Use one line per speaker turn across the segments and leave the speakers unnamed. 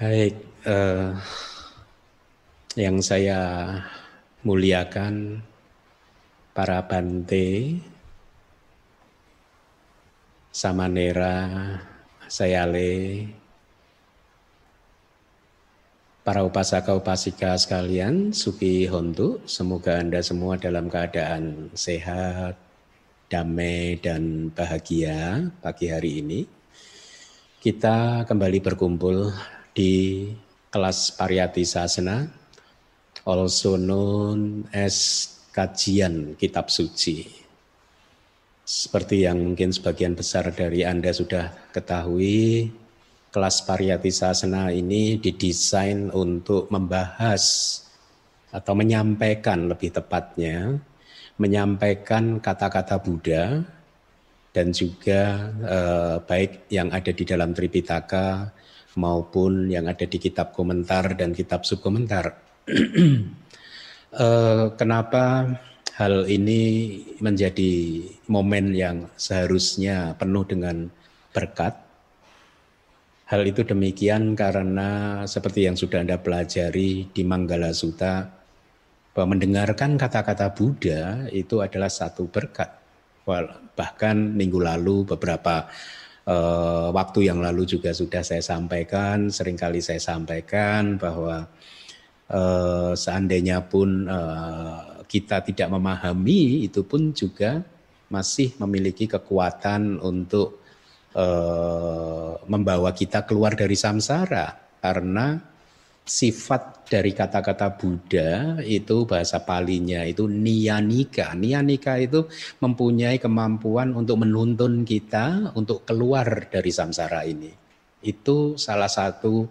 Baik, yang saya muliakan para Bante, Samanera, Sayale, para upasaka-upasika sekalian, Suki Hontu, semoga Anda semua dalam keadaan sehat, damai, dan bahagia pagi hari ini. Kita kembali berkumpul di kelas Pariyati Sasana, also known as kajian kitab suci. Seperti yang mungkin sebagian besar dari Anda sudah ketahui, kelas Pariyati Sasana ini didesain untuk membahas atau menyampaikan, lebih tepatnya menyampaikan kata-kata Buddha dan juga baik yang ada di dalam Tripitaka maupun yang ada di kitab komentar dan kitab subkomentar. Kenapa hal ini menjadi momen yang seharusnya penuh dengan berkat? Hal itu demikian karena seperti yang sudah Anda pelajari di Manggala Sutta, bahwa mendengarkan kata-kata Buddha itu adalah satu berkat. Bahkan minggu lalu beberapa waktu yang lalu juga sudah saya sampaikan, seringkali saya sampaikan bahwa seandainya pun kita tidak memahami, itu pun juga masih memiliki kekuatan untuk membawa kita keluar dari samsara, karena sifat dari kata-kata Buddha itu bahasa Palinya itu niyanika. Niyanika itu mempunyai kemampuan untuk menuntun kita untuk keluar dari samsara ini. Itu salah satu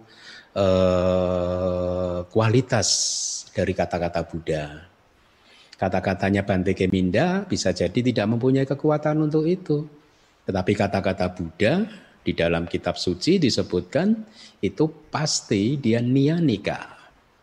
kualitas dari kata-kata Buddha. Kata-katanya Bante Keminda bisa jadi tidak mempunyai kekuatan untuk itu. Tetapi kata-kata Buddha di dalam kitab suci disebutkan itu pasti dia niyanika.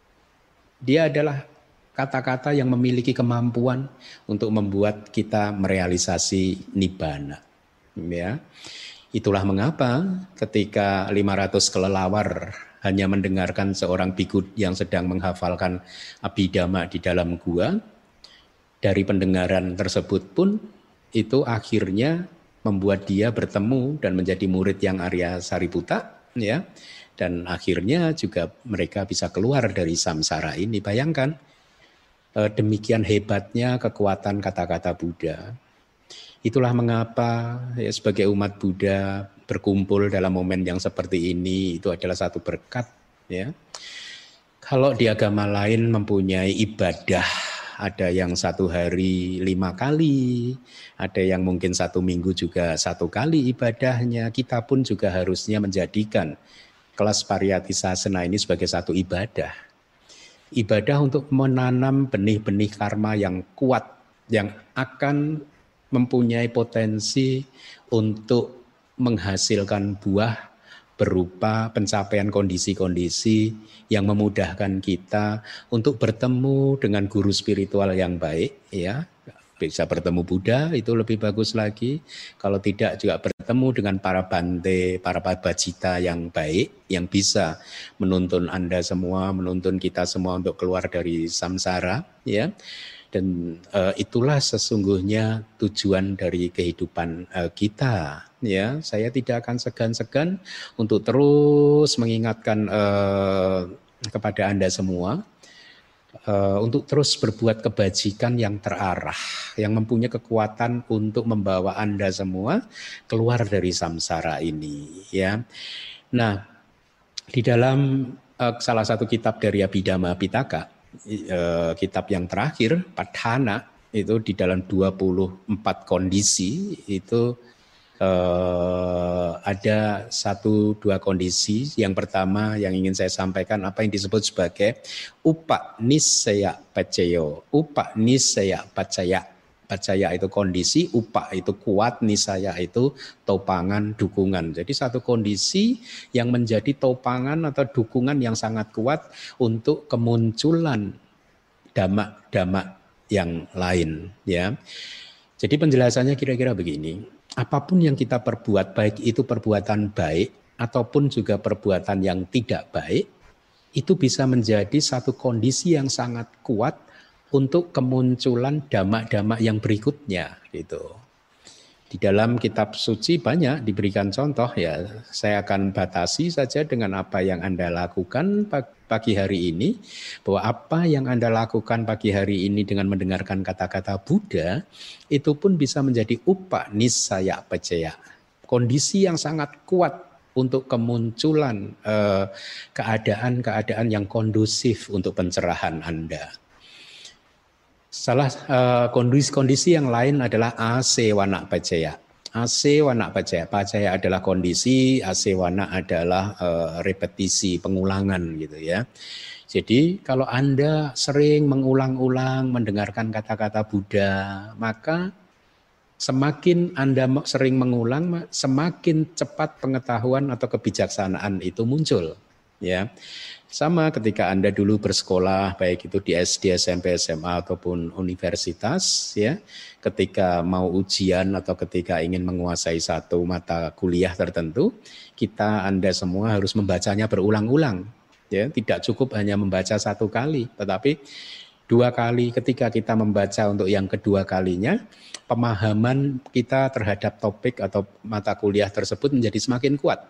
Dia adalah kata-kata yang memiliki kemampuan untuk membuat kita merealisasi nibbana. Ya. Itulah mengapa ketika 500 kelelawar hanya mendengarkan seorang bhikkhu yang sedang menghafalkan Abhidhamma di dalam gua, dari pendengaran tersebut pun itu akhirnya membuat dia bertemu dan menjadi murid yang Arya Sariputta, ya, dan akhirnya juga mereka bisa keluar dari samsara ini. Bayangkan demikian hebatnya kekuatan kata-kata Buddha. Itulah mengapa ya, sebagai umat Buddha berkumpul dalam momen yang seperti ini itu adalah satu berkat, ya. Kalau di agama lain mempunyai ibadah, ada yang 1 hari 5 kali, ada yang mungkin 1 minggu juga 1 kali ibadahnya. Kita pun juga harusnya menjadikan kelas Pariyati Sasana ini sebagai satu ibadah. Ibadah untuk menanam benih-benih karma yang kuat, yang akan mempunyai potensi untuk menghasilkan buah berupa pencapaian kondisi-kondisi yang memudahkan kita untuk bertemu dengan guru spiritual yang baik, ya. Bisa bertemu Buddha itu lebih bagus lagi. Kalau tidak juga bertemu dengan para bante, para pabajita yang baik, yang bisa menuntun Anda semua, menuntun kita semua untuk keluar dari samsara, ya. Dan itulah sesungguhnya tujuan dari kehidupan kita, ya. Saya tidak akan segan-segan untuk terus mengingatkan kepada Anda semua untuk terus berbuat kebajikan yang terarah, yang mempunyai kekuatan untuk membawa Anda semua keluar dari samsara ini, ya. Nah, di dalam salah satu kitab dari Abhidhamma Pitaka, kitab yang terakhir, Padhana, itu di dalam 24 kondisi itu ada 1-2 kondisi. Yang pertama yang ingin saya sampaikan apa yang disebut sebagai upanisaya pacayo. Upanisaya pacaya. Pacaya itu kondisi, upa itu kuat, nisaya itu topangan, dukungan. Jadi satu kondisi yang menjadi topangan atau dukungan yang sangat kuat untuk kemunculan dhamma-dhamma yang lain, ya. Jadi penjelasannya kira-kira begini. Apapun yang kita perbuat, baik itu perbuatan baik ataupun juga perbuatan yang tidak baik, itu bisa menjadi satu kondisi yang sangat kuat untuk kemunculan dhamma-dhamma yang berikutnya gitu. Di dalam kitab suci banyak diberikan contoh ya. Saya akan batasi saja dengan apa yang Anda lakukan pagi hari ini. Bahwa apa yang Anda lakukan pagi hari ini dengan mendengarkan kata-kata Buddha, itu pun bisa menjadi upanisaya pacaya. Kondisi yang sangat kuat untuk kemunculan keadaan-keadaan yang kondusif untuk pencerahan Anda. Salah kondisi-kondisi yang lain adalah asewana pacaya. Asewana pacaya. Pacaya adalah kondisi, asewana adalah repetisi, pengulangan gitu ya. Jadi kalau Anda sering mengulang-ulang mendengarkan kata-kata Buddha, maka semakin Anda sering mengulang, semakin cepat pengetahuan atau kebijaksanaan itu muncul. Ya. Sama ketika Anda dulu bersekolah, baik itu di SD, SMP, SMA ataupun universitas, ya, ketika mau ujian atau ketika ingin menguasai satu mata kuliah tertentu, Anda semua harus membacanya berulang-ulang. Ya, tidak cukup hanya membaca satu kali, tetapi 2 kali. Ketika kita membaca untuk yang kedua kalinya, pemahaman kita terhadap topik atau mata kuliah tersebut menjadi semakin kuat.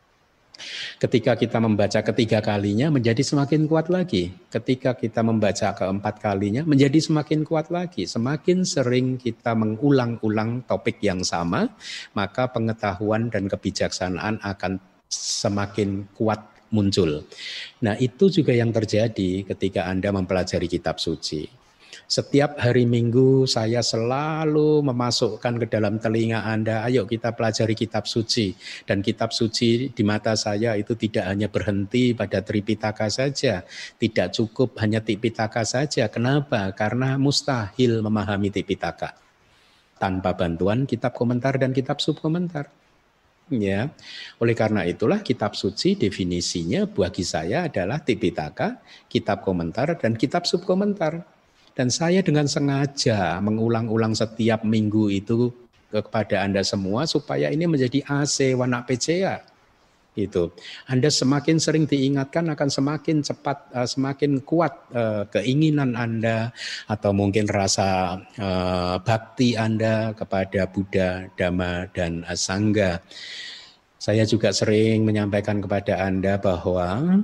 Ketika kita membaca ketiga kalinya menjadi semakin kuat lagi. Ketika kita membaca keempat kalinya menjadi semakin kuat lagi. Semakin sering kita mengulang-ulang topik yang sama, maka pengetahuan dan kebijaksanaan akan semakin kuat muncul. Nah, itu juga yang terjadi ketika Anda mempelajari kitab suci. Setiap hari Minggu saya selalu memasukkan ke dalam telinga Anda, ayo kita pelajari kitab suci. Dan kitab suci di mata saya itu tidak hanya berhenti pada Tripitaka saja. Tidak cukup hanya Tipitaka saja. Kenapa? Karena mustahil memahami Tipitaka tanpa bantuan kitab komentar dan kitab subkomentar. Ya, oleh karena itulah kitab suci definisinya bagi saya adalah Tipitaka, kitab komentar dan kitab subkomentar. Dan saya dengan sengaja mengulang-ulang setiap minggu itu kepada Anda semua supaya ini menjadi asewana pacaya. Gitu. Anda semakin sering diingatkan akan semakin cepat, semakin kuat keinginan Anda atau mungkin rasa bakti Anda kepada Buddha, Dhamma, dan Sangha. Saya juga sering menyampaikan kepada Anda bahwa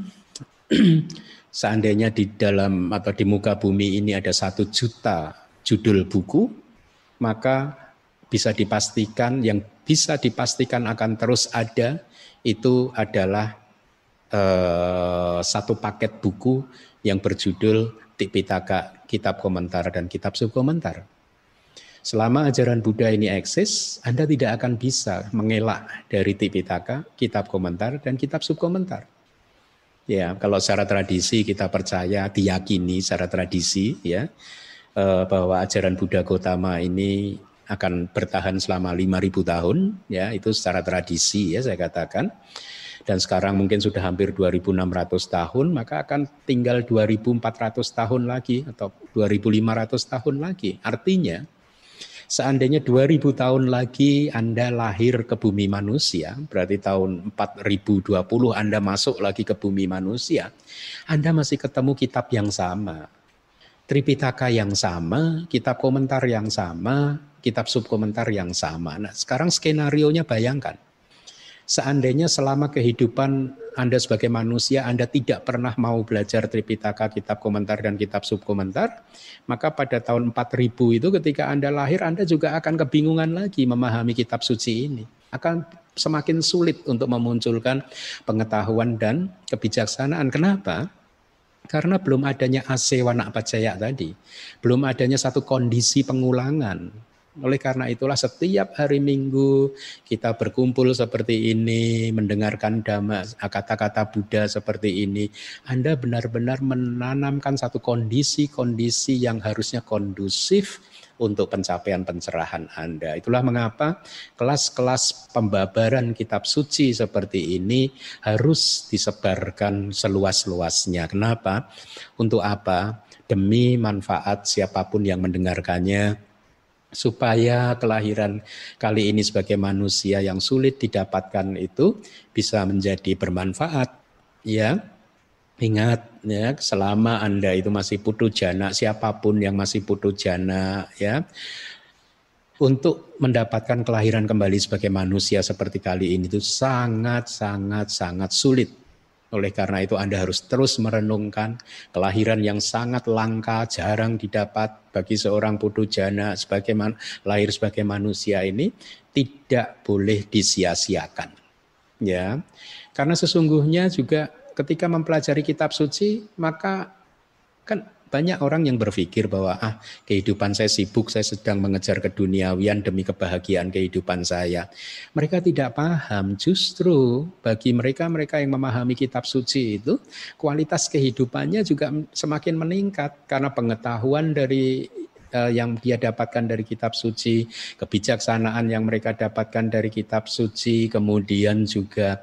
seandainya di dalam atau di muka bumi ini ada 1 juta judul buku, maka bisa dipastikan yang bisa dipastikan akan terus ada itu adalah 1 paket buku yang berjudul Tipitaka, kitab komentar dan kitab subkomentar. Selama ajaran Buddha ini eksis, Anda tidak akan bisa mengelak dari Tipitaka, kitab komentar dan kitab subkomentar. Ya, kalau secara tradisi kita percaya, diyakini secara tradisi ya bahwa ajaran Buddha Gautama ini akan bertahan selama 5.000 tahun, ya itu secara tradisi ya saya katakan. Dan sekarang mungkin sudah hampir 2.600 tahun, maka akan tinggal 2.400 tahun lagi atau 2.500 tahun lagi. Artinya seandainya 2000 tahun lagi Anda lahir ke bumi manusia, berarti tahun 4020 Anda masuk lagi ke bumi manusia, Anda masih ketemu kitab yang sama, Tripitaka yang sama, kitab komentar yang sama, kitab subkomentar yang sama. Nah, sekarang skenarionya bayangkan. Seandainya selama kehidupan Anda sebagai manusia, Anda tidak pernah mau belajar Tripitaka, kitab komentar dan kitab subkomentar, maka pada tahun 4000 itu ketika Anda lahir, Anda juga akan kebingungan lagi memahami kitab suci ini. Akan semakin sulit untuk memunculkan pengetahuan dan kebijaksanaan. Kenapa? Karena belum adanya asewana pacaya tadi. Belum adanya satu kondisi pengulangan. Oleh karena itulah setiap hari Minggu kita berkumpul seperti ini, mendengarkan dhamma, kata-kata Buddha seperti ini. Anda benar-benar menanamkan satu kondisi-kondisi yang harusnya kondusif untuk pencapaian pencerahan Anda. Itulah mengapa kelas-kelas pembabaran kitab suci seperti ini harus disebarkan seluas-luasnya. Kenapa? Untuk apa? Demi manfaat siapapun yang mendengarkannya, supaya kelahiran kali ini sebagai manusia yang sulit didapatkan itu bisa menjadi bermanfaat. Ya, ingat ya, selama Anda itu masih putu jana, siapapun yang masih putu jana ya, untuk mendapatkan kelahiran kembali sebagai manusia seperti kali ini itu sangat sulit. Oleh karena itu Anda harus terus merenungkan kelahiran yang sangat langka, jarang didapat bagi seorang putu jana lahir sebagai manusia ini tidak boleh disia-siakan. Ya. Karena sesungguhnya juga ketika mempelajari kitab suci, maka kan banyak orang yang berpikir bahwa kehidupan saya sibuk, saya sedang mengejar keduniawian demi kebahagiaan kehidupan saya. Mereka tidak paham, justru bagi mereka yang memahami kitab suci itu, kualitas kehidupannya juga semakin meningkat karena pengetahuan dari yang dia dapatkan dari kitab suci, kebijaksanaan yang mereka dapatkan dari kitab suci, kemudian juga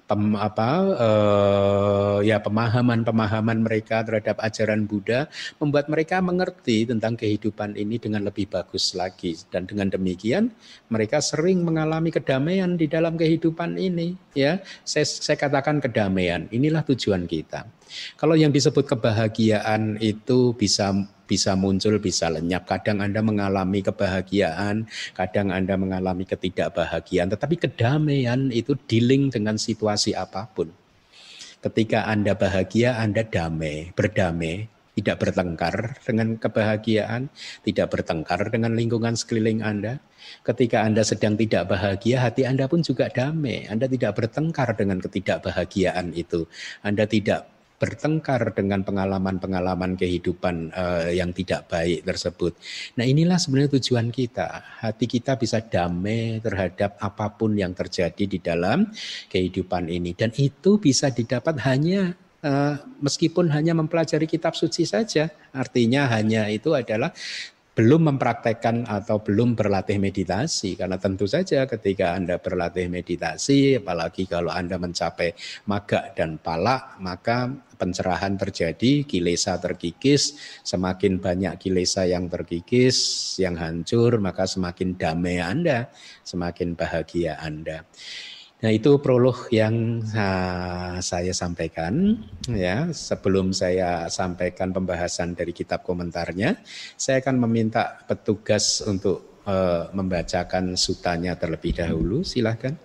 pemahaman mereka terhadap ajaran Buddha membuat mereka mengerti tentang kehidupan ini dengan lebih bagus lagi, dan dengan demikian mereka sering mengalami kedamaian di dalam kehidupan ini. Ya, saya katakan kedamaian, inilah tujuan kita. Kalau yang disebut kebahagiaan itu bisa muncul, bisa lenyap. Kadang Anda mengalami kebahagiaan, kadang Anda mengalami ketidakbahagiaan. Tetapi kedamaian itu dealing dengan situasi apapun. Ketika Anda bahagia, Anda berdamai, tidak bertengkar dengan kebahagiaan, tidak bertengkar dengan lingkungan sekeliling Anda. Ketika Anda sedang tidak bahagia, hati Anda pun juga damai. Anda tidak bertengkar dengan ketidakbahagiaan itu. Anda tidak bertengkar dengan pengalaman-pengalaman kehidupan yang tidak baik tersebut. Nah, inilah sebenarnya tujuan kita. Hati kita bisa damai terhadap apapun yang terjadi di dalam kehidupan ini. Dan itu bisa didapat hanya meskipun hanya mempelajari kitab suci saja. Artinya hanya itu adalah belum mempraktekkan atau belum berlatih meditasi. Karena tentu saja ketika Anda berlatih meditasi, apalagi kalau Anda mencapai magga dan pala, maka pencerahan terjadi, kilesa terkikis. Semakin banyak kilesa yang terkikis, yang hancur, maka semakin damai Anda, semakin bahagia Anda. Nah, itu prolog yang saya sampaikan. Ya, sebelum saya sampaikan pembahasan dari kitab komentarnya, saya akan meminta petugas untuk membacakan sutanya terlebih dahulu. Silakan.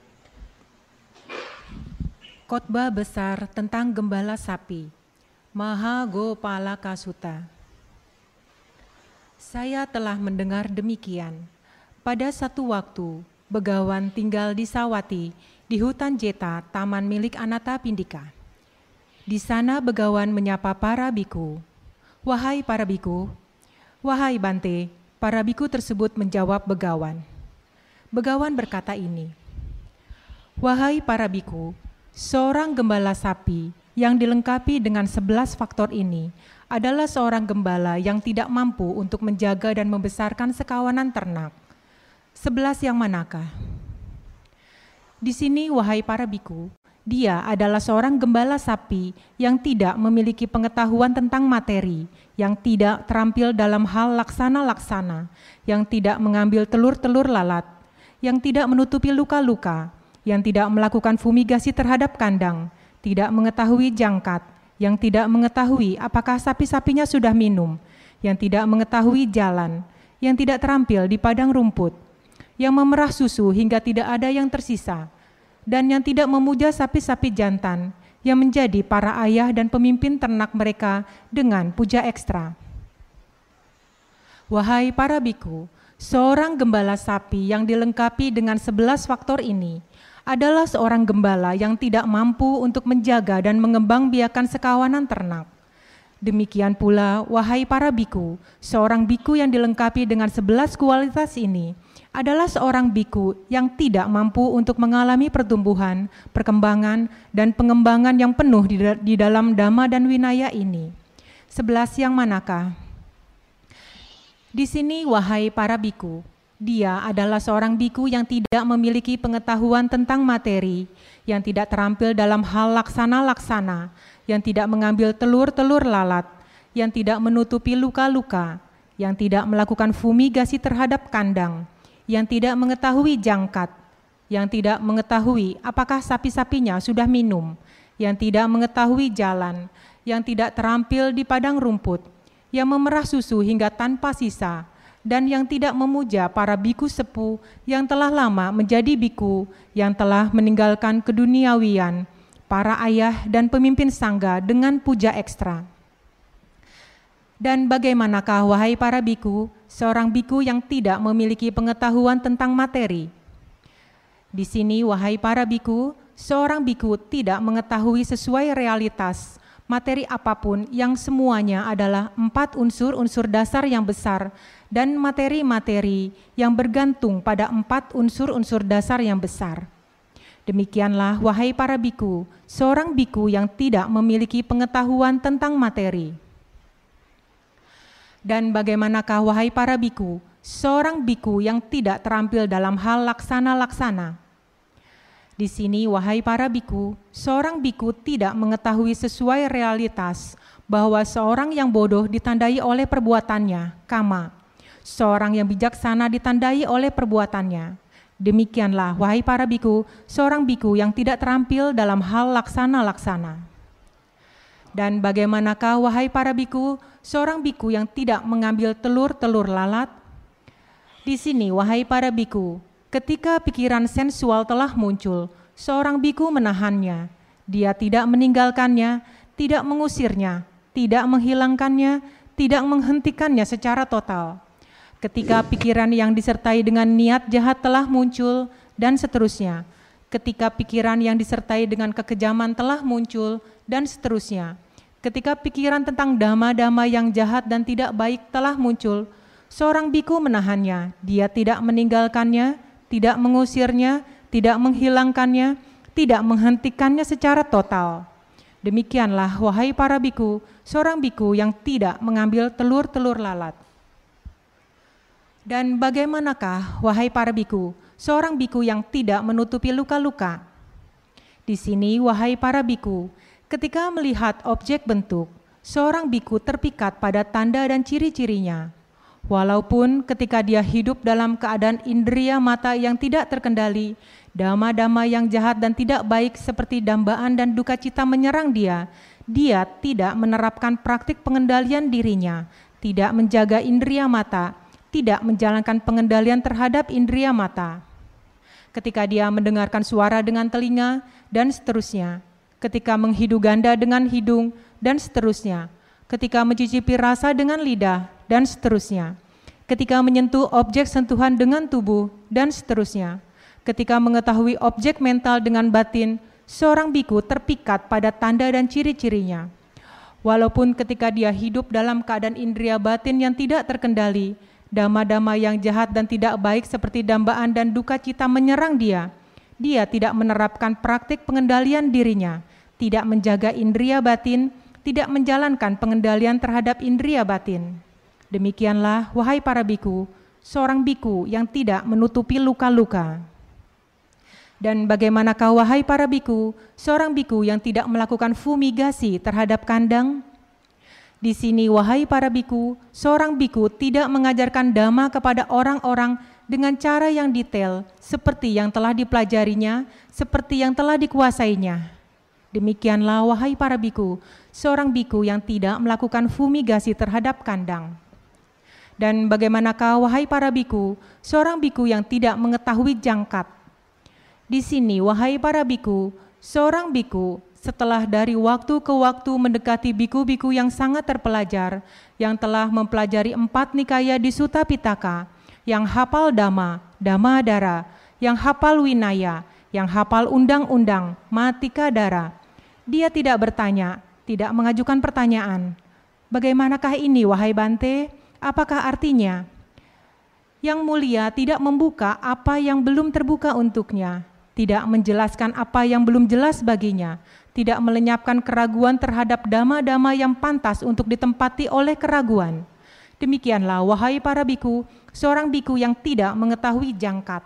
Khotbah besar tentang gembala sapi, Mahagopalaka Sutta. Saya telah mendengar demikian. Pada satu waktu, Begawan tinggal di Sawati, di hutan Jeta, taman milik Anatta Pindika. Di sana Begawan menyapa para biku. Wahai para biku, wahai Bante, para biku tersebut menjawab Begawan. Begawan berkata ini, wahai para biku, seorang gembala sapi yang dilengkapi dengan 11 faktor ini adalah seorang gembala yang tidak mampu untuk menjaga dan membesarkan sekawanan ternak. 11 yang manakah? Di sini, wahai para biku, dia adalah seorang gembala sapi yang tidak memiliki pengetahuan tentang materi, yang tidak terampil dalam hal laksana-laksana, yang tidak mengambil telur-telur lalat, yang tidak menutupi luka-luka, yang tidak melakukan fumigasi terhadap kandang, tidak mengetahui jangkat, yang tidak mengetahui apakah sapi-sapinya sudah minum, yang tidak mengetahui jalan, yang tidak terampil di padang rumput, yang memerah susu hingga tidak ada yang tersisa, dan yang tidak memuja sapi-sapi jantan yang menjadi para ayah dan pemimpin ternak mereka dengan puja ekstra. Wahai para biku, seorang gembala sapi yang dilengkapi dengan 11 faktor ini adalah seorang gembala yang tidak mampu untuk menjaga dan mengembangbiakan sekawanan ternak. Demikian pula, wahai para biku, seorang biku yang dilengkapi dengan 11 kualitas ini adalah seorang biku yang tidak mampu untuk mengalami pertumbuhan, perkembangan, dan pengembangan yang penuh di dalam Dhamma dan Winaya ini. 11 yang manakah? Di sini, wahai para biku, dia adalah seorang biku yang tidak memiliki pengetahuan tentang materi, yang tidak terampil dalam hal laksana-laksana, yang tidak mengambil telur-telur lalat, yang tidak menutupi luka-luka, yang tidak melakukan fumigasi terhadap kandang, yang tidak mengetahui jangkat, yang tidak mengetahui apakah sapi-sapinya sudah minum, yang tidak mengetahui jalan, yang tidak terampil di padang rumput, yang memerah susu hingga tanpa sisa, dan yang tidak memuja para biku sepuh yang telah lama menjadi biku, yang telah meninggalkan keduniawian, para ayah dan pemimpin sangga dengan puja ekstra. Dan bagaimanakah, wahai para biku, seorang biku yang tidak memiliki pengetahuan tentang materi? Di sini, wahai para biku, seorang biku tidak mengetahui sesuai realitas materi apapun yang semuanya adalah 4 unsur-unsur dasar yang besar dan materi-materi yang bergantung pada 4 unsur-unsur dasar yang besar. Demikianlah, wahai para biku, seorang biku yang tidak memiliki pengetahuan tentang materi. Dan bagaimanakah, wahai para biku, seorang biku yang tidak terampil dalam hal laksana-laksana? Di sini, wahai para biku, seorang biku tidak mengetahui sesuai realitas bahwa seorang yang bodoh ditandai oleh perbuatannya, kama. Seorang yang bijaksana ditandai oleh perbuatannya. Demikianlah, wahai para biku, seorang biku yang tidak terampil dalam hal laksana-laksana. Dan bagaimanakah, wahai para biku, seorang biku yang tidak mengambil telur-telur lalat? Di sini, wahai para biku, ketika pikiran sensual telah muncul, seorang biku menahannya. Dia tidak meninggalkannya, tidak mengusirnya, tidak menghilangkannya, tidak menghentikannya secara total. Ketika pikiran yang disertai dengan niat jahat telah muncul, dan seterusnya. Ketika pikiran yang disertai dengan kekejaman telah muncul, dan seterusnya. Ketika pikiran tentang dhamma-dhamma yang jahat dan tidak baik telah muncul, seorang biku menahannya. Dia tidak meninggalkannya, tidak mengusirnya, tidak menghilangkannya, tidak menghentikannya secara total. Demikianlah, wahai para biku, seorang biku yang tidak mengambil telur-telur lalat. Dan bagaimanakah, wahai para biku, seorang biku yang tidak menutupi luka-luka? Di sini, wahai para biku, ketika melihat objek bentuk, seorang biku terpikat pada tanda dan ciri-cirinya. Walaupun ketika dia hidup dalam keadaan indria mata yang tidak terkendali, dhamma-dhamma yang jahat dan tidak baik seperti dambaan dan duka cita menyerang dia, dia tidak menerapkan praktik pengendalian dirinya, tidak menjaga indria mata, tidak menjalankan pengendalian terhadap indria mata. Ketika dia mendengarkan suara dengan telinga, dan seterusnya. Ketika menghidu ganda dengan hidung, dan seterusnya. Ketika mencicipi rasa dengan lidah, dan seterusnya. Ketika menyentuh objek sentuhan dengan tubuh, dan seterusnya. Ketika mengetahui objek mental dengan batin, seorang biku terpikat pada tanda dan ciri-cirinya. Walaupun ketika dia hidup dalam keadaan indria batin yang tidak terkendali, dhamma-dhamma yang jahat dan tidak baik seperti dambaan dan duka cita menyerang dia, dia tidak menerapkan praktik pengendalian dirinya, tidak menjaga indria batin, tidak menjalankan pengendalian terhadap indria batin. Demikianlah, wahai para biku, seorang biku yang tidak menutupi luka-luka. Dan bagaimanakah, wahai para biku, seorang biku yang tidak melakukan fumigasi terhadap kandang? Di sini, wahai para biku, seorang biku tidak mengajarkan dhamma kepada orang-orang dengan cara yang detail, seperti yang telah dipelajarinya, seperti yang telah dikuasainya. Demikianlah, wahai para biku, seorang biku yang tidak melakukan fumigasi terhadap kandang. Dan bagaimanakah, wahai para biku, seorang biku yang tidak mengetahui jangkat? Di sini, wahai para biku, seorang biku setelah dari waktu ke waktu mendekati biku-biku yang sangat terpelajar, yang telah mempelajari 4 nikaya di Sutta Pitaka, yang hafal dhamma, dhammadara, yang hafal winaya, yang hafal undang-undang, matikadara. Dia tidak bertanya, tidak mengajukan pertanyaan. Bagaimanakah ini, wahai Bante? Apakah artinya? Yang mulia tidak membuka apa yang belum terbuka untuknya, tidak menjelaskan apa yang belum jelas baginya, tidak melenyapkan keraguan terhadap dhamma-dhamma yang pantas untuk ditempati oleh keraguan. Demikianlah, wahai para biku, seorang biku yang tidak mengetahui jangkat.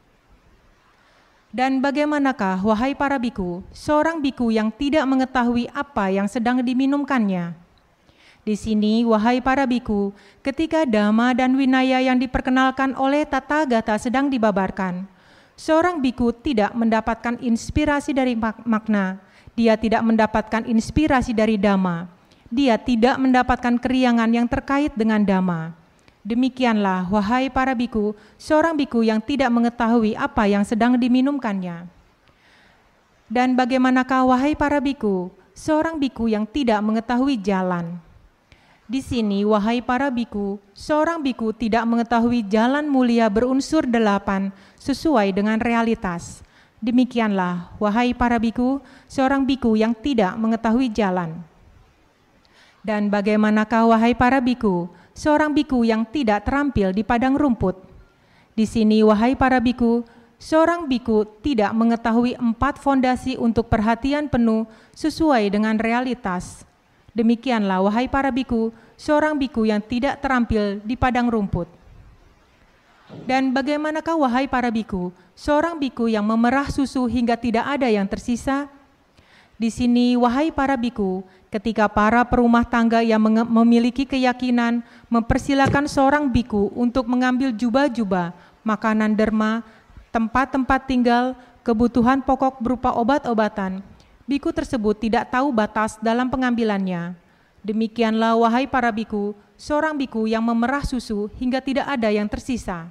Dan bagaimanakah, wahai para biku, seorang biku yang tidak mengetahui apa yang sedang diminumkannya? Di sini, wahai para biku, ketika dhamma dan winaya yang diperkenalkan oleh Tathagata sedang dibabarkan, seorang biku tidak mendapatkan inspirasi dari makna, dia tidak mendapatkan inspirasi dari dhamma, dia tidak mendapatkan keriangan yang terkait dengan dhamma. Demikianlah, wahai para biku, seorang biku yang tidak mengetahui apa yang sedang diminumkannya. Dan bagaimanakah, wahai para biku, seorang biku yang tidak mengetahui jalan? Di sini, wahai para biku, seorang biku tidak mengetahui jalan mulia berunsur 8 sesuai dengan realitas. Demikianlah, wahai para biku, seorang biku yang tidak mengetahui jalan. Dan bagaimanakah, wahai para biku, seorang biku yang tidak terampil di padang rumput? Di sini, wahai para biku, seorang biku tidak mengetahui 4 fondasi untuk perhatian penuh sesuai dengan realitas. Demikianlah, wahai para biku, seorang biku yang tidak terampil di padang rumput. Dan bagaimanakah, wahai para biku, seorang biku yang memerah susu hingga tidak ada yang tersisa? Di sini, wahai para biku, ketika para perumah tangga yang memiliki keyakinan mempersilakan seorang biku untuk mengambil jubah-jubah, makanan derma, tempat-tempat tinggal, kebutuhan pokok berupa obat-obatan, biku tersebut tidak tahu batas dalam pengambilannya. Demikianlah, wahai para biku, seorang biku yang memerah susu hingga tidak ada yang tersisa.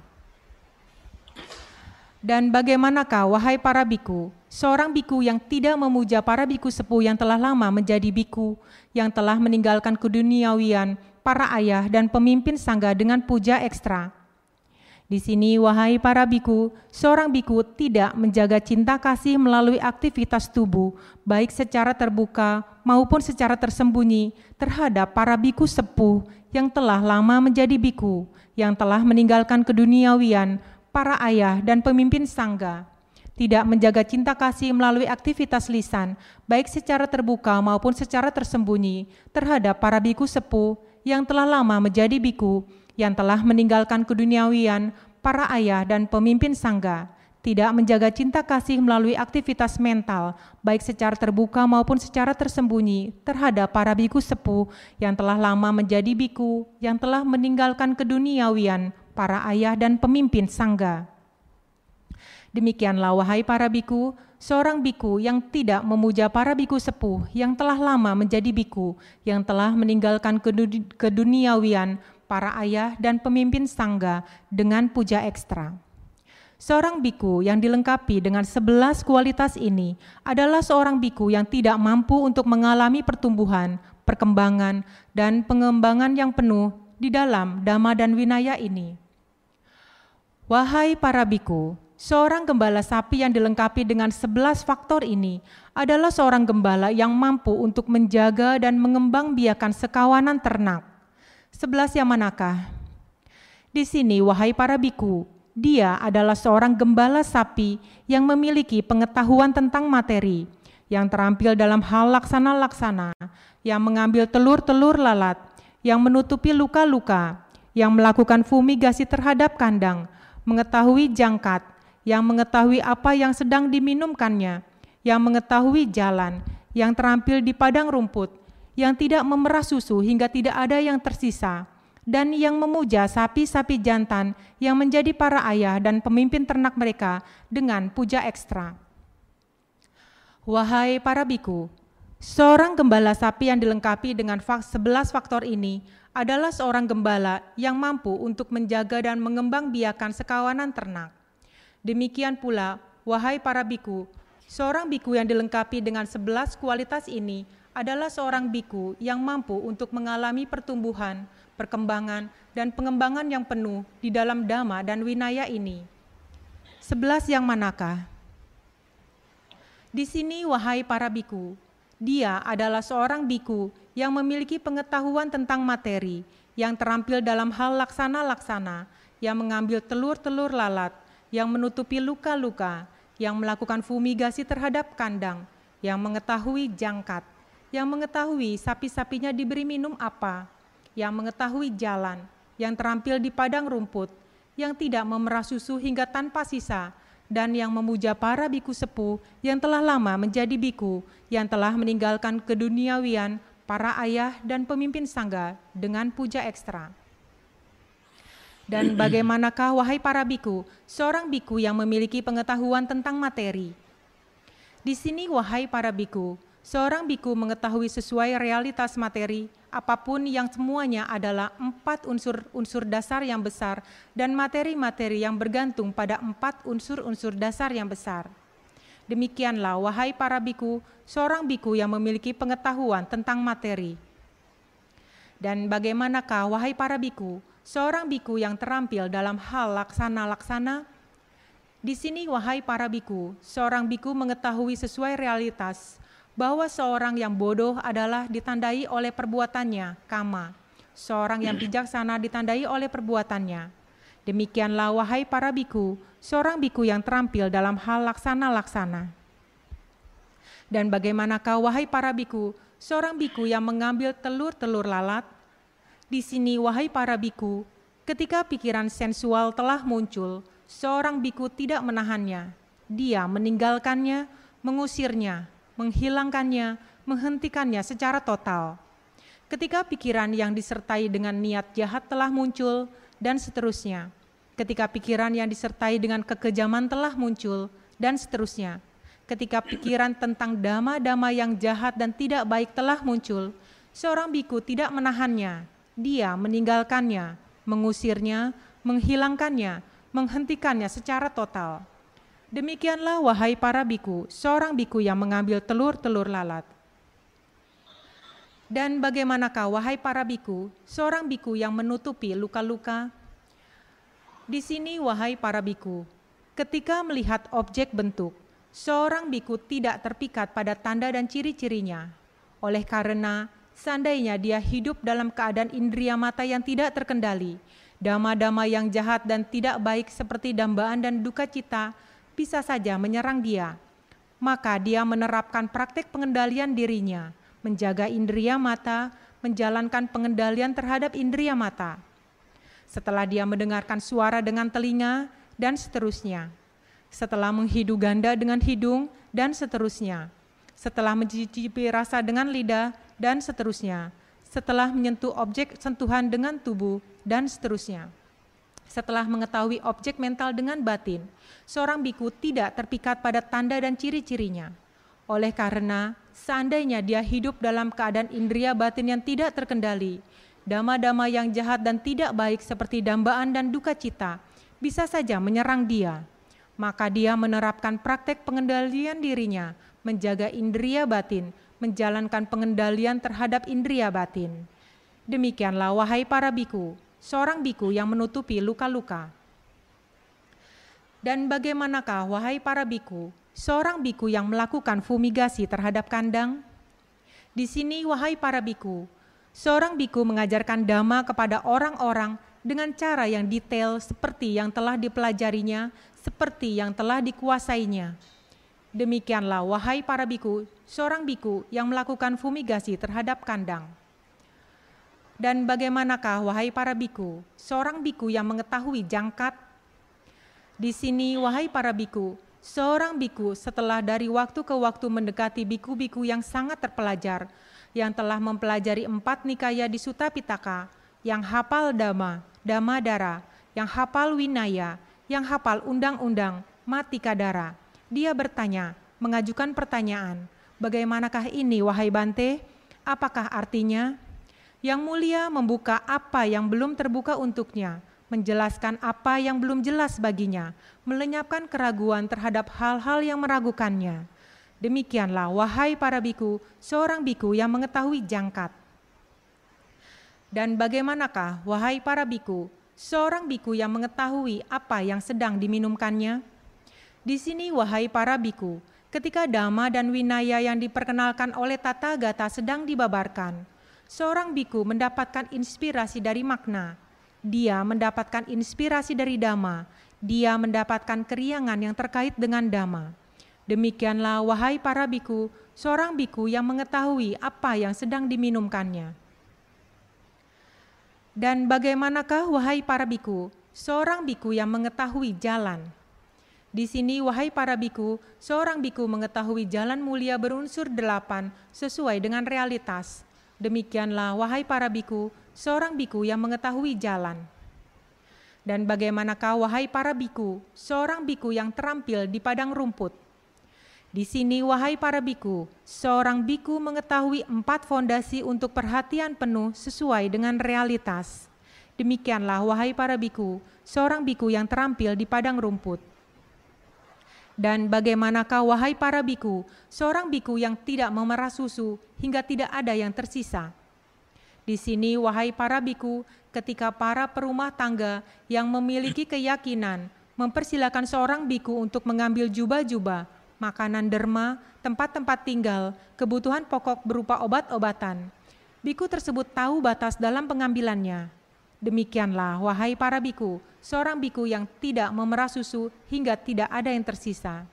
Dan bagaimanakah, wahai para biku, seorang biku yang tidak memuja para biku sepuh yang telah lama menjadi biku, yang telah meninggalkan keduniawian, para ayah dan pemimpin sangga dengan puja ekstra. Di sini, wahai para biku, seorang biku tidak menjaga cinta kasih melalui aktivitas tubuh, baik secara terbuka maupun secara tersembunyi terhadap para biku sepuh yang telah lama menjadi biku, yang telah meninggalkan keduniawian, para ayah dan pemimpin sangga. Tidak menjaga cinta kasih melalui aktivitas lisan, baik secara terbuka maupun secara tersembunyi terhadap para biku sepuh yang telah lama menjadi biku, yang telah meninggalkan keduniawian, para ayah dan pemimpin sangga. Tidak menjaga cinta kasih melalui aktivitas mental, baik secara terbuka maupun secara tersembunyi terhadap para biku sepuh yang telah lama menjadi biku, yang telah meninggalkan keduniawian, para ayah dan pemimpin sangga. Demikianlah, wahai para biku, seorang biku yang tidak memuja para biku sepuh yang telah lama menjadi biku, yang telah meninggalkan keduniawian, para ayah dan pemimpin sangga dengan puja ekstra. Seorang biku yang dilengkapi dengan 11 kualitas ini adalah seorang biku yang tidak mampu untuk mengalami pertumbuhan, perkembangan, dan pengembangan yang penuh di dalam dhamma dan winaya ini. Wahai para biku, seorang gembala sapi yang dilengkapi dengan 11 faktor ini adalah seorang gembala yang mampu untuk menjaga dan mengembangbiakan sekawanan ternak. 11 yang manakah? Di sini, wahai para biku, dia adalah seorang gembala sapi yang memiliki pengetahuan tentang materi, yang terampil dalam hal laksana-laksana, yang mengambil telur-telur lalat, yang menutupi luka-luka, yang melakukan fumigasi terhadap kandang, mengetahui jangkat, yang mengetahui apa yang sedang diminumkannya, yang mengetahui jalan, yang terampil di padang rumput, yang tidak memerah susu hingga tidak ada yang tersisa, dan yang memuja sapi-sapi jantan yang menjadi para ayah dan pemimpin ternak mereka dengan puja ekstra. Wahai para biku, seorang gembala sapi yang dilengkapi dengan 11 faktor ini adalah seorang gembala yang mampu untuk menjaga dan mengembangbiakan sekawanan ternak. Demikian pula, wahai para biku, seorang biku yang dilengkapi dengan 11 kualitas ini adalah seorang biku yang mampu untuk mengalami pertumbuhan, perkembangan, dan pengembangan yang penuh di dalam dhamma dan winaya ini. 11 yang manakah? Di sini, wahai para biku, dia adalah seorang biku yang memiliki pengetahuan tentang materi, yang terampil dalam hal laksana-laksana, yang mengambil telur-telur lalat, yang menutupi luka-luka, yang melakukan fumigasi terhadap kandang, yang mengetahui jangkat, yang mengetahui sapi-sapinya diberi minum apa, yang mengetahui jalan, yang terampil di padang rumput, yang tidak memerah susu hingga tanpa sisa, dan yang memuja para biku sepuh yang telah lama menjadi biku, yang telah meninggalkan keduniawian, para ayah dan pemimpin sangga dengan puja ekstra. Dan bagaimanakah, wahai para biku, seorang biku yang memiliki pengetahuan tentang materi? Di sini, wahai para biku, seorang biku mengetahui sesuai realitas materi, apapun yang semuanya adalah 4 unsur-unsur dasar yang besar dan materi-materi yang bergantung pada 4 unsur-unsur dasar yang besar. Demikianlah, wahai para biku, seorang biku yang memiliki pengetahuan tentang materi. Dan bagaimanakah, wahai para biku, seorang biku yang terampil dalam hal laksana-laksana? Di sini, wahai para biku, seorang biku mengetahui sesuai realitas bahwa seorang yang bodoh adalah ditandai oleh perbuatannya, kama. Seorang yang bijaksana ditandai oleh perbuatannya. Demikianlah, wahai para biku, seorang biku yang terampil dalam hal laksana-laksana. Dan bagaimanakah, wahai para biku, seorang biku yang mengambil telur-telur lalat? Di sini, wahai para biku, ketika pikiran sensual telah muncul, seorang biku tidak menahannya. Dia meninggalkannya, mengusirnya, menghilangkannya, menghentikannya secara total. Ketika pikiran yang disertai dengan niat jahat telah muncul, dan seterusnya. Ketika pikiran yang disertai dengan kekejaman telah muncul, dan seterusnya. Ketika pikiran tentang dhamma-dhamma yang jahat dan tidak baik telah muncul, seorang biku tidak menahannya. Dia meninggalkannya, mengusirnya, menghilangkannya, menghentikannya secara total. Demikianlah, wahai para biku, seorang biku yang mengambil telur-telur lalat. Dan bagaimanakah, wahai para biku, seorang biku yang menutupi luka-luka? Di sini, wahai para biku, ketika melihat objek bentuk, seorang biku tidak terpikat pada tanda dan ciri-cirinya. Oleh karena, seandainya dia hidup dalam keadaan indria mata yang tidak terkendali, dhamma-dhamma yang jahat dan tidak baik seperti dambaan dan duka cita bisa saja menyerang dia. Maka dia menerapkan praktik pengendalian dirinya, menjaga indria mata, menjalankan pengendalian terhadap indria mata. Setelah dia mendengarkan suara dengan telinga, dan seterusnya. Setelah menghidu ganda dengan hidung, dan seterusnya. Setelah mencicipi rasa dengan lidah, dan seterusnya. Setelah menyentuh objek sentuhan dengan tubuh, dan seterusnya. Setelah mengetahui objek mental dengan batin, seorang biku tidak terpikat pada tanda dan ciri-cirinya. Oleh karena, seandainya dia hidup dalam keadaan indria batin yang tidak terkendali, dhamma-dhamma yang jahat dan tidak baik seperti dambaan dan duka cita bisa saja menyerang dia. Maka dia menerapkan praktek pengendalian dirinya, menjaga indria batin, menjalankan pengendalian terhadap indria batin. Demikianlah, wahai para biku, seorang biku yang menutupi luka-luka. Dan bagaimanakah, wahai para biku, seorang biku yang melakukan fumigasi terhadap kandang? Di sini, wahai para biku, seorang biku mengajarkan dhamma kepada orang-orang dengan cara yang detail seperti yang telah dipelajarinya, seperti yang telah dikuasainya. Demikianlah, wahai para biku, seorang biku yang melakukan fumigasi terhadap kandang. Dan bagaimanakah, wahai para biku, seorang biku yang mengetahui jangkat? Di sini, wahai para biku, seorang biku setelah dari waktu ke waktu mendekati biku-biku yang sangat terpelajar, yang telah mempelajari 4 nikaya di Sutta Pitaka, yang hafal dhamma, dhammadara, yang hafal winaya, yang hafal undang-undang, matikadara. Dia bertanya, mengajukan pertanyaan, bagaimanakah ini, wahai Bante? Apakah artinya? Yang mulia membuka apa yang belum terbuka untuknya, menjelaskan apa yang belum jelas baginya, melenyapkan keraguan terhadap hal-hal yang meragukannya. Demikianlah, wahai para biku, seorang biku yang mengetahui jangkat. Dan bagaimanakah, wahai para biku, seorang biku yang mengetahui apa yang sedang diminumkannya? Di sini, wahai para biku, ketika dhamma dan winaya yang diperkenalkan oleh Tathagata sedang dibabarkan, seorang biku mendapatkan inspirasi dari makna. Dia mendapatkan inspirasi dari dhamma. Dia mendapatkan keriangan yang terkait dengan dhamma. Demikianlah, wahai para biku, seorang biku yang mengetahui apa yang sedang diminumkannya. Dan bagaimanakah, wahai para biku, seorang biku yang mengetahui jalan? Di sini, wahai para biku, seorang biku mengetahui jalan mulia berunsur 8 sesuai dengan realitas. Demikianlah, wahai para biku, seorang biku yang mengetahui jalan. Dan bagaimanakah, wahai para biku, seorang biku yang terampil di padang rumput? Di sini, wahai para biku, seorang biku mengetahui 4 fondasi untuk perhatian penuh sesuai dengan realitas. Demikianlah, wahai para biku, seorang biku yang terampil di padang rumput. Dan bagaimanakah, wahai para biku, seorang biku yang tidak memerah susu hingga tidak ada yang tersisa? Di sini, wahai para biku, ketika para perumah tangga yang memiliki keyakinan mempersilakan seorang biku untuk mengambil jubah-jubah, makanan derma, tempat-tempat tinggal, kebutuhan pokok berupa obat-obatan, biku tersebut tahu batas dalam pengambilannya. Demikianlah, wahai para biku, seorang biku yang tidak memerah susu hingga tidak ada yang tersisa.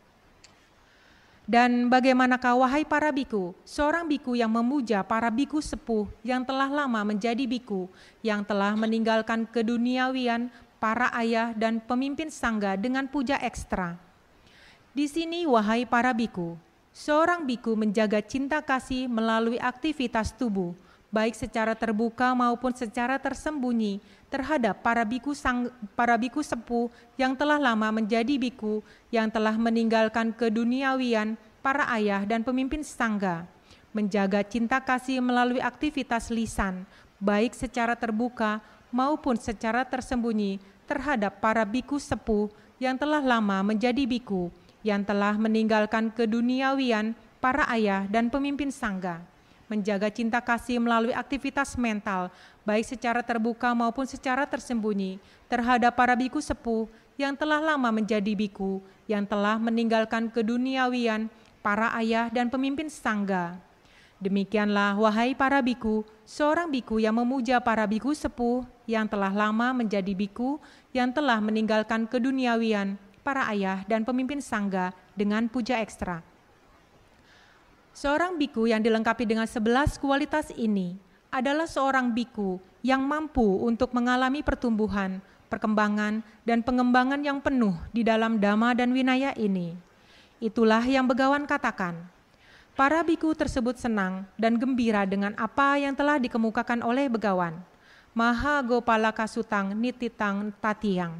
Dan bagaimanakah, wahai para biku, seorang biku yang memuja para biku sepuh yang telah lama menjadi biku, yang telah meninggalkan keduniawian, para ayah dan pemimpin sangga dengan puja ekstra. Di sini, wahai para biku, seorang biku menjaga cinta kasih melalui aktivitas tubuh, baik secara terbuka maupun secara tersembunyi, terhadap para biku sepuh yang telah lama menjadi biku, yang telah meninggalkan keduniawian, para ayah dan pemimpin sangga, menjaga cinta kasih melalui aktivitas lisan, baik secara terbuka maupun secara tersembunyi, terhadap para biku sepuh yang telah lama menjadi biku, yang telah meninggalkan keduniawian, para ayah dan pemimpin sangga, menjaga cinta kasih melalui aktivitas mental, baik secara terbuka maupun secara tersembunyi, terhadap para biku sepuh yang telah lama menjadi biku, yang telah meninggalkan keduniawian, para ayah dan pemimpin sangga. Demikianlah, wahai para biku, seorang biku yang memuja para biku sepuh yang telah lama menjadi biku, yang telah meninggalkan keduniawian, para ayah dan pemimpin sangga dengan puja ekstra. Seorang biku yang dilengkapi dengan 11 kualitas ini adalah seorang biku yang mampu untuk mengalami pertumbuhan, perkembangan, dan pengembangan yang penuh di dalam Dhamma dan Winaya ini. Itulah yang Begawan katakan. Para biku tersebut senang dan gembira dengan apa yang telah dikemukakan oleh Begawan. Maha Gopala Kasutang Nititang Tatiang.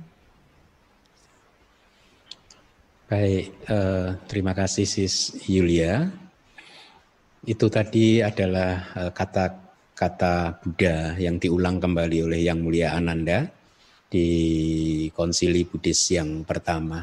Baik, terima kasih Sis Yulia. Itu tadi adalah kata-kata Buddha yang diulang kembali oleh Yang Mulia Ananda di konsili Buddhis yang pertama.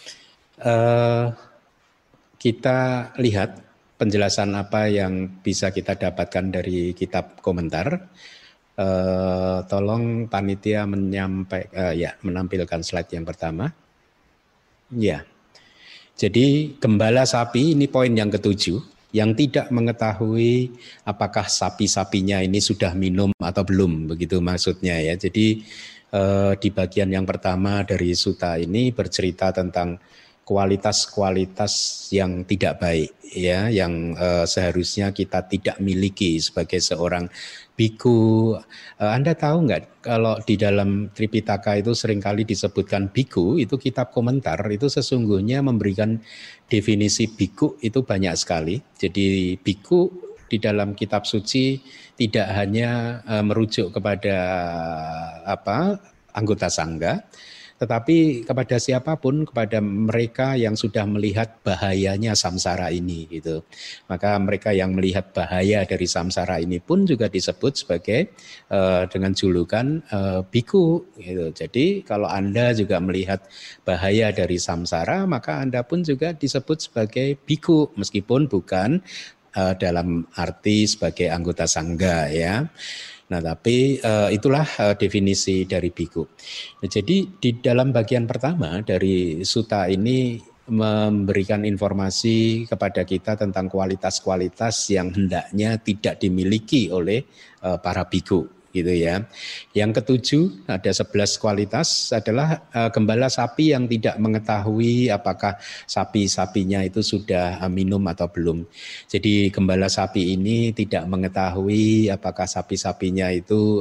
Kita lihat penjelasan apa yang bisa kita dapatkan dari kitab komentar. Tolong panitia menampilkan slide yang pertama. Ya, jadi gembala sapi ini poin yang ke-7. Yang tidak mengetahui apakah sapi-sapinya ini sudah minum atau belum, begitu maksudnya ya. Jadi di bagian yang pertama dari sutta ini bercerita tentang kualitas-kualitas yang tidak baik ya, yang seharusnya kita tidak miliki sebagai seorang biku. Anda tahu nggak kalau di dalam Tripitaka itu seringkali disebutkan biku, itu kitab komentar itu sesungguhnya memberikan definisi biku itu banyak sekali. Jadi biku di dalam kitab suci tidak hanya merujuk kepada anggota sangga, tetapi kepada siapapun, kepada mereka yang sudah melihat bahayanya samsara ini gitu. Maka mereka yang melihat bahaya dari samsara ini pun juga disebut sebagai dengan julukan biku gitu. Jadi kalau Anda juga melihat bahaya dari samsara, maka Anda pun juga disebut sebagai biku meskipun bukan dalam arti sebagai anggota sangga ya. Nah, tapi itulah definisi dari biku. Nah, jadi di dalam bagian pertama dari sutta ini memberikan informasi kepada kita tentang kualitas-kualitas yang hendaknya tidak dimiliki oleh para biku. Gitu ya. Yang ke-7 ada 11 kualitas adalah gembala sapi yang tidak mengetahui apakah sapi-sapinya itu sudah minum atau belum. Jadi gembala sapi ini tidak mengetahui apakah sapi-sapinya itu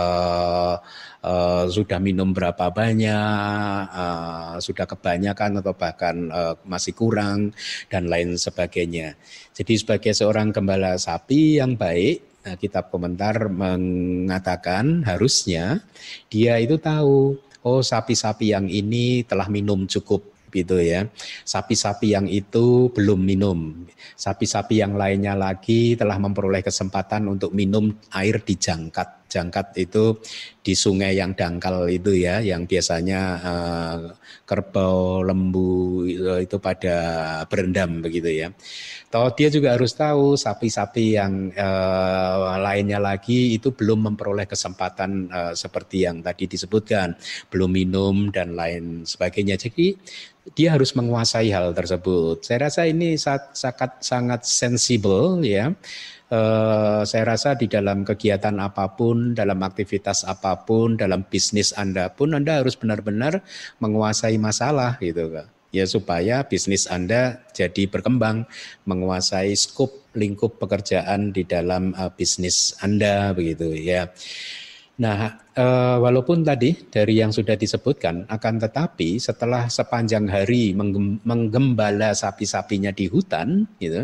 sudah minum berapa banyak, sudah kebanyakan atau bahkan masih kurang dan lain sebagainya. Jadi sebagai seorang gembala sapi yang baik, kitab komentar mengatakan harusnya dia itu tahu, oh sapi-sapi yang ini telah minum cukup gitu ya. Sapi-sapi yang itu belum minum. Sapi-sapi yang lainnya lagi telah memperoleh kesempatan untuk minum air di jangkat. Jangkat itu di sungai yang dangkal itu ya, yang biasanya kerbau, lembu itu pada berendam begitu ya. Toh dia juga harus tahu sapi-sapi yang lainnya lagi itu belum memperoleh kesempatan seperti yang tadi disebutkan, belum minum dan lain sebagainya. Jadi dia harus menguasai hal tersebut. Saya rasa ini sangat sensibel ya. Saya rasa di dalam kegiatan apapun, dalam aktivitas apapun, dalam bisnis Anda pun Anda harus benar-benar menguasai masalah gitu Kak. Ya supaya bisnis Anda jadi berkembang, menguasai skop lingkup pekerjaan di dalam bisnis Anda begitu ya. Nah, walaupun tadi dari yang sudah disebutkan, akan tetapi setelah sepanjang hari menggembala sapi-sapinya di hutan, gitu,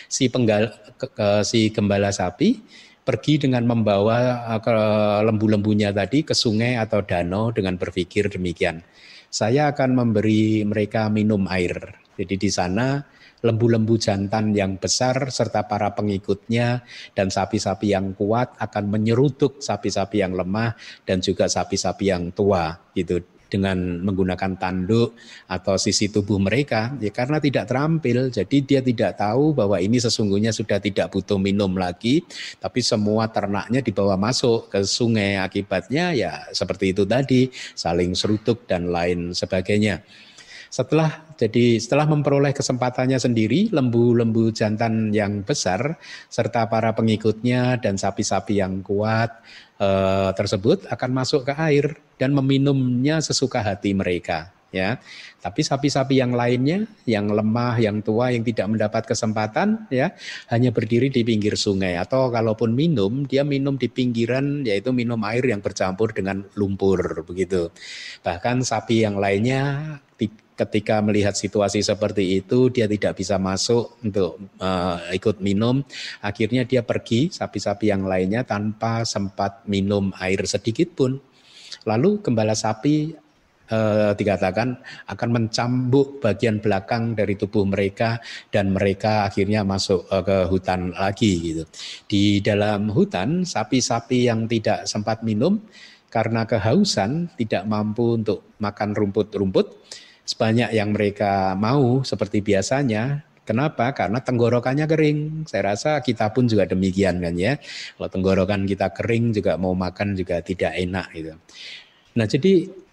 si gembala sapi pergi dengan membawa lembu-lembunya tadi ke sungai atau danau dengan berpikir demikian. Saya akan memberi mereka minum air. Jadi di sana lembu-lembu jantan yang besar serta para pengikutnya dan sapi-sapi yang kuat akan menyerutuk sapi-sapi yang lemah dan juga sapi-sapi yang tua gitu dengan menggunakan tanduk atau sisi tubuh mereka ya, karena tidak terampil, jadi dia tidak tahu bahwa ini sesungguhnya sudah tidak butuh minum lagi, tapi semua ternaknya dibawa masuk ke sungai, akibatnya ya seperti itu tadi, saling serutuk dan lain sebagainya. Setelah memperoleh kesempatannya sendiri, lembu-lembu jantan yang besar serta para pengikutnya dan sapi-sapi yang kuat tersebut akan masuk ke air dan meminumnya sesuka hati mereka. Ya, tapi sapi-sapi yang lainnya, yang lemah, yang tua, yang tidak mendapat kesempatan, ya, hanya berdiri di pinggir sungai atau kalaupun minum, dia minum di pinggiran, yaitu minum air yang bercampur dengan lumpur, begitu. Bahkan sapi yang lainnya ketika melihat situasi seperti itu, dia tidak bisa masuk untuk ikut minum. Akhirnya dia pergi, sapi-sapi yang lainnya tanpa sempat minum air sedikit pun. Lalu gembala sapi dikatakan akan mencambuk bagian belakang dari tubuh mereka dan mereka akhirnya masuk ke hutan lagi gitu. Di dalam hutan, sapi-sapi yang tidak sempat minum karena kehausan tidak mampu untuk makan rumput-rumput sebanyak yang mereka mau seperti biasanya. Kenapa? Karena tenggorokannya kering. Saya rasa kita pun juga demikian kan ya. Kalau tenggorokan kita kering juga mau makan juga tidak enak gitu. Nah, jadi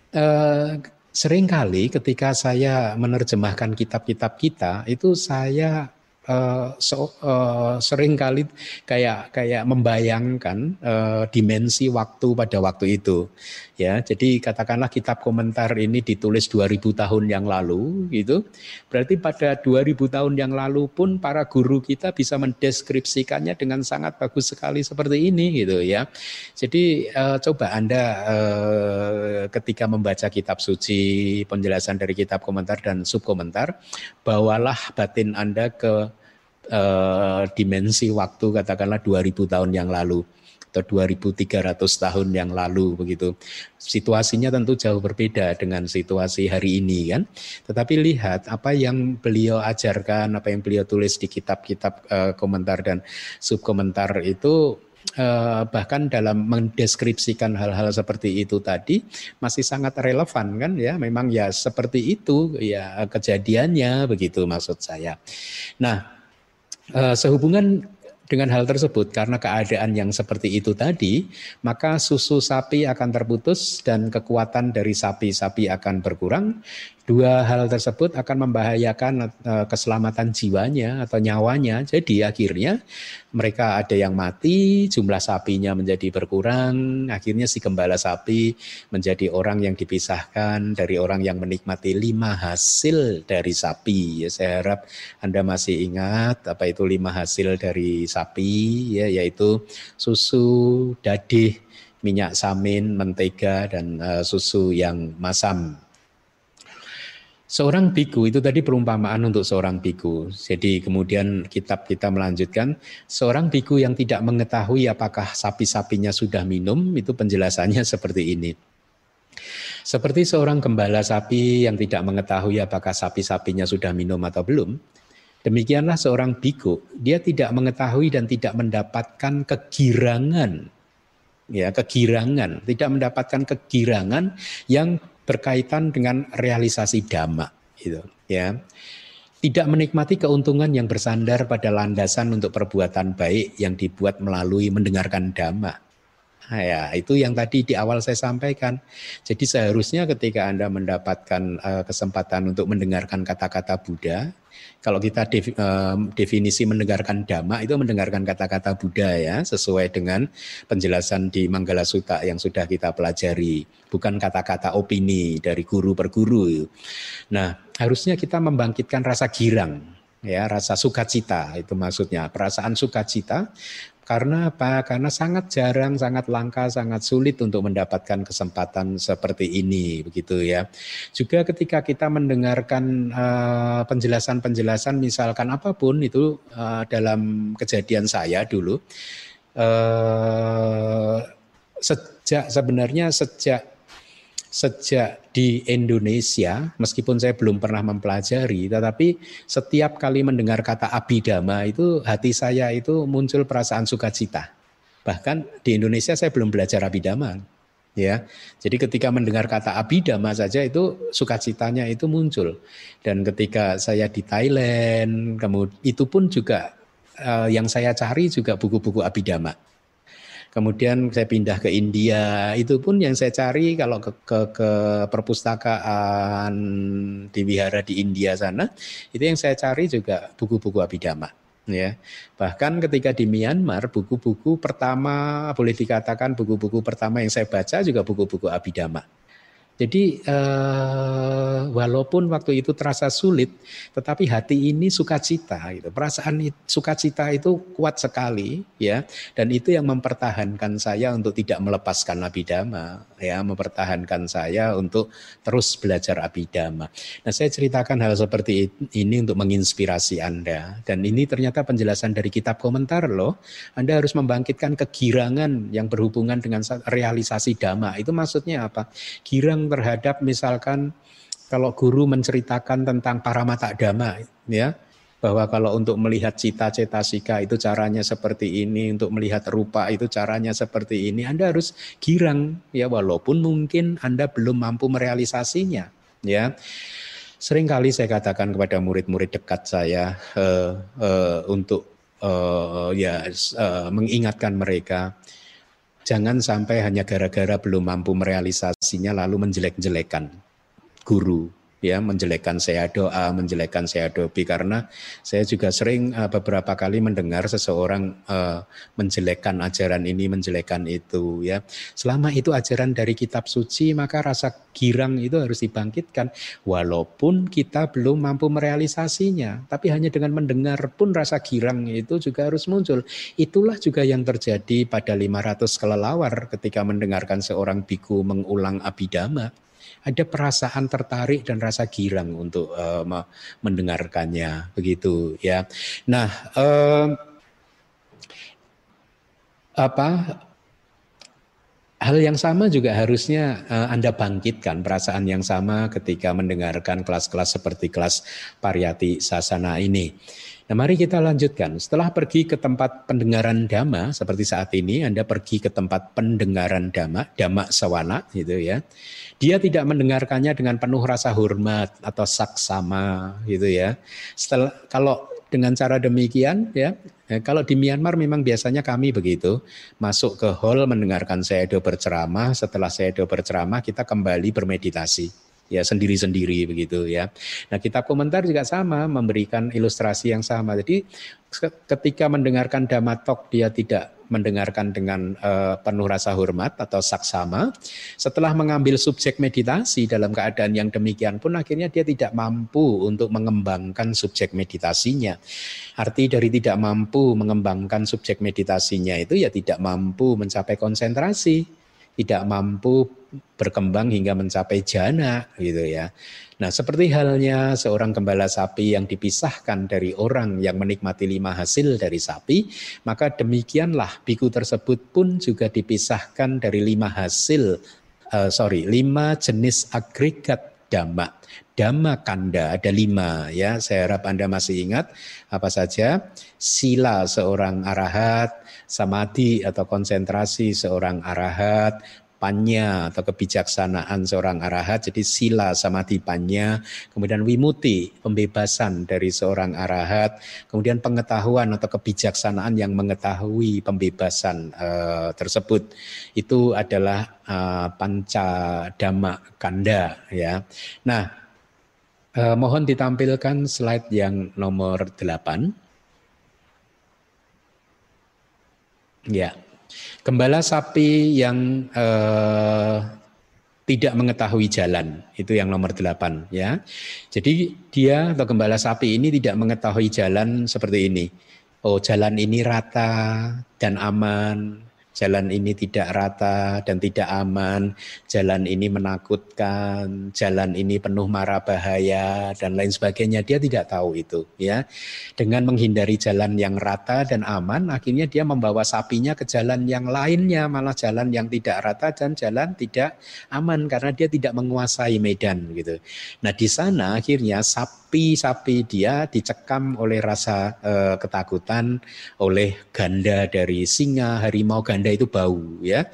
seringkali ketika saya menerjemahkan kitab-kitab kita itu saya seringkali kayak membayangkan dimensi waktu pada waktu itu ya. Jadi katakanlah kitab komentar ini ditulis 2000 tahun yang lalu gitu. Berarti pada 2000 tahun yang lalu pun para guru kita bisa mendeskripsikannya dengan sangat bagus sekali seperti ini gitu ya. Jadi coba Anda ketika membaca kitab suci, penjelasan dari kitab komentar dan subkomentar, bawalah batin Anda ke dimensi waktu katakanlah 2000 tahun yang lalu atau 2300 tahun yang lalu begitu. Situasinya tentu jauh berbeda dengan situasi hari ini kan. Tetapi lihat apa yang beliau ajarkan, apa yang beliau tulis di kitab-kitab komentar dan subkomentar itu bahkan dalam mendeskripsikan hal-hal seperti itu tadi masih sangat relevan kan ya. Memang ya seperti itu ya kejadiannya begitu maksud saya. Nah, sehubungan dengan hal tersebut, karena keadaan yang seperti itu tadi, maka susu sapi akan terputus dan kekuatan dari sapi-sapi akan berkurang. Dua hal tersebut akan membahayakan keselamatan jiwanya atau nyawanya. Jadi akhirnya mereka ada yang mati, jumlah sapinya menjadi berkurang. Akhirnya si gembala sapi menjadi orang yang dipisahkan dari orang yang menikmati 5 hasil dari sapi. Ya, saya harap Anda masih ingat apa itu 5 hasil dari sapi, ya, yaitu susu, dadih, minyak samin, mentega, dan susu yang masam. Seorang biku itu tadi perumpamaan untuk seorang biku. Jadi kemudian kitab kita melanjutkan, seorang biku yang tidak mengetahui apakah sapi-sapinya sudah minum, itu penjelasannya seperti ini. Seperti seorang gembala sapi yang tidak mengetahui apakah sapi-sapinya sudah minum atau belum, demikianlah seorang biku, dia tidak mengetahui dan tidak mendapatkan kegirangan, ya kegirangan, tidak mendapatkan kegirangan yang berkaitan dengan realisasi dhamma, gitu, ya. Tidak menikmati keuntungan yang bersandar pada landasan untuk perbuatan baik yang dibuat melalui mendengarkan dhamma. Nah, ya, itu yang tadi di awal saya sampaikan. Jadi seharusnya ketika Anda mendapatkan kesempatan untuk mendengarkan kata-kata Buddha, kalau kita definisi mendengarkan dhamma itu mendengarkan kata-kata Buddha, ya, sesuai dengan penjelasan di Manggala Sutta yang sudah kita pelajari, bukan kata-kata opini dari guru per guru. Nah, harusnya kita membangkitkan rasa girang, ya, rasa sukacita, itu maksudnya perasaan sukacita. Karena apa? Karena sangat jarang, sangat langka, sangat sulit untuk mendapatkan kesempatan seperti ini, begitu ya. Juga ketika kita mendengarkan penjelasan-penjelasan, misalkan apapun itu, dalam kejadian saya dulu, sejak di Indonesia, meskipun saya belum pernah mempelajari, tetapi setiap kali mendengar kata abhidhamma itu hati saya itu muncul perasaan sukacita. Bahkan di Indonesia saya belum belajar abhidhamma, ya. Jadi ketika mendengar kata abhidhamma saja itu sukacitanya itu muncul. Dan ketika saya di Thailand, kemudian itu pun juga yang saya cari juga buku-buku abhidhamma. Kemudian saya pindah ke India, itu pun yang saya cari kalau ke perpustakaan di wihara di India sana, itu yang saya cari juga buku-buku abhidhamma, ya. Bahkan ketika di Myanmar, buku-buku pertama, boleh dikatakan buku-buku pertama yang saya baca juga buku-buku abhidhamma. Jadi walaupun waktu itu terasa sulit, tetapi hati ini sukacita, gitu. Perasaan sukacita itu kuat sekali, ya, dan itu yang mempertahankan saya untuk tidak melepaskan abhidhamma, ya, mempertahankan saya untuk terus belajar abhidhamma. Nah, saya ceritakan hal seperti ini untuk menginspirasi Anda, dan ini ternyata penjelasan dari kitab komentar loh. Anda harus membangkitkan kegirangan yang berhubungan dengan realisasi dhamma. Itu maksudnya apa? Girang terhadap misalkan kalau guru menceritakan tentang paramata dhamma, ya, bahwa kalau untuk melihat cita cetasika itu caranya seperti ini, untuk melihat rupa itu caranya seperti ini, Anda harus girang, ya, walaupun mungkin Anda belum mampu merealisasinya, ya. Seringkali saya katakan kepada murid-murid dekat saya untuk mengingatkan mereka, jangan sampai hanya gara-gara belum mampu merealisasinya lalu menjelek-jelekan guru, ya, menjelekkan Sayadaw A, menjelekkan Sayadaw B, karena saya juga sering beberapa kali mendengar seseorang menjelekkan ajaran ini, menjelekkan itu, ya. Selama itu ajaran dari kitab suci, maka rasa girang itu harus dibangkitkan walaupun kita belum mampu merealisasinya, tapi hanya dengan mendengar pun rasa girang itu juga harus muncul. Itulah juga yang terjadi pada 500 kelelawar ketika mendengarkan seorang biku mengulang abhidhamma. Ada perasaan tertarik dan rasa girang untuk mendengarkannya, begitu, ya. Nah, hal yang sama juga harusnya Anda bangkitkan perasaan yang sama ketika mendengarkan kelas-kelas seperti kelas Pariyati Sasana ini. Nah, mari kita lanjutkan. Setelah pergi ke tempat pendengaran dhamma seperti saat ini, Anda pergi ke tempat pendengaran dhamma, dhamma sawana, gitu, ya. Dia tidak mendengarkannya dengan penuh rasa hormat atau saksama, gitu, ya. Kalau dengan cara demikian, ya, kalau di Myanmar memang biasanya kami begitu, masuk ke hall mendengarkan Sayadaw berceramah, setelah Sayadaw berceramah kita kembali bermeditasi, ya, sendiri-sendiri begitu, ya. Nah, kitab komentar juga sama, memberikan ilustrasi yang sama. Jadi ketika mendengarkan Dhamma Talk dia tidak mendengarkan dengan penuh rasa hormat atau saksama. Setelah mengambil subjek meditasi dalam keadaan yang demikian pun akhirnya dia tidak mampu untuk mengembangkan subjek meditasinya. Arti dari tidak mampu mengembangkan subjek meditasinya itu ya tidak mampu mencapai konsentrasi. tidak mampu berkembang hingga mencapai jana gitu ya. Nah, seperti halnya seorang gembala sapi yang dipisahkan dari orang yang menikmati 5 hasil dari sapi, maka demikianlah biku tersebut pun juga dipisahkan dari 5 jenis agregat dhamma. Dhamma kanda ada 5 ya. Saya harap Anda masih ingat apa saja? Sila seorang arahat, samadhi atau konsentrasi seorang arahat, panya atau kebijaksanaan seorang arahat, jadi sila samadhi panya, kemudian wimuti pembebasan dari seorang arahat, kemudian pengetahuan atau kebijaksanaan yang mengetahui pembebasan tersebut, itu adalah panca dhamma kanda ya. Nah, mohon ditampilkan slide yang nomor 8 ya. Gembala sapi yang tidak mengetahui jalan, itu yang nomor 8 ya. Jadi dia atau gembala sapi ini tidak mengetahui jalan seperti ini. Oh, jalan ini rata dan aman, jalan ini tidak rata dan tidak aman, jalan ini menakutkan, jalan ini penuh mara bahaya dan lain sebagainya. Dia tidak tahu itu ya. Dengan menghindari jalan yang rata dan aman, akhirnya dia membawa sapinya ke jalan yang lainnya, malah jalan yang tidak rata dan jalan tidak aman karena dia tidak menguasai medan gitu. Nah, di sana akhirnya sapi dia dicekam oleh rasa ketakutan, oleh ganda dari singa, harimau. Ganda itu bau ya.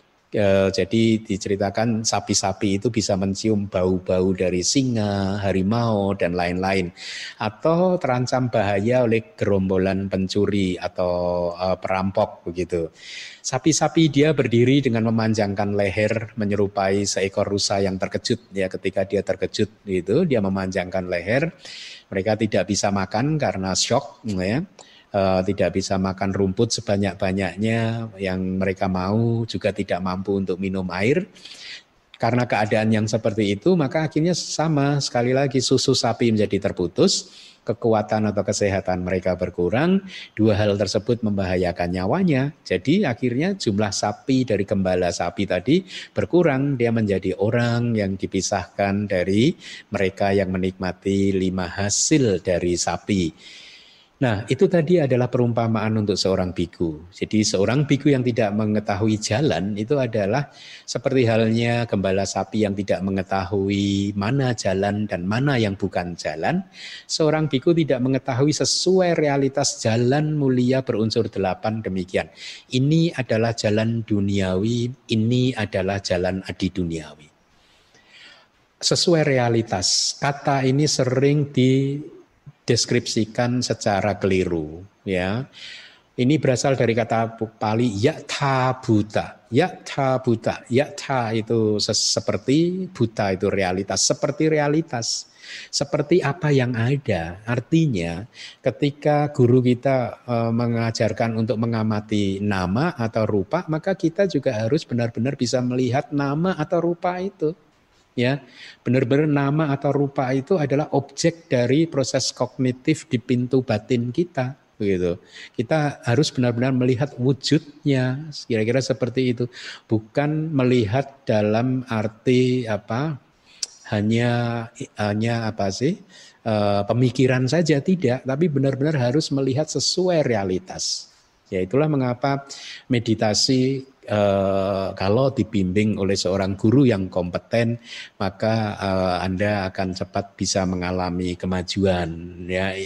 Jadi diceritakan sapi-sapi itu bisa mencium bau-bau dari singa, harimau dan lain-lain, atau terancam bahaya oleh gerombolan pencuri atau perampok begitu. Sapi-sapi dia berdiri dengan memanjangkan leher menyerupai seekor rusa yang terkejut ya. Ketika dia terkejut itu dia memanjangkan leher. Mereka tidak bisa makan karena shock ya. Tidak bisa makan rumput sebanyak-banyaknya yang mereka mau, juga tidak mampu untuk minum air. Karena keadaan yang seperti itu, maka akhirnya sama, sekali lagi susu sapi menjadi terputus, kekuatan atau kesehatan mereka berkurang, 2 hal tersebut membahayakan nyawanya. Jadi akhirnya jumlah sapi dari gembala sapi tadi berkurang, dia menjadi orang yang dipisahkan dari mereka yang menikmati 5 hasil dari sapi. Nah, itu tadi adalah perumpamaan untuk seorang biku. Jadi seorang biku yang tidak mengetahui jalan itu adalah seperti halnya gembala sapi yang tidak mengetahui mana jalan dan mana yang bukan jalan. Seorang biku tidak mengetahui sesuai realitas jalan mulia berunsur 8 demikian. Ini adalah jalan duniawi, ini adalah jalan adi duniawi. Sesuai realitas, kata ini sering deskripsikan secara keliru ya. Ini berasal dari kata Pali yatha buta. Yatha buta. Yatha itu seperti, buta itu realitas, seperti realitas. Seperti apa yang ada. Artinya ketika guru kita mengajarkan untuk mengamati nama atau rupa, maka kita juga harus benar-benar bisa melihat nama atau rupa itu. Ya, benar-benar nama atau rupa itu adalah objek dari proses kognitif di pintu batin kita, begitu. Kita harus benar-benar melihat wujudnya, kira-kira seperti itu. Bukan melihat dalam arti hanya pemikiran saja, tidak, tapi benar-benar harus melihat sesuai realitas. Ya, itulah mengapa meditasi kalau dibimbing oleh seorang guru yang kompeten, maka Anda akan cepat bisa mengalami kemajuan ya.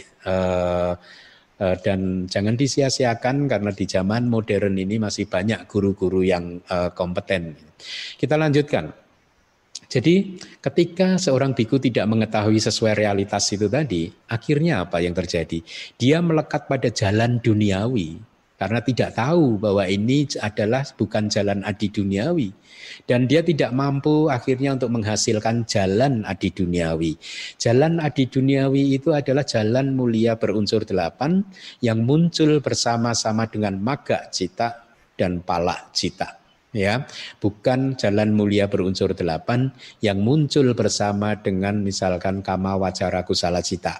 Dan jangan disia-siakan karena di zaman modern ini masih banyak guru-guru yang kompeten. Kita lanjutkan. Jadi ketika seorang biku tidak mengetahui sesuai realitas itu tadi, akhirnya apa yang terjadi? Dia melekat pada jalan duniawi. Karena tidak tahu bahwa ini adalah bukan jalan adi duniawi. Dan dia tidak mampu akhirnya untuk menghasilkan jalan adi duniawi. Jalan adi duniawi itu adalah jalan mulia berunsur 8 yang muncul bersama-sama dengan magga cita dan pala cita. Ya, bukan jalan mulia berunsur 8 yang muncul bersama dengan misalkan kama wacara kusala cita.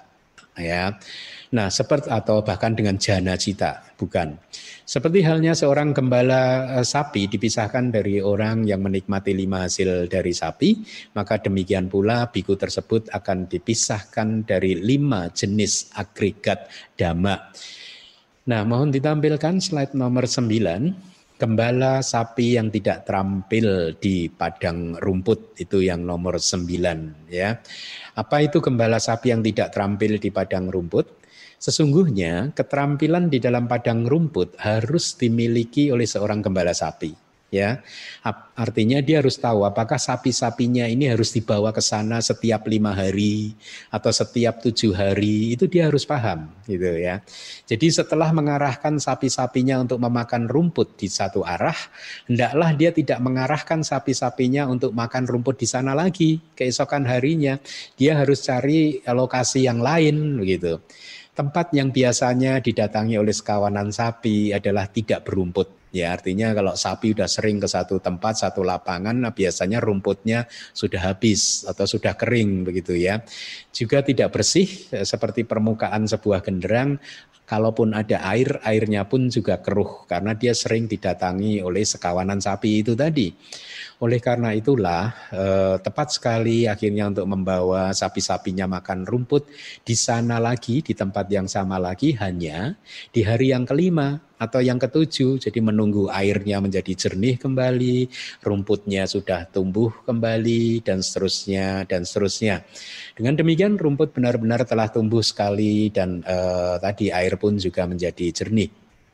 ya. Nah, seperti atau bahkan dengan jana cita, bukan. Seperti halnya seorang gembala sapi dipisahkan dari orang yang menikmati 5 hasil dari sapi, maka demikian pula biku tersebut akan dipisahkan dari 5 jenis agregat dhamma. Nah, mohon ditampilkan slide nomor 9. Gembala sapi yang tidak terampil di padang rumput, itu yang nomor 9 ya. Apa itu gembala sapi yang tidak terampil di padang rumput? Sesungguhnya keterampilan di dalam padang rumput harus dimiliki oleh seorang gembala sapi. Ya, artinya dia harus tahu apakah sapi-sapinya ini harus dibawa ke sana setiap 5 hari atau setiap 7 hari, itu dia harus paham, gitu ya. Jadi setelah mengarahkan sapi-sapinya untuk memakan rumput di satu arah, hendaklah dia tidak mengarahkan sapi-sapinya untuk makan rumput di sana lagi keesokan harinya. Dia harus cari lokasi yang lain, begitu. Tempat yang biasanya didatangi oleh sekawanan sapi adalah tidak berumput. Ya, artinya kalau sapi sudah sering ke satu tempat, satu lapangan, nah biasanya rumputnya sudah habis atau sudah kering begitu ya. Juga tidak bersih seperti permukaan sebuah genderang. Kalaupun ada air, airnya pun juga keruh karena dia sering didatangi oleh sekawanan sapi itu tadi. Oleh karena itulah tepat sekali akhirnya untuk membawa sapi-sapinya makan rumput di sana lagi, di tempat yang sama lagi, hanya di hari yang kelima atau yang ketujuh. Jadi menunggu airnya menjadi jernih kembali, rumputnya sudah tumbuh kembali, dan seterusnya dan seterusnya. Dengan demikian rumput benar-benar telah tumbuh sekali dan tadi air pun juga menjadi jernih.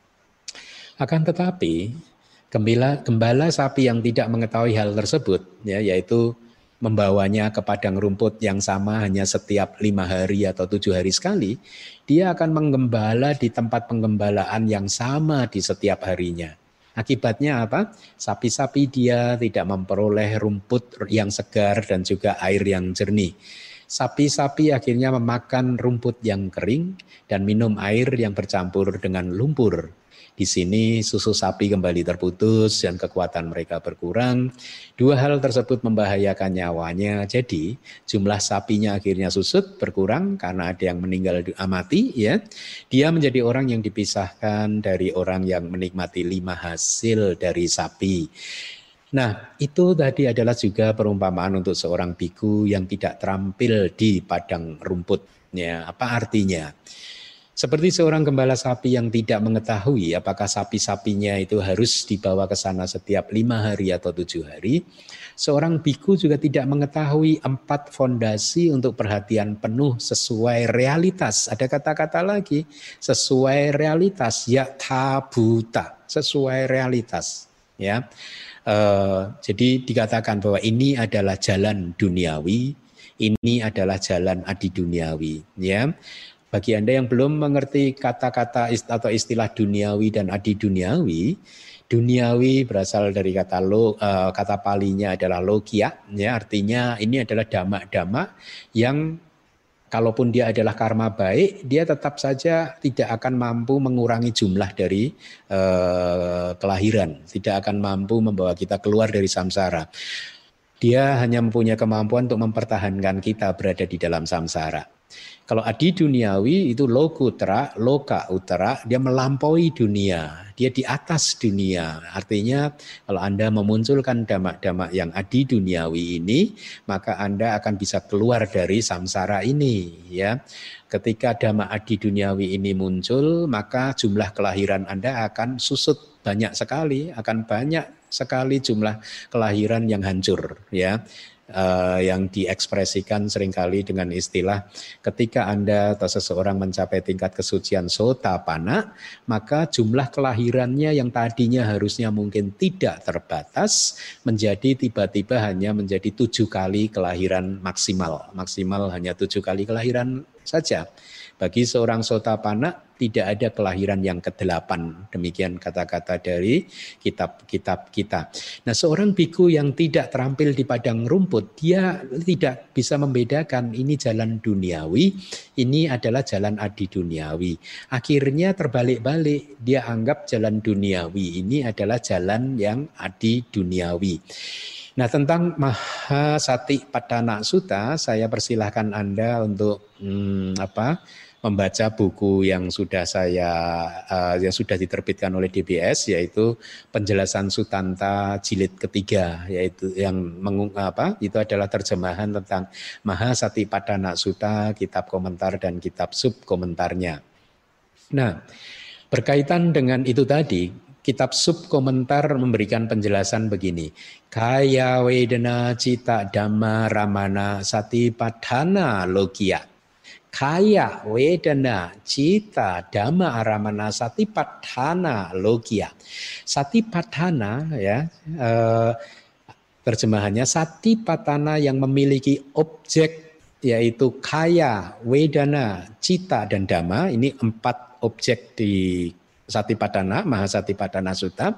Akan tetapi gembala sapi yang tidak mengetahui hal tersebut, ya, yaitu membawanya ke padang rumput yang sama hanya setiap 5 hari atau 7 hari sekali, dia akan menggembala di tempat penggembalaan yang sama di setiap harinya. Akibatnya apa? Sapi-sapi dia tidak memperoleh rumput yang segar dan juga air yang jernih. Sapi-sapi akhirnya memakan rumput yang kering dan minum air yang bercampur dengan lumpur. Di sini susu sapi kembali terputus dan kekuatan mereka berkurang. 2 hal tersebut membahayakan nyawanya. Jadi jumlah sapinya akhirnya susut, berkurang karena ada yang meninggal mati. Ya, dia menjadi orang yang dipisahkan dari orang yang menikmati 5 hasil dari sapi. Nah, itu tadi adalah juga perumpamaan untuk seorang biku yang tidak terampil di padang rumput. Ya, apa artinya? Seperti seorang gembala sapi yang tidak mengetahui apakah sapi-sapinya itu harus dibawa ke sana setiap 5 hari atau 7 hari, seorang biku juga tidak mengetahui 4 fondasi untuk perhatian penuh sesuai realitas. Ada kata-kata lagi, sesuai realitas, yatha bhuta, sesuai realitas. Ya, jadi dikatakan bahwa ini adalah jalan duniawi, ini adalah jalan adi duniawi. Ya. Bagi Anda yang belum mengerti kata-kata atau istilah duniawi dan adi duniawi, duniawi berasal dari kata palinya adalah logia, ya, artinya ini adalah dhamma-dhamma yang kalaupun dia adalah karma baik, dia tetap saja tidak akan mampu mengurangi jumlah dari kelahiran, tidak akan mampu membawa kita keluar dari samsara. Dia hanya mempunyai kemampuan untuk mempertahankan kita berada di dalam samsara. Kalau adi duniawi itu lokutra, loka utara, dia melampaui dunia, dia di atas dunia. Artinya kalau Anda memunculkan dhamma-dhamma yang adi duniawi ini, maka Anda akan bisa keluar dari samsara ini. Ya, ketika dhamma adi duniawi ini muncul, maka jumlah kelahiran Anda akan susut banyak sekali, akan banyak sekali jumlah kelahiran yang hancur. Ya. Yang diekspresikan seringkali dengan istilah ketika Anda atau seseorang mencapai tingkat kesucian sotapanna, maka jumlah kelahirannya yang tadinya harusnya mungkin tidak terbatas menjadi tiba-tiba hanya menjadi 7 kali kelahiran maksimal hanya 7 kali kelahiran saja. Bagi seorang sotapanna tidak ada kelahiran yang ke-8. Demikian kata-kata dari kitab-kitab kita. Nah, seorang biku yang tidak terampil di padang rumput, dia tidak bisa membedakan ini jalan duniawi, ini adalah jalan adi duniawi. Akhirnya terbalik-balik, dia anggap jalan duniawi ini adalah jalan yang adi duniawi. Nah, tentang Mahasatipattana Sutta, saya persilahkan Anda untuk membaca buku yang sudah yang sudah diterbitkan oleh DBS, yaitu Penjelasan Sutanta Jilid ketiga, yaitu yang itu adalah terjemahan tentang Mahasatipattana Sutta, kitab komentar dan kitab subkomentarnya. Nah, berkaitan dengan itu tadi, kitab subkomentar memberikan penjelasan begini. Kaya wedana cita dhamma ramana satipatthana logia. Kaya wedana cita dhamma ramana satipatthana logia. Satipatthana ya, terjemahannya satipatthana yang memiliki objek, yaitu kaya, wedana, cita, dan dhamma. Ini 4 objek di Satipatthana, Mahasatipattana Sutta.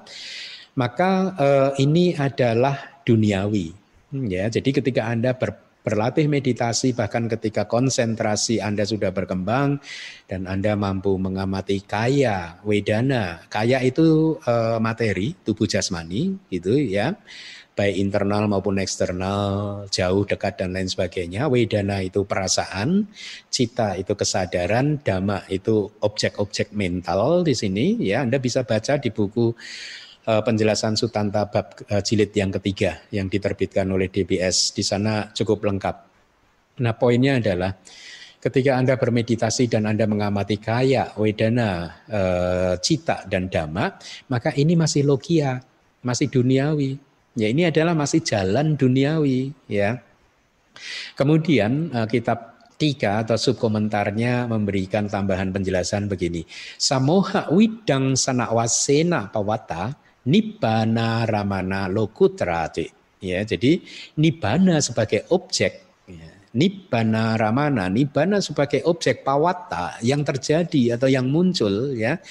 Maka ini adalah duniawi. Ya, jadi ketika Anda berlatih meditasi, bahkan ketika konsentrasi Anda sudah berkembang dan Anda mampu mengamati kaya, wedana. Kaya itu materi, tubuh jasmani, gitu ya. Baik internal maupun eksternal, jauh, dekat, dan lain sebagainya. Wedana itu perasaan, cita itu kesadaran, dhamma itu objek-objek mental di sini. Ya, Anda bisa baca di buku penjelasan Sutanta bab jilid yang ketiga yang diterbitkan oleh DBS. Di sana cukup lengkap. Nah, poinnya adalah ketika Anda bermeditasi dan Anda mengamati kaya, wedana, cita, dan dhamma, maka ini masih logia, masih duniawi. Ya, ini adalah masih jalan duniawi, ya. Kemudian kitab 3 atau subkomentarnya memberikan tambahan penjelasan begini. Samoha widang sanawasena pawata nibbana ramana lokutrati. Ya, jadi nibbana sebagai objek, ya. Nibbana ramana, nibbana sebagai objek pawata yang terjadi atau yang muncul, ya.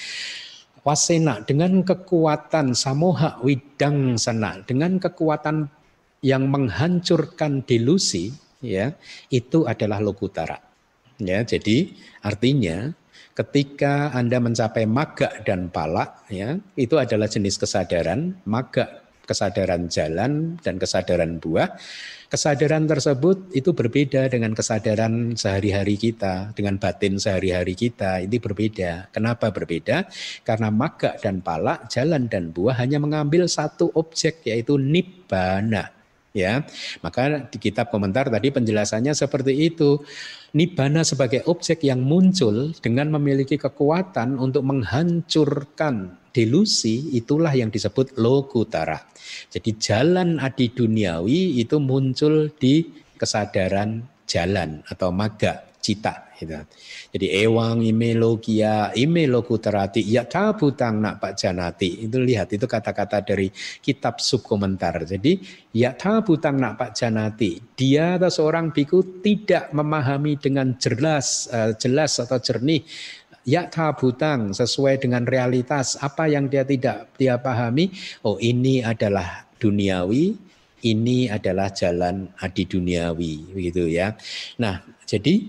Wasena dengan kekuatan samoha widang sana, dengan kekuatan yang menghancurkan delusi, ya, itu adalah lokutara. Ya, jadi artinya ketika Anda mencapai magga dan pala, ya, itu adalah jenis kesadaran. Magga kesadaran jalan dan kesadaran buah. Kesadaran tersebut itu berbeda dengan kesadaran sehari-hari kita, dengan batin sehari-hari kita, ini berbeda. Kenapa berbeda? Karena magga dan pala, jalan dan buah hanya mengambil satu objek, yaitu nibbana. Ya, maka di kitab komentar tadi penjelasannya seperti itu. Nibbana sebagai objek yang muncul dengan memiliki kekuatan untuk menghancurkan delusi, itulah yang disebut lokutara. Jadi jalan adi duniawi itu muncul di kesadaran jalan atau magga cita. Gitu. Jadi ewang ime logia ime lokutarati yatha butang nak pak janati. Itu lihat, itu kata-kata dari kitab subkomentar. Jadi yatha butang nak pak janati. Dia atau seorang biku tidak memahami dengan jelas atau jernih. Yatha butang, sesuai dengan realitas. Apa yang dia pahami? Oh, ini adalah duniawi, ini adalah jalan adi duniawi, begitu ya. Nah, jadi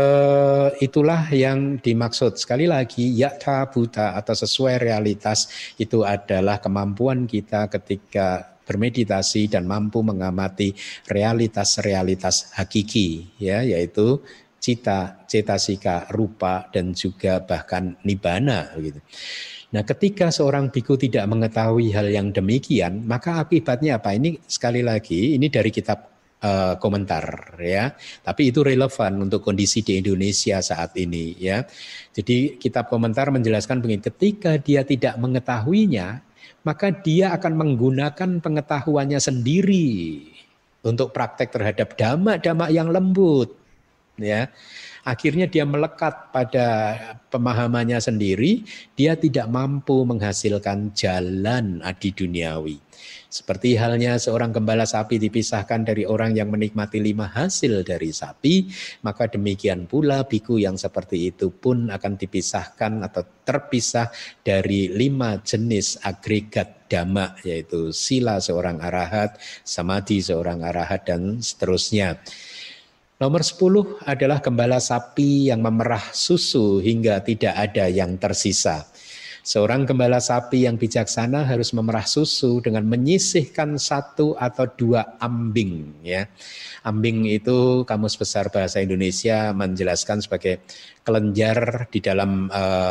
itulah yang dimaksud. Sekali lagi, yatha buta atau sesuai realitas itu adalah kemampuan kita ketika bermeditasi dan mampu mengamati realitas-realitas hakiki, ya, yaitu cita, cetasika, rupa, dan juga bahkan nibbana, begitu. Nah, ketika seorang biku tidak mengetahui hal yang demikian, maka akibatnya apa? Ini sekali lagi, ini dari kitab komentar, ya. Tapi itu relevan untuk kondisi di Indonesia saat ini, ya. Jadi kitab komentar menjelaskan begini, ketika dia tidak mengetahuinya, maka dia akan menggunakan pengetahuannya sendiri untuk praktek terhadap dhamma-dhamma yang lembut, ya. Akhirnya dia melekat pada pemahamannya sendiri, dia tidak mampu menghasilkan jalan adi duniawi. Seperti halnya seorang gembala sapi dipisahkan dari orang yang menikmati 5 hasil dari sapi, maka demikian pula biku yang seperti itu pun akan dipisahkan atau terpisah dari 5 jenis agregat dhamma, yaitu sila seorang arahat, samadhi seorang arahat, dan seterusnya. Nomor 10 adalah gembala sapi yang memerah susu hingga tidak ada yang tersisa. Seorang gembala sapi yang bijaksana harus memerah susu dengan menyisihkan 1 atau 2 ambing, ya. Ambing itu Kamus Besar Bahasa Indonesia menjelaskan sebagai kelenjar di dalam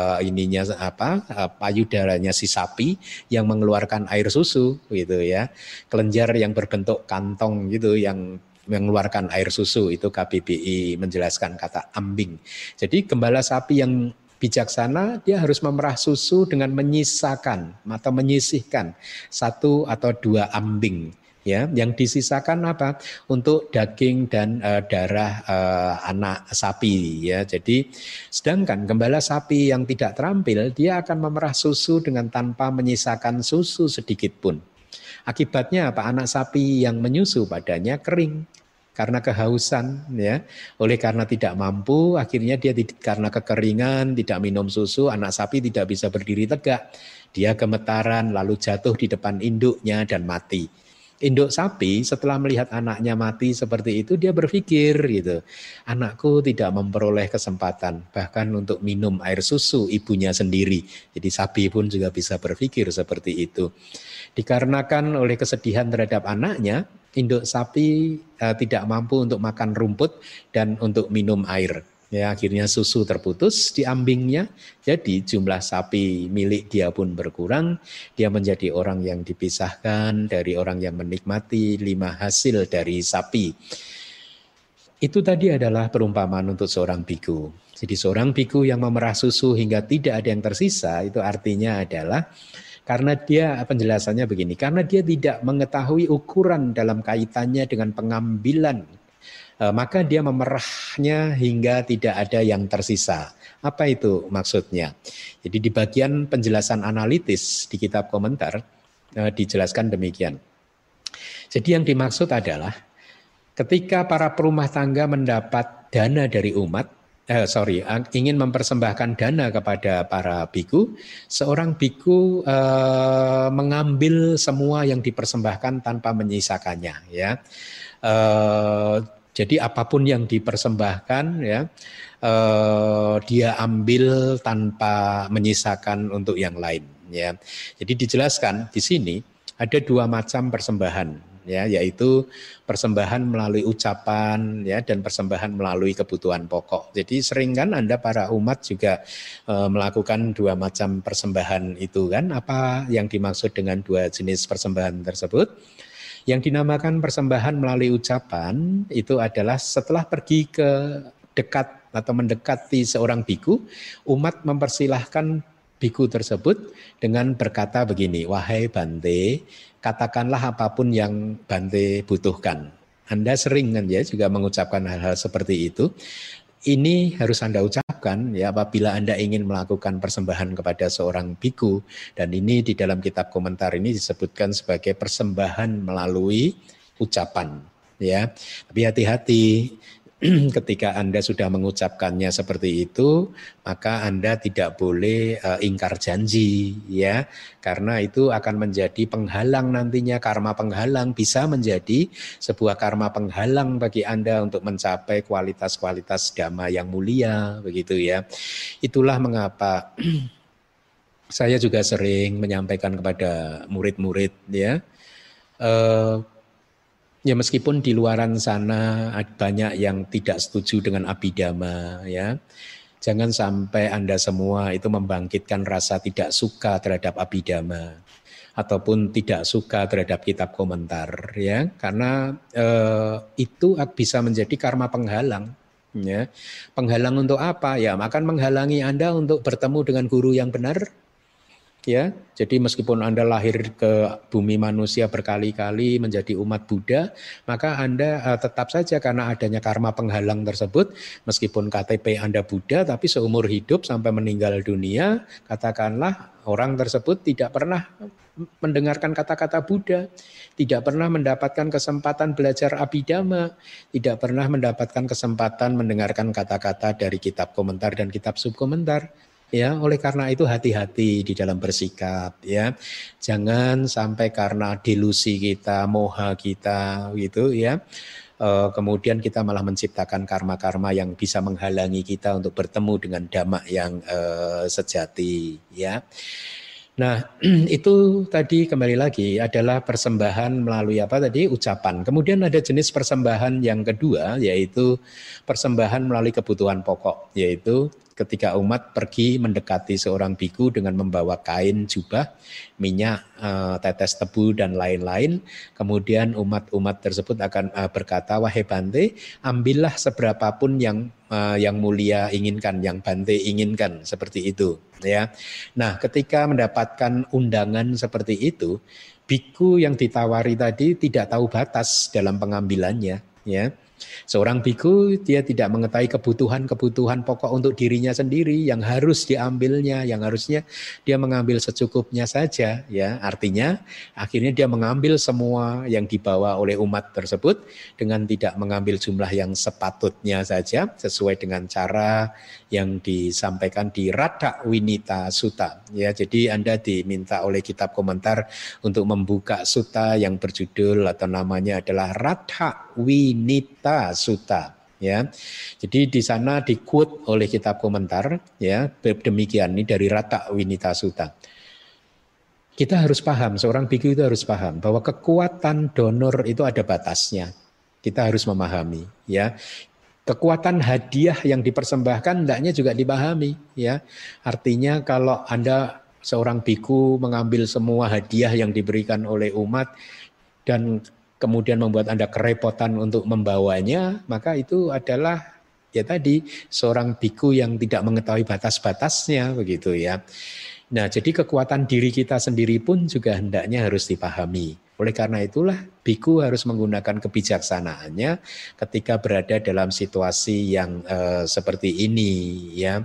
payudaranya si sapi yang mengeluarkan air susu gitu ya. Kelenjar yang berbentuk kantong gitu yang mengeluarkan air susu, itu KBBI menjelaskan kata ambing. Jadi gembala sapi yang bijaksana dia harus memerah susu dengan menyisakan atau menyisihkan 1 atau 2 ambing. Ya, yang disisakan apa? Untuk daging dan darah anak sapi. Ya, jadi sedangkan gembala sapi yang tidak terampil dia akan memerah susu dengan tanpa menyisakan susu sedikit pun. Akibatnya apa? Anak sapi yang menyusu padanya kering karena kehausan, ya. Oleh karena tidak mampu, akhirnya dia karena kekeringan tidak minum susu, anak sapi tidak bisa berdiri tegak. Dia gemetaran lalu jatuh di depan induknya dan mati. Induk sapi setelah melihat anaknya mati seperti itu dia berpikir gitu, anakku tidak memperoleh kesempatan bahkan untuk minum air susu ibunya sendiri. Jadi sapi pun juga bisa berpikir seperti itu. Dikarenakan oleh kesedihan terhadap anaknya, induk sapi tidak mampu untuk makan rumput dan untuk minum air. Ya, akhirnya susu terputus di ambingnya, jadi jumlah sapi milik dia pun berkurang. Dia menjadi orang yang dipisahkan dari orang yang menikmati 5 hasil dari sapi. Itu tadi adalah perumpamaan untuk seorang biku. Jadi seorang biku yang memerah susu hingga tidak ada yang tersisa, itu artinya adalah karena dia, penjelasannya begini, karena dia tidak mengetahui ukuran dalam kaitannya dengan pengambilan, maka dia memerahnya hingga tidak ada yang tersisa. Apa itu maksudnya? Jadi di bagian penjelasan analitis di kitab komentar dijelaskan demikian. Jadi yang dimaksud adalah ketika para perumah tangga mendapat dana dari umat, ingin mempersembahkan dana kepada para biku, seorang biku mengambil semua yang dipersembahkan tanpa menyisakannya, ya. Jadi apapun yang dipersembahkan, ya, dia ambil tanpa menyisakan untuk yang lain, ya. Jadi dijelaskan di sini ada 2 macam persembahan, ya, yaitu persembahan melalui ucapan, ya, dan persembahan melalui kebutuhan pokok. Jadi sering kan Anda para umat juga melakukan 2 macam persembahan itu kan? Apa yang dimaksud dengan 2 jenis persembahan tersebut? Yang dinamakan persembahan melalui ucapan itu adalah setelah pergi ke dekat atau mendekati seorang biku, umat mempersilahkan biku tersebut dengan berkata begini, wahai Bante, katakanlah apapun yang Bante butuhkan. Anda sering kan ya juga mengucapkan hal-hal seperti itu. Ini harus Anda ucapkan ya apabila Anda ingin melakukan persembahan kepada seorang biku, dan ini di dalam kitab komentar ini disebutkan sebagai persembahan melalui ucapan, ya. Tapi hati-hati ketika Anda sudah mengucapkannya seperti itu, maka Anda tidak boleh ingkar janji, ya, karena itu akan menjadi penghalang nantinya, karma penghalang, bisa menjadi sebuah karma penghalang bagi Anda untuk mencapai kualitas-kualitas dhamma yang mulia, begitu ya. Itulah mengapa saya juga sering menyampaikan kepada murid-murid, ya. Ya meskipun di luaran sana banyak yang tidak setuju dengan Abhidhamma, ya. Jangan sampai Anda semua itu membangkitkan rasa tidak suka terhadap Abhidhamma ataupun tidak suka terhadap kitab komentar, ya. Karena itu bisa menjadi karma penghalang, ya. Penghalang untuk apa? Ya, akan menghalangi Anda untuk bertemu dengan guru yang benar. Ya, jadi meskipun Anda lahir ke bumi manusia berkali-kali menjadi umat Buddha, maka Anda tetap saja karena adanya karma penghalang tersebut, meskipun KTP Anda Buddha, tapi seumur hidup sampai meninggal dunia, katakanlah orang tersebut tidak pernah mendengarkan kata-kata Buddha, tidak pernah mendapatkan kesempatan belajar Abhidhamma, tidak pernah mendapatkan kesempatan mendengarkan kata-kata dari kitab komentar dan kitab subkomentar. Ya, oleh karena itu hati-hati di dalam bersikap, ya. Jangan sampai karena delusi kita, moha kita gitu, ya. kemudian kita malah menciptakan karma-karma yang bisa menghalangi kita untuk bertemu dengan dhamma yang sejati, ya. Nah, itu tadi kembali lagi adalah persembahan melalui apa tadi? Ucapan. Kemudian ada jenis persembahan yang kedua, yaitu persembahan melalui kebutuhan pokok, yaitu ketika umat pergi mendekati seorang biku dengan membawa kain, jubah, minyak, tetes tebu dan lain-lain. Kemudian umat-umat tersebut akan berkata, wahai Bante, ambillah seberapapun yang mulia inginkan, yang Bante inginkan, seperti itu, ya. Nah, ketika mendapatkan undangan seperti itu, biku yang ditawari tadi tidak tahu batas dalam pengambilannya, ya. Seorang biku dia tidak mengetahui kebutuhan-kebutuhan pokok untuk dirinya sendiri yang harus diambilnya, yang harusnya dia mengambil secukupnya saja, ya. Artinya akhirnya dia mengambil semua yang dibawa oleh umat tersebut dengan tidak mengambil jumlah yang sepatutnya saja sesuai dengan cara yang disampaikan di Radha Winita Sutta, ya. Jadi Anda diminta oleh kitab komentar untuk membuka sutta yang berjudul atau namanya adalah Radha Winita Sutta, ya. Jadi di sana di-quote oleh kitab komentar, ya, demikian, ini dari Radha Winita Sutta. Kita harus paham, seorang biku itu harus paham bahwa kekuatan donor itu ada batasnya. Kita harus memahami, ya. Kekuatan hadiah yang dipersembahkan hendaknya juga dipahami, ya. Artinya kalau Anda seorang biku mengambil semua hadiah yang diberikan oleh umat dan kemudian membuat Anda kerepotan untuk membawanya, maka itu adalah ya tadi seorang biku yang tidak mengetahui batas-batasnya, begitu, ya. Nah, jadi kekuatan diri kita sendiri pun juga hendaknya harus dipahami. Oleh karena itulah biku harus menggunakan kebijaksanaannya ketika berada dalam situasi yang seperti ini, ya.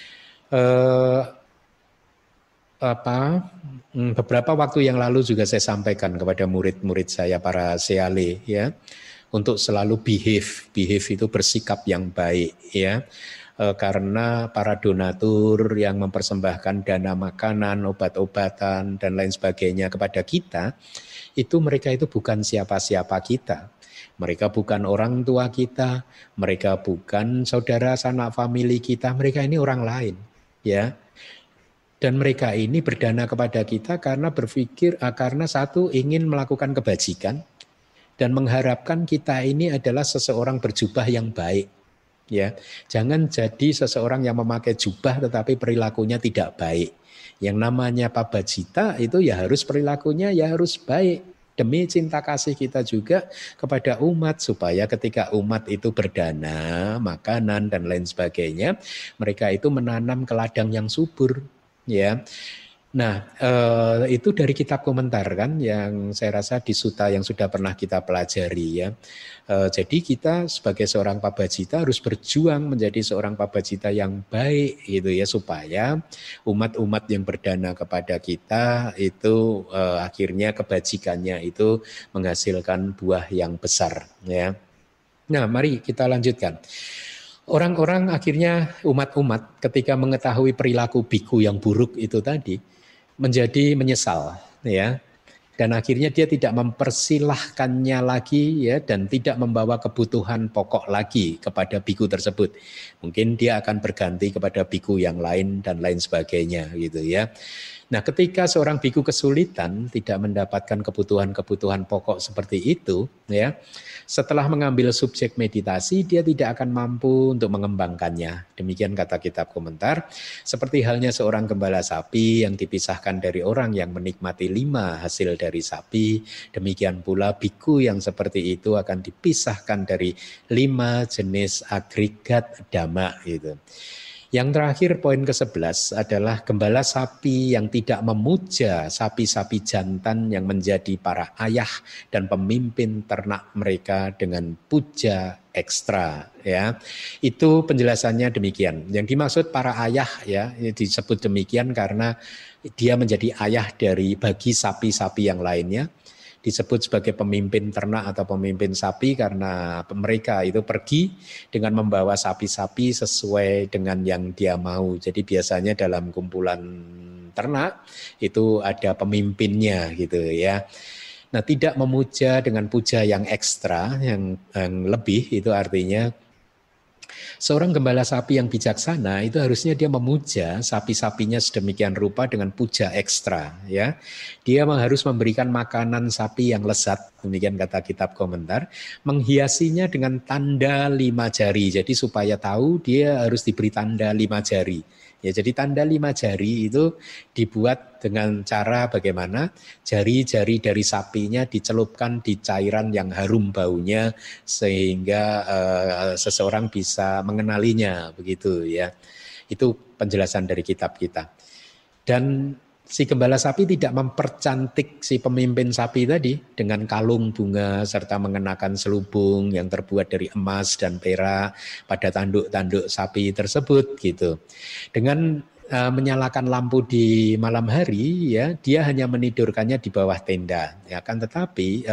Beberapa waktu yang lalu juga saya sampaikan kepada murid-murid saya para seale, ya, untuk selalu behave itu bersikap yang baik, ya. Karena para donatur yang mempersembahkan dana makanan, obat-obatan dan lain sebagainya kepada kita, itu mereka itu bukan siapa-siapa kita. Mereka bukan orang tua kita, mereka bukan saudara sanak famili kita, mereka ini orang lain, ya. Dan mereka ini berdana kepada kita karena berpikir, karena satu ingin melakukan kebajikan dan mengharapkan kita ini adalah seseorang berjubah yang baik, ya. Jangan jadi seseorang yang memakai jubah tetapi perilakunya tidak baik. Yang namanya pabajita itu ya harus perilakunya ya harus baik demi cinta kasih kita juga kepada umat, supaya ketika umat itu berdana makanan dan lain sebagainya, mereka itu menanam ke ladang yang subur, ya. Nah, itu dari kitab komentar kan yang saya rasa di sutta yang sudah pernah kita pelajari, ya. Jadi kita sebagai seorang pabajita harus berjuang menjadi seorang pabajita yang baik, gitu, ya, supaya umat-umat yang berdana kepada kita itu akhirnya kebajikannya itu menghasilkan buah yang besar, ya. Nah, mari kita lanjutkan. Orang-orang akhirnya umat-umat ketika mengetahui perilaku biku yang buruk itu tadi menjadi menyesal, ya. Dan akhirnya dia tidak mempersilahkannya lagi, ya, dan tidak membawa kebutuhan pokok lagi kepada biku tersebut. Mungkin dia akan berganti kepada biku yang lain dan lain sebagainya, gitu, ya. Nah, ketika seorang biku kesulitan tidak mendapatkan kebutuhan-kebutuhan pokok seperti itu, ya, setelah mengambil subjek meditasi, dia tidak akan mampu untuk mengembangkannya. Demikian kata kitab komentar. Seperti halnya seorang gembala sapi yang dipisahkan dari orang yang menikmati 5 hasil dari sapi, demikian pula biku yang seperti itu akan dipisahkan dari 5 jenis agregat dhamma, gitu. Yang terakhir, poin ke-11 adalah gembala sapi yang tidak memuja sapi-sapi jantan yang menjadi para ayah dan pemimpin ternak mereka dengan puja ekstra, ya. Itu penjelasannya demikian. Yang dimaksud para ayah, ya, disebut demikian karena dia menjadi ayah dari bagi sapi-sapi yang lainnya. Disebut sebagai pemimpin ternak atau pemimpin sapi karena mereka itu pergi dengan membawa sapi-sapi sesuai dengan yang dia mau. Jadi biasanya dalam kumpulan ternak itu ada pemimpinnya, gitu, ya. Nah, tidak memuja dengan puja yang ekstra, yang lebih, itu artinya seorang gembala sapi yang bijaksana itu harusnya dia memuja sapi-sapinya sedemikian rupa dengan puja ekstra, ya. Dia harus memberikan makanan sapi yang lezat, demikian kata kitab komentar, menghiasinya dengan tanda 5 jari. Jadi supaya tahu dia harus diberi tanda 5 jari. Ya, jadi tanda 5 jari itu dibuat dengan cara bagaimana jari-jari dari sapinya dicelupkan di cairan yang harum baunya sehingga seseorang bisa mengenalinya, begitu ya. Itu penjelasan dari kitab kita. Dan si gembala sapi tidak mempercantik si pemimpin sapi tadi dengan kalung bunga serta mengenakan selubung yang terbuat dari emas dan perak pada tanduk-tanduk sapi tersebut gitu. Dengan menyalakan lampu di malam hari, ya, dia hanya menidurkannya di bawah tenda. Ya, kan, tetapi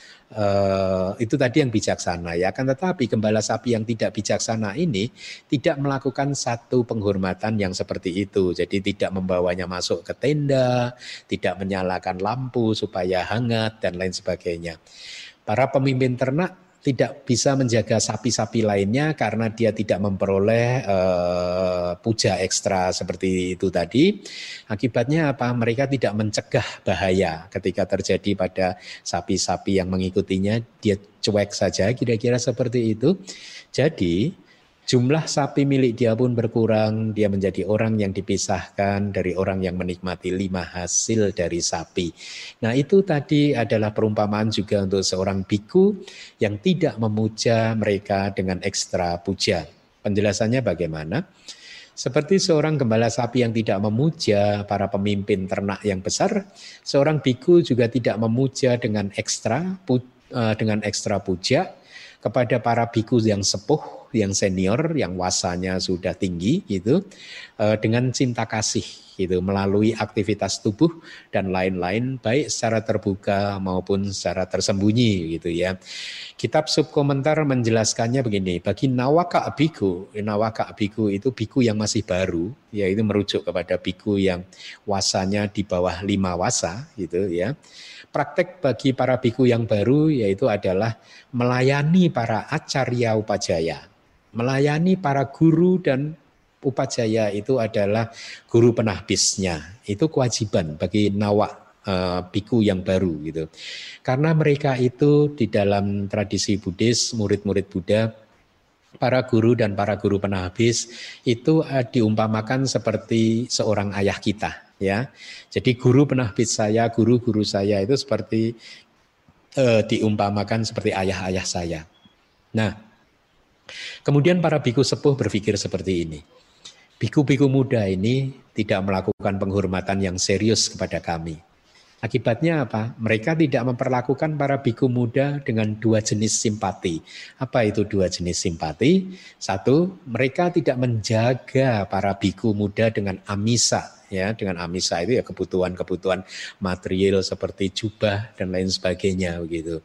itu tadi yang bijaksana, ya. Akan tetapi gembala sapi yang tidak bijaksana ini tidak melakukan satu penghormatan yang seperti itu. Jadi tidak membawanya masuk ke tenda, tidak menyalakan lampu supaya hangat dan lain sebagainya. Para pemimpin ternak tidak bisa menjaga sapi-sapi lainnya karena dia tidak memperoleh puja ekstra seperti itu tadi. Akibatnya apa? Mereka tidak mencegah bahaya ketika terjadi pada sapi-sapi yang mengikutinya. Dia cuek saja, kira-kira seperti itu. Jadi jumlah sapi milik dia pun berkurang. Dia menjadi orang yang dipisahkan dari orang yang menikmati 5 hasil dari sapi. Nah, itu tadi adalah perumpamaan juga untuk seorang biku yang tidak memuja mereka dengan ekstra puja. Penjelasannya bagaimana? Seperti seorang gembala sapi yang tidak memuja para pemimpin ternak yang besar, seorang biku juga tidak memuja dengan ekstra puja kepada para biku yang sepuh, yang senior, yang wasanya sudah tinggi gitu, dengan cinta kasih gitu, melalui aktivitas tubuh dan lain-lain, baik secara terbuka maupun secara tersembunyi gitu ya. Kitab subkomentar menjelaskannya begini, bagi nawaka biku itu biku yang masih baru, yaitu merujuk kepada biku yang wasanya di bawah 5 wasa gitu ya. Praktek bagi para biku yang baru yaitu adalah melayani para acarya upajaya. Melayani para guru dan upajaya itu adalah guru penahbisnya. Itu kewajiban bagi nawak biku yang baru gitu. Karena mereka itu di dalam tradisi Buddhis, murid-murid Buddha, para guru dan para guru penahbis itu diumpamakan seperti seorang ayah kita, ya. Jadi guru penahbis saya, guru-guru saya itu seperti diumpamakan seperti ayah-ayah saya. Nah, kemudian para biku sepuh berpikir seperti ini. Biku-biku muda ini tidak melakukan penghormatan yang serius kepada kami. Akibatnya apa? Mereka tidak memperlakukan para biku muda dengan 2 jenis simpati. Apa itu 2 jenis simpati? 1, mereka tidak menjaga para biku muda dengan amisa. Ya, dengan amisa itu ya kebutuhan-kebutuhan material seperti jubah dan lain sebagainya begitu.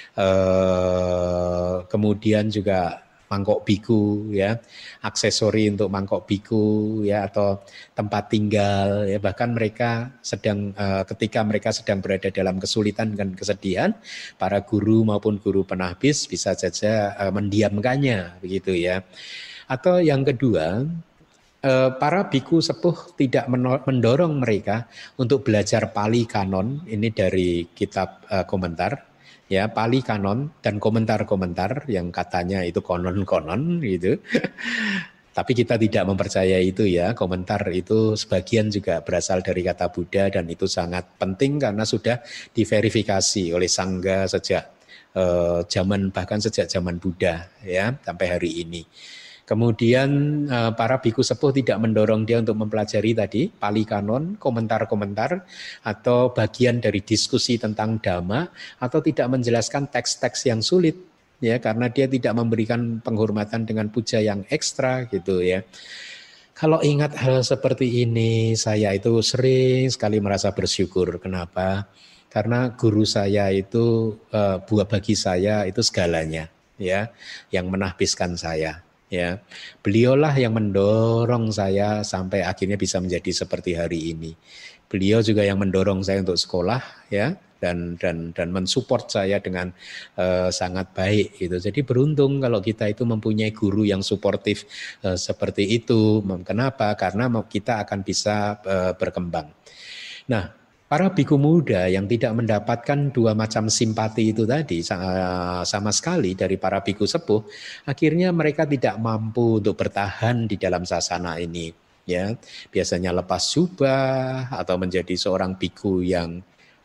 Kemudian juga mangkok biku, ya, aksesori untuk mangkok biku, ya, atau tempat tinggal, ya, bahkan mereka sedang ketika mereka sedang berada dalam kesulitan dan kesedihan, para guru maupun guru penahbis bisa saja mendiamkannya, begitu ya. Atau yang kedua, para biku sepuh tidak mendorong mereka untuk belajar Pali Kanon, ini dari kitab komentar. Ya, Pali Kanon dan komentar-komentar yang katanya itu konon-konon gitu. Tapi kita tidak mempercayai itu ya. Komentar itu sebagian juga berasal dari kata Buddha dan itu sangat penting karena sudah diverifikasi oleh Sangha sejak bahkan sejak zaman Buddha ya sampai hari ini. Kemudian para biku sepuh tidak mendorong dia untuk mempelajari tadi Pali Kanon, komentar-komentar atau bagian dari diskusi tentang Dhamma atau tidak menjelaskan teks-teks yang sulit ya karena dia tidak memberikan penghormatan dengan puja yang ekstra gitu ya. Kalau ingat hal seperti ini saya itu sering sekali merasa bersyukur. Kenapa? Karena guru saya itu buah bagi saya itu segalanya ya, yang menahbiskan saya. Ya, beliaulah yang mendorong saya sampai akhirnya bisa menjadi seperti hari ini. Beliau juga yang mendorong saya untuk sekolah, ya, dan mensupport saya dengan sangat baik gitu. Jadi beruntung kalau kita itu mempunyai guru yang suportif seperti itu. Kenapa? Karena kita akan bisa berkembang. Nah, para biku muda yang tidak mendapatkan dua macam simpati itu tadi sama sekali dari para biku sepuh, akhirnya mereka tidak mampu untuk bertahan di dalam sasana ini. Ya, biasanya lepas jubah atau menjadi seorang biku yang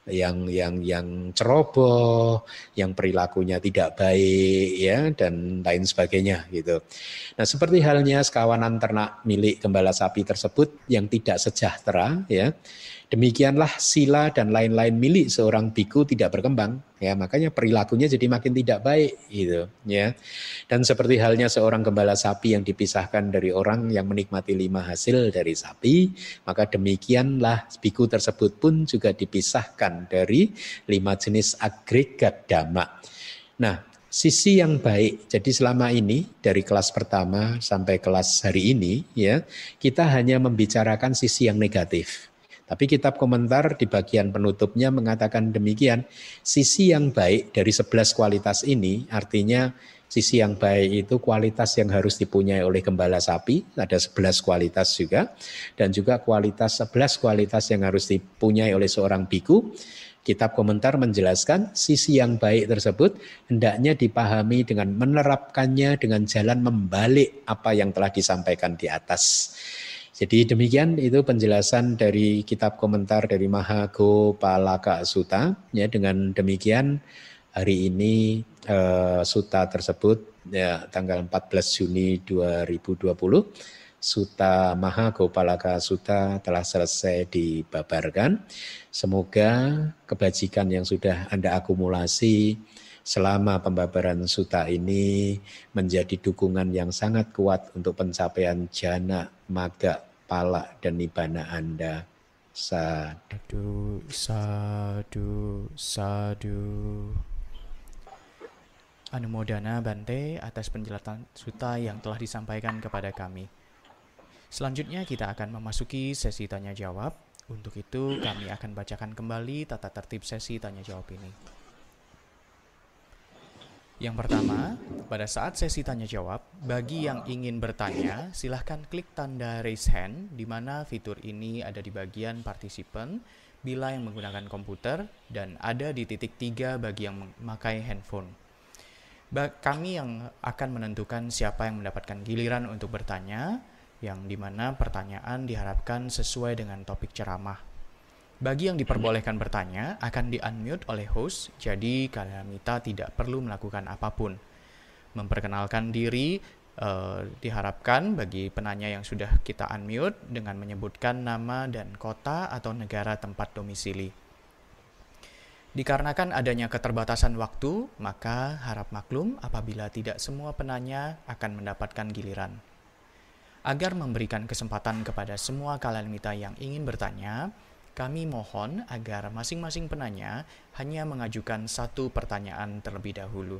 ceroboh, yang perilakunya tidak baik, ya, dan lain sebagainya gitu. Nah, seperti halnya sekawanan ternak milik gembala sapi tersebut yang tidak sejahtera, ya. Demikianlah sila dan lain-lain milik seorang biku tidak berkembang, ya, makanya perilakunya jadi makin tidak baik gitu, ya. Dan seperti halnya seorang gembala sapi yang dipisahkan dari orang yang menikmati 5 hasil dari sapi, maka demikianlah biku tersebut pun juga dipisahkan dari 5 jenis agregat dhamma. Nah, sisi yang baik, jadi selama ini dari kelas pertama sampai kelas hari ini, ya, kita hanya membicarakan sisi yang negatif. Tapi kitab komentar di bagian penutupnya mengatakan demikian, sisi yang baik dari 11 kualitas ini, artinya sisi yang baik itu kualitas yang harus dipunyai oleh gembala sapi, ada 11 kualitas juga, dan juga 11 kualitas yang harus dipunyai oleh seorang biku. Kitab komentar menjelaskan sisi yang baik tersebut hendaknya dipahami dengan menerapkannya dengan jalan membalik apa yang telah disampaikan di atas. Jadi demikian itu penjelasan dari kitab komentar dari Mahagopalaka Sutta. Ya, dengan demikian hari ini sutta tersebut ya, tanggal 14 Juni 2020 Sutta Mahagopalaka Sutta telah selesai dibabarkan. Semoga kebajikan yang sudah Anda akumulasi selama pembabaran sutta ini menjadi dukungan yang sangat kuat untuk pencapaian jana, magga, pala, dan nibbana Anda. Sadu,
sadu, sadu. Anumodana Bante atas penjelasan sutta yang telah disampaikan kepada kami. Selanjutnya kita akan memasuki sesi tanya jawab. Untuk itu kami akan bacakan kembali tata tertib sesi tanya jawab ini. Yang pertama, pada saat sesi tanya jawab, bagi yang ingin bertanya, silahkan klik tanda raise hand, di mana fitur ini ada di bagian partisipan bila yang menggunakan komputer dan ada di titik 3 bagi yang memakai handphone. Kami yang akan menentukan siapa yang mendapatkan giliran untuk bertanya, yang dimana pertanyaan diharapkan sesuai dengan topik ceramah. Bagi yang diperbolehkan bertanya, akan di-unmute oleh host, jadi Kalamita tidak perlu melakukan apapun. Memperkenalkan diri diharapkan bagi penanya yang sudah kita unmute dengan menyebutkan nama dan kota atau negara tempat domisili. Dikarenakan adanya keterbatasan waktu, maka harap maklum apabila tidak semua penanya akan mendapatkan giliran. Agar memberikan kesempatan kepada semua Kalamita yang ingin bertanya, kami mohon agar masing-masing penanya hanya mengajukan satu pertanyaan terlebih dahulu.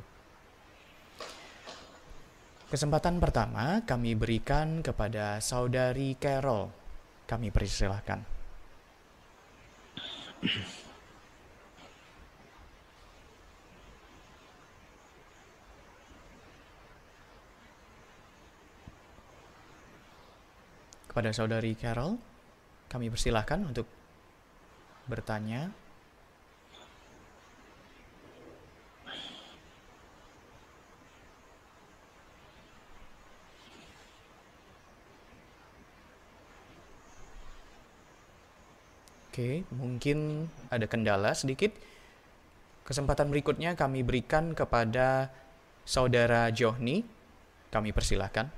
Kesempatan pertama kami berikan kepada Saudari Carol. Kami persilahkan. Kepada Saudari Carol, kami persilahkan untuk bertanya. Oke, mungkin ada kendala sedikit. Kesempatan berikutnya kami berikan kepada Saudara Johni. Kami persilahkan.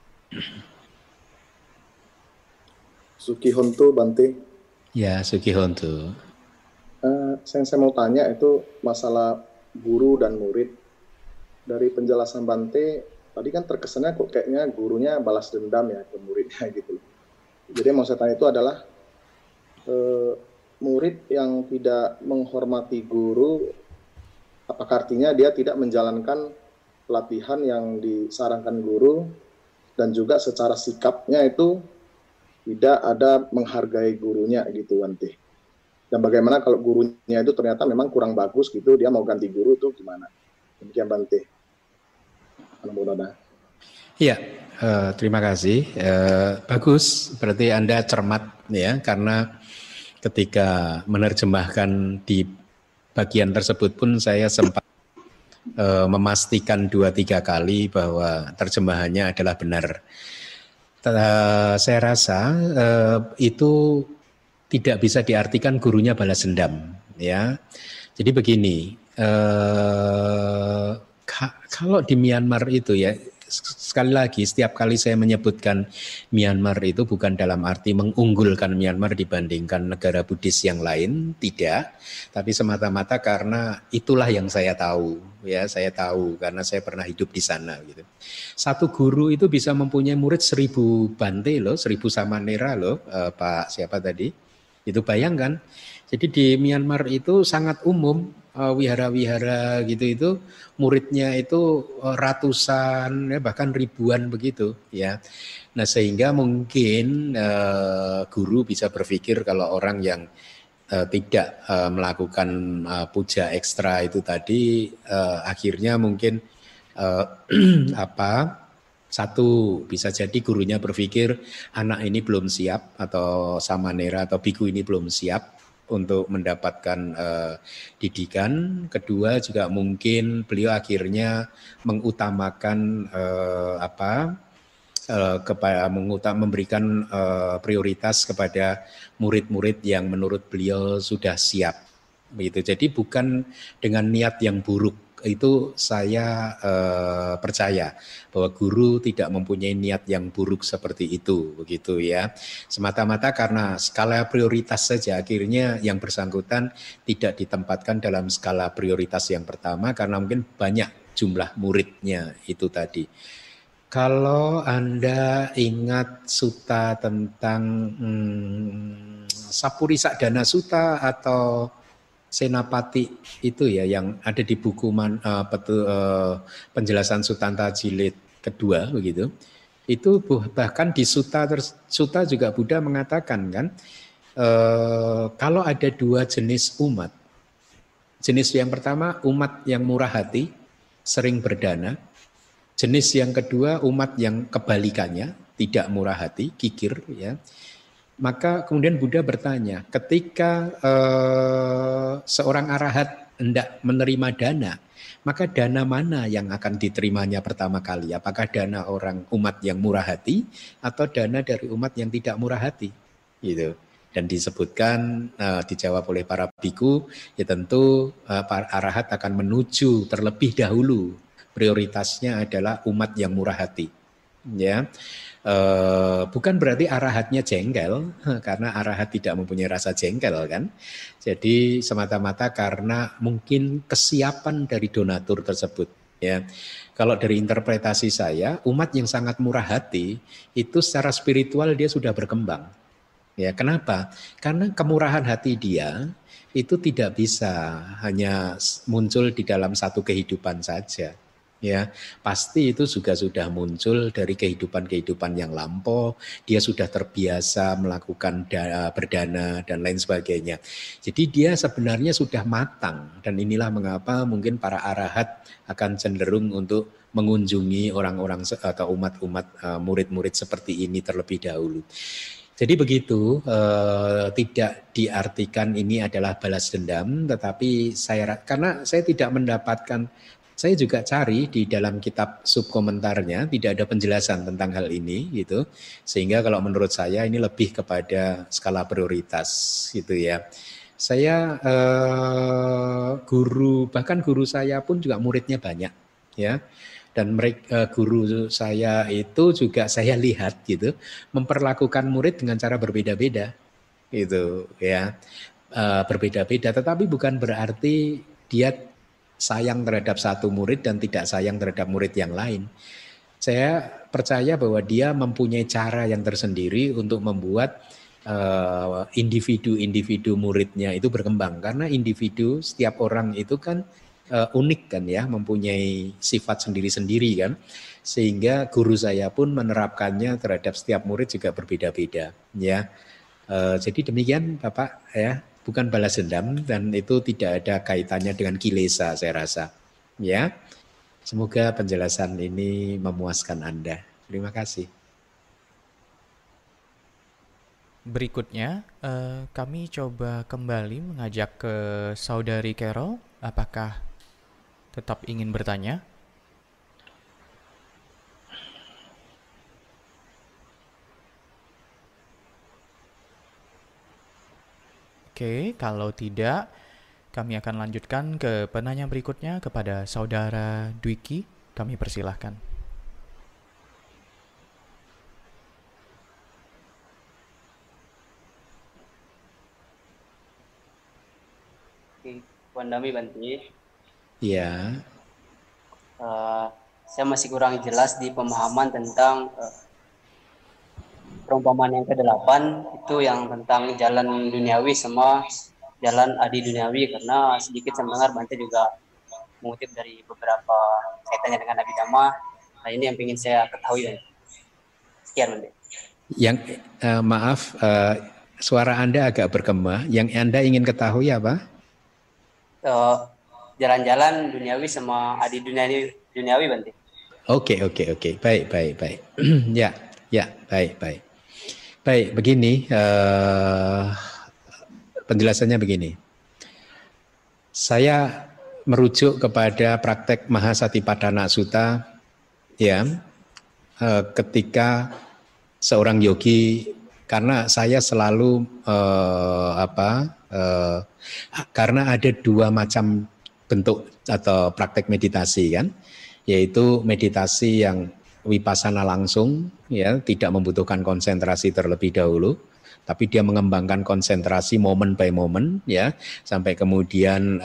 Sukihonto Bante.
Ya, Sukihonto.
Saya mau tanya itu masalah guru dan murid. Dari penjelasan Bante, tadi kan terkesannya kok kayaknya gurunya balas dendam ya ke muridnya gitu. Jadi yang mau saya tanya itu adalah murid yang tidak menghormati guru, apakah artinya dia tidak menjalankan pelatihan yang disarankan guru dan juga secara sikapnya itu tidak ada menghargai gurunya gitu Bante. Dan bagaimana kalau gurunya itu ternyata memang kurang bagus gitu, dia mau ganti guru itu gimana? Demikian Bante.
Iya, terima kasih. Bagus, berarti Anda cermat ya, karena ketika menerjemahkan di bagian tersebut pun saya sempat memastikan 2-3 kali bahwa terjemahannya adalah benar. Saya rasa itu tidak bisa diartikan gurunya balas dendam, ya. Jadi begini, kalau di Myanmar itu ya, sekali lagi setiap kali saya menyebutkan Myanmar itu bukan dalam arti mengunggulkan Myanmar dibandingkan negara Buddhis yang lain, tidak, tapi semata-mata karena itulah yang saya tahu, ya saya tahu karena saya pernah hidup di sana gitu. Satu guru itu bisa mempunyai murid 1000 bante loh, 1000 samanera loh, Pak siapa tadi? Itu bayangkan. Jadi di Myanmar itu sangat umum wihara-wihara gitu itu muridnya itu ratusan ya bahkan ribuan begitu ya. Nah sehingga mungkin guru bisa berpikir kalau orang yang tidak melakukan puja ekstra itu tadi akhirnya mungkin satu, bisa jadi gurunya berpikir anak ini belum siap atau samanera atau biku ini belum siap untuk mendapatkan didikan. Kedua juga mungkin beliau akhirnya mengutamakan memberikan prioritas kepada murid-murid yang menurut beliau sudah siap. Begitu. Jadi bukan dengan niat yang buruk. Itu saya percaya bahwa guru tidak mempunyai niat yang buruk seperti itu, begitu ya. Semata-mata karena skala prioritas saja akhirnya yang bersangkutan tidak ditempatkan dalam skala prioritas yang pertama karena mungkin banyak jumlah muridnya itu tadi. Kalau Anda ingat sutta tentang Sapurisa Dana Sutta atau Senapati itu ya yang ada di buku penjelasan Sutanta jilid kedua begitu. Itu bahkan di sutta juga Buddha mengatakan kan kalau ada 2 jenis umat. Jenis yang pertama umat yang murah hati, sering berdana. Jenis yang kedua umat yang kebalikannya, tidak murah hati, kikir ya. Maka kemudian Buddha bertanya, ketika seorang arahat hendak menerima dana, maka dana mana yang akan diterimanya pertama kali? Apakah dana orang umat yang murah hati atau dana dari umat yang tidak murah hati? Gitu. Dan disebutkan, dijawab oleh para biku, ya tentu para arahat akan menuju terlebih dahulu. Prioritasnya adalah umat yang murah hati. Ya. Bukan berarti arahatnya jengkel, karena arahat tidak mempunyai rasa jengkel kan. Jadi semata-mata karena mungkin kesiapan dari donatur tersebut. Ya, kalau dari interpretasi saya, umat yang sangat murah hati itu secara spiritual dia sudah berkembang. Ya, kenapa? Karena kemurahan hati dia itu tidak bisa hanya muncul di dalam satu kehidupan saja. Ya, pasti itu juga sudah muncul dari kehidupan-kehidupan yang lampau. Dia sudah terbiasa melakukan berdana dan lain sebagainya. Jadi dia sebenarnya sudah matang dan inilah mengapa mungkin para arahat akan cenderung untuk mengunjungi orang-orang atau umat-umat murid-murid seperti ini terlebih dahulu. Jadi begitu, tidak diartikan ini adalah balas dendam, tetapi karena saya tidak mendapatkan. Saya juga cari di dalam kitab subkomentarnya tidak ada penjelasan tentang hal ini gitu. Sehingga kalau menurut saya ini lebih kepada skala prioritas gitu ya. Saya bahkan guru saya pun juga muridnya banyak ya. Dan guru saya itu juga saya lihat gitu memperlakukan murid dengan cara berbeda-beda gitu ya. Berbeda-beda tetapi bukan berarti dia sayang terhadap satu murid dan tidak sayang terhadap murid yang lain. Saya percaya bahwa dia mempunyai cara yang tersendiri untuk membuat individu-individu muridnya itu berkembang. Karena individu setiap orang itu kan unik kan ya, mempunyai sifat sendiri-sendiri kan. Sehingga guru saya pun menerapkannya terhadap setiap murid juga berbeda-beda ya. Jadi demikian Bapak ya. bukan balas dendam, dan itu tidak ada kaitannya dengan kilesa saya rasa. Ya, semoga penjelasan ini memuaskan Anda. Terima kasih.
Berikutnya, kami coba kembali mengajak ke Saudari Carol. Apakah tetap ingin bertanya? Oke, kalau tidak, kami akan lanjutkan ke penanya berikutnya kepada Saudara Dwiki. Kami persilahkan.
Wandami Banti.
Ya.
Saya masih kurang jelas di pemahaman tentang perumpamaan yang ke-8 itu yang tentang jalan duniawi sama jalan adi duniawi, karena sedikit saya mendengar Bante juga mengutip dari beberapa kaitannya dengan Nabi Dhamma. Nah, ini yang ingin saya ketahui. Sekian Bante.
Yang maaf, suara Anda agak bergema. Yang Anda ingin ketahui apa?
Jalan-jalan duniawi sama adi duniawi Bante.
Oke. Baik. Ya, baik. Baik, begini, penjelasannya begini. Saya merujuk kepada praktek Mahasatipadana Sutta, ya, ketika seorang yogi, karena saya selalu karena ada dua macam bentuk atau praktek meditasi kan, yaitu meditasi yang Vipassana langsung, ya, tidak membutuhkan konsentrasi terlebih dahulu, tapi dia mengembangkan konsentrasi moment by moment, ya, sampai kemudian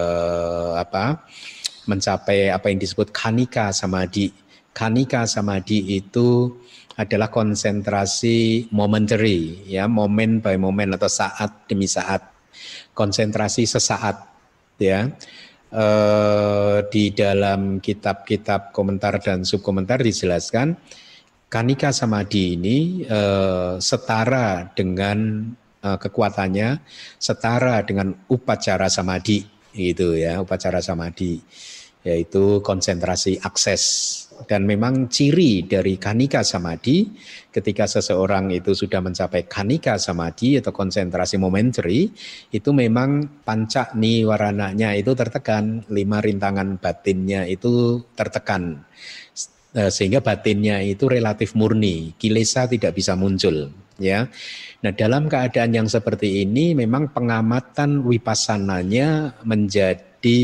mencapai apa yang disebut Khanika Samadhi. Khanika Samadhi itu adalah konsentrasi momentary, ya, moment by moment atau saat demi saat, konsentrasi sesaat, ya. Di dalam kitab-kitab komentar dan subkomentar dijelaskan Khanika Samadhi ini setara dengan kekuatannya setara dengan upacara samadhi, gitu ya, upacara samadhi, yaitu konsentrasi akses. Dan memang ciri dari Khanika Samadhi, ketika seseorang itu sudah mencapai Khanika Samadhi atau konsentrasi momentary, itu memang panca niwarananya itu tertekan, 5 rintangan batinnya itu tertekan, sehingga batinnya itu relatif murni, kilesa tidak bisa muncul, ya. Nah, dalam keadaan yang seperti ini memang pengamatan wipassananya menjadi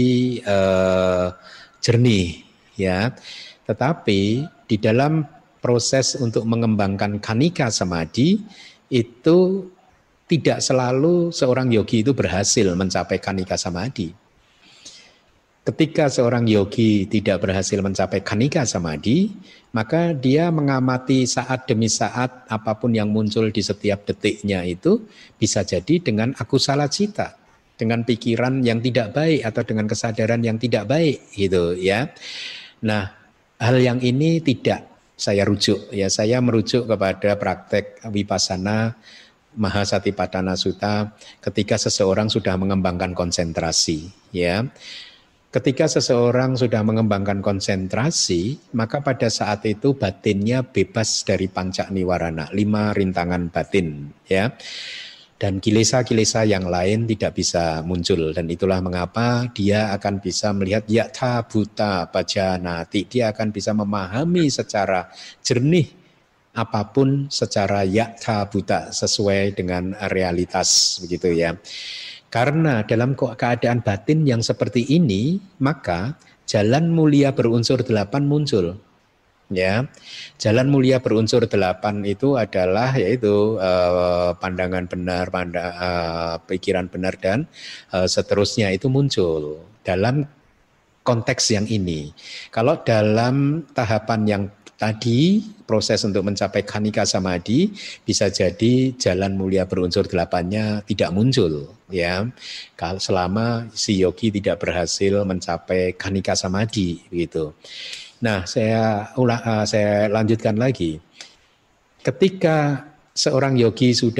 jernih, ya. Tetapi di dalam proses untuk mengembangkan Khanika Samadhi itu tidak selalu seorang yogi itu berhasil mencapai Khanika Samadhi. Ketika seorang yogi tidak berhasil mencapai Khanika Samadhi, maka dia mengamati saat demi saat apapun yang muncul di setiap detiknya itu bisa jadi dengan akusala cita, dengan pikiran yang tidak baik atau dengan kesadaran yang tidak baik, gitu ya. Nah, hal yang ini tidak saya rujuk, ya, saya merujuk kepada praktek Vipassana Mahasatipadana Sutta ketika seseorang sudah mengembangkan konsentrasi, ya. Ketika seseorang sudah mengembangkan konsentrasi, maka pada saat itu batinnya bebas dari panca niwarana, 5 rintangan batin, ya. Dan kilesa-kilesa yang lain tidak bisa muncul, dan itulah mengapa dia akan bisa melihat yatha bhuta pajanati, dia akan bisa memahami secara jernih apapun secara yatha bhuta, sesuai dengan realitas, begitu ya. Karena dalam keadaan batin yang seperti ini, maka jalan mulia berunsur 8 muncul. Ya, jalan mulia berunsur 8 itu adalah yaitu pandangan benar, pikiran benar, dan seterusnya itu muncul dalam konteks yang ini. Kalau dalam tahapan yang tadi, proses untuk mencapai Khanika Samadhi, bisa jadi jalan mulia berunsur 8-nya tidak muncul, ya. Kalau selama si yogi tidak berhasil mencapai Khanika Samadhi, begitu. Nah, saya lanjutkan lagi. Ketika seorang yogi sudah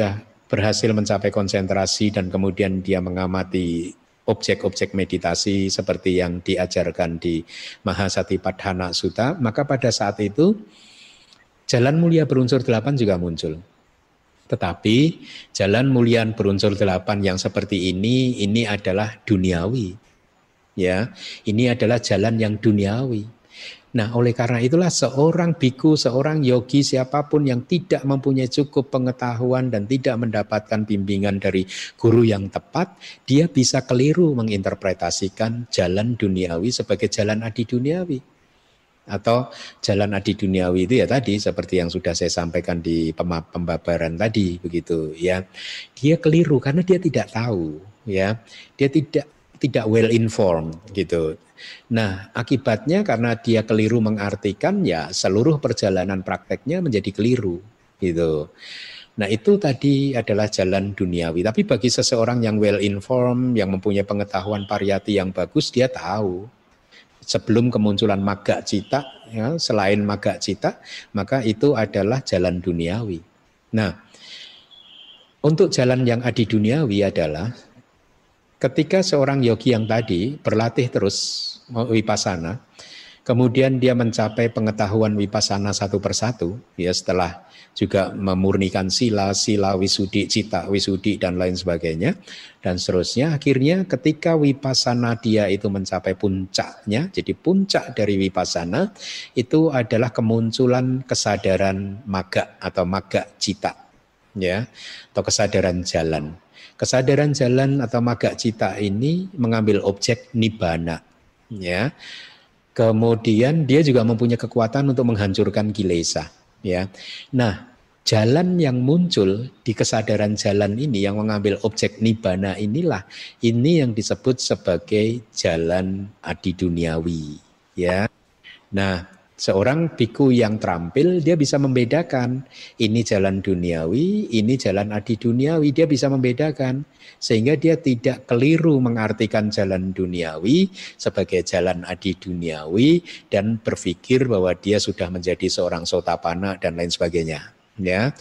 berhasil mencapai konsentrasi dan kemudian dia mengamati objek-objek meditasi seperti yang diajarkan di Mahasatipatthana Sutta, maka pada saat itu jalan mulia berunsur 8 juga muncul. Tetapi jalan mulia berunsur 8 yang seperti ini adalah duniawi. Ya, ini adalah jalan yang duniawi. Nah, oleh karena itulah seorang biku, seorang yogi, siapapun yang tidak mempunyai cukup pengetahuan dan tidak mendapatkan bimbingan dari guru yang tepat, dia bisa keliru menginterpretasikan jalan duniawi sebagai jalan adi duniawi. Atau jalan adi duniawi itu ya tadi seperti yang sudah saya sampaikan di pembabaran tadi begitu ya. Dia keliru karena dia tidak tahu ya. Dia tidak well informed gitu. Nah, akibatnya karena dia keliru mengartikan ya seluruh perjalanan prakteknya menjadi keliru gitu. Nah, itu tadi adalah jalan duniawi. Tapi bagi seseorang yang well informed, yang mempunyai pengetahuan pariyati yang bagus, dia tahu sebelum kemunculan magga cita, ya, selain magga cita, maka itu adalah jalan duniawi. Nah, untuk jalan yang adi duniawi adalah ketika seorang yogi yang tadi berlatih terus vipassana, kemudian dia mencapai pengetahuan vipassana satu persatu, ya setelah juga memurnikan sila wisudi, cita wisudi dan lain sebagainya, dan seterusnya. Akhirnya ketika vipassana dia itu mencapai puncaknya, jadi puncak dari vipassana itu adalah kemunculan kesadaran magga atau magga cita, ya, atau kesadaran jalan. Kesadaran jalan atau magga cita ini mengambil objek nibbana, ya. Kemudian dia juga mempunyai kekuatan untuk menghancurkan kilesa, ya. Nah, jalan yang muncul di kesadaran jalan ini yang mengambil objek nibbana inilah ini yang disebut sebagai jalan adi duniawi, ya. Nah, seorang biku yang terampil dia bisa membedakan ini jalan duniawi, ini jalan adi duniawi, dia bisa membedakan sehingga dia tidak keliru mengartikan jalan duniawi sebagai jalan adi duniawi dan berpikir bahwa dia sudah menjadi seorang sotapanna dan lain sebagainya, ya.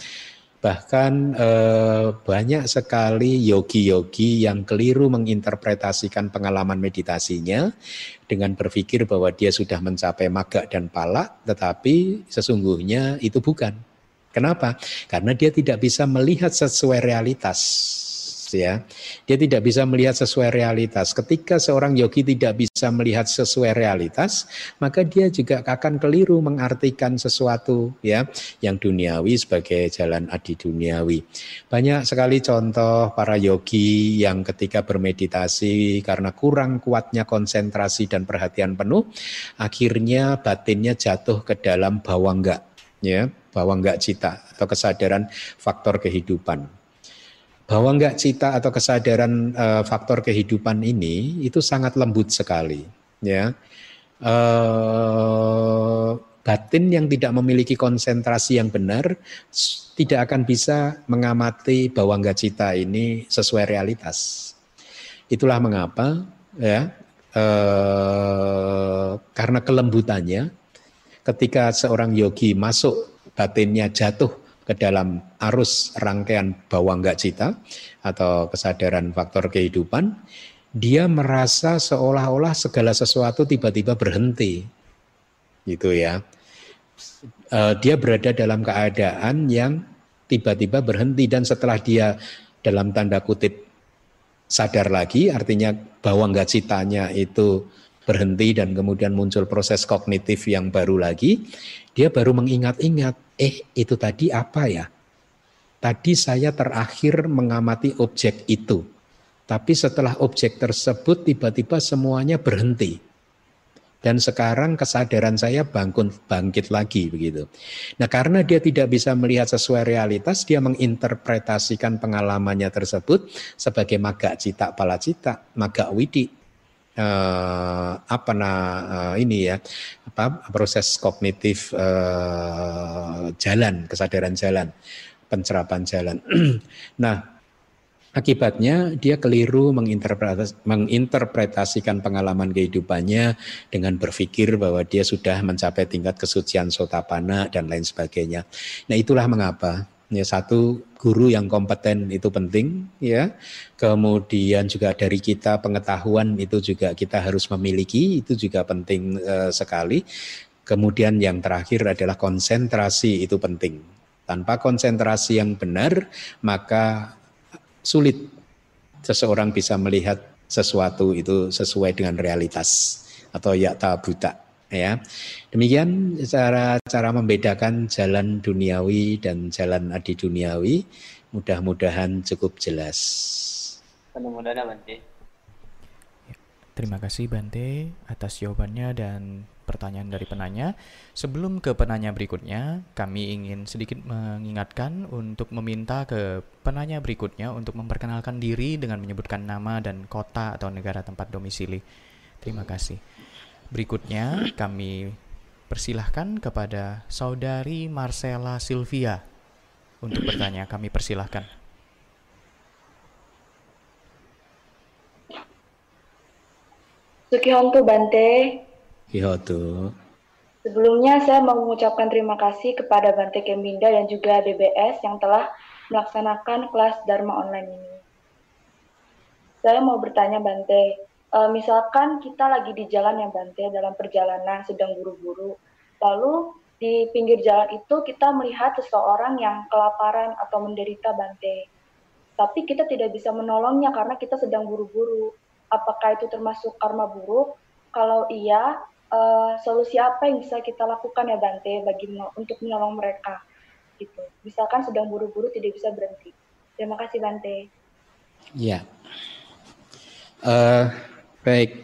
Bahkan banyak sekali yogi-yogi yang keliru menginterpretasikan pengalaman meditasinya dengan berpikir bahwa dia sudah mencapai magga dan pala, tetapi sesungguhnya itu bukan. Kenapa? Karena dia tidak bisa melihat sesuai realitas. Ya, dia tidak bisa melihat sesuai realitas. Ketika seorang yogi tidak bisa melihat sesuai realitas, maka dia juga akan keliru mengartikan sesuatu ya yang duniawi sebagai jalan adi duniawi. Banyak sekali contoh para yogi yang ketika bermeditasi karena kurang kuatnya konsentrasi dan perhatian penuh, akhirnya batinnya jatuh ke dalam bawangga, ya, bawangga cita atau kesadaran faktor kehidupan. Bawangga cita atau kesadaran faktor kehidupan ini itu sangat lembut sekali, ya. Batin yang tidak memiliki konsentrasi yang benar tidak akan bisa mengamati bawangga cita ini sesuai realitas. Itulah mengapa, ya, karena kelembutannya, ketika seorang yogi masuk batinnya jatuh ke dalam arus rangkaian bawangga cita atau kesadaran faktor kehidupan, dia merasa seolah-olah segala sesuatu tiba-tiba berhenti, gitu ya. Dia berada dalam keadaan yang tiba-tiba berhenti dan setelah dia dalam tanda kutip sadar lagi, artinya bawangga citanya itu berhenti dan kemudian muncul proses kognitif yang baru lagi, dia baru mengingat-ingat, itu tadi apa ya? Tadi saya terakhir mengamati objek itu. Tapi setelah objek tersebut tiba-tiba semuanya berhenti. Dan sekarang kesadaran saya bangkit lagi begitu. Nah, karena dia tidak bisa melihat sesuai realitas, dia menginterpretasikan pengalamannya tersebut sebagai magga cita pala cita, magga widi. Proses kognitif jalan, kesadaran jalan, pencerapan jalan. Nah, akibatnya dia keliru menginterpretasikan pengalaman kehidupannya dengan berpikir bahwa dia sudah mencapai tingkat kesucian sotapanna dan lain sebagainya. Nah, itulah mengapa Ya, satu, guru yang kompeten itu penting, ya. Kemudian juga dari kita pengetahuan itu juga kita harus memiliki, itu juga penting sekali. Kemudian yang terakhir adalah konsentrasi, itu penting. Tanpa konsentrasi yang benar, maka sulit seseorang bisa melihat sesuatu itu sesuai dengan realitas atau yakta buta. Ya, demikian cara membedakan jalan duniawi dan jalan adi duniawi. Mudah-mudahan cukup jelas.
Mudah-mudahan Bante.
Terima kasih Bante atas jawabannya dan pertanyaan dari penanya. Sebelum ke penanya berikutnya, kami ingin sedikit mengingatkan untuk meminta ke penanya berikutnya untuk memperkenalkan diri dengan menyebutkan nama dan kota atau negara tempat domisili. Terima kasih. Berikutnya kami persilahkan kepada Saudari Marcella Silvia untuk bertanya. Kami persilahkan.
Sukihontu Bante.
Sukihontu.
Sebelumnya saya mau mengucapkan terima kasih kepada Bante Keminda dan juga DBS yang telah melaksanakan kelas Dharma online ini. Saya mau bertanya Bante, misalkan kita lagi di jalan ya Bante, dalam perjalanan sedang buru-buru, lalu di pinggir jalan itu kita melihat seseorang yang kelaparan atau menderita Bante, tapi kita tidak bisa menolongnya karena kita sedang buru-buru. Apakah itu termasuk karma buruk? Kalau iya, solusi apa yang bisa kita lakukan ya Bante untuk menolong mereka? Gitu. Misalkan sedang buru-buru tidak bisa berhenti. Terima kasih Bante.
Ya, baik.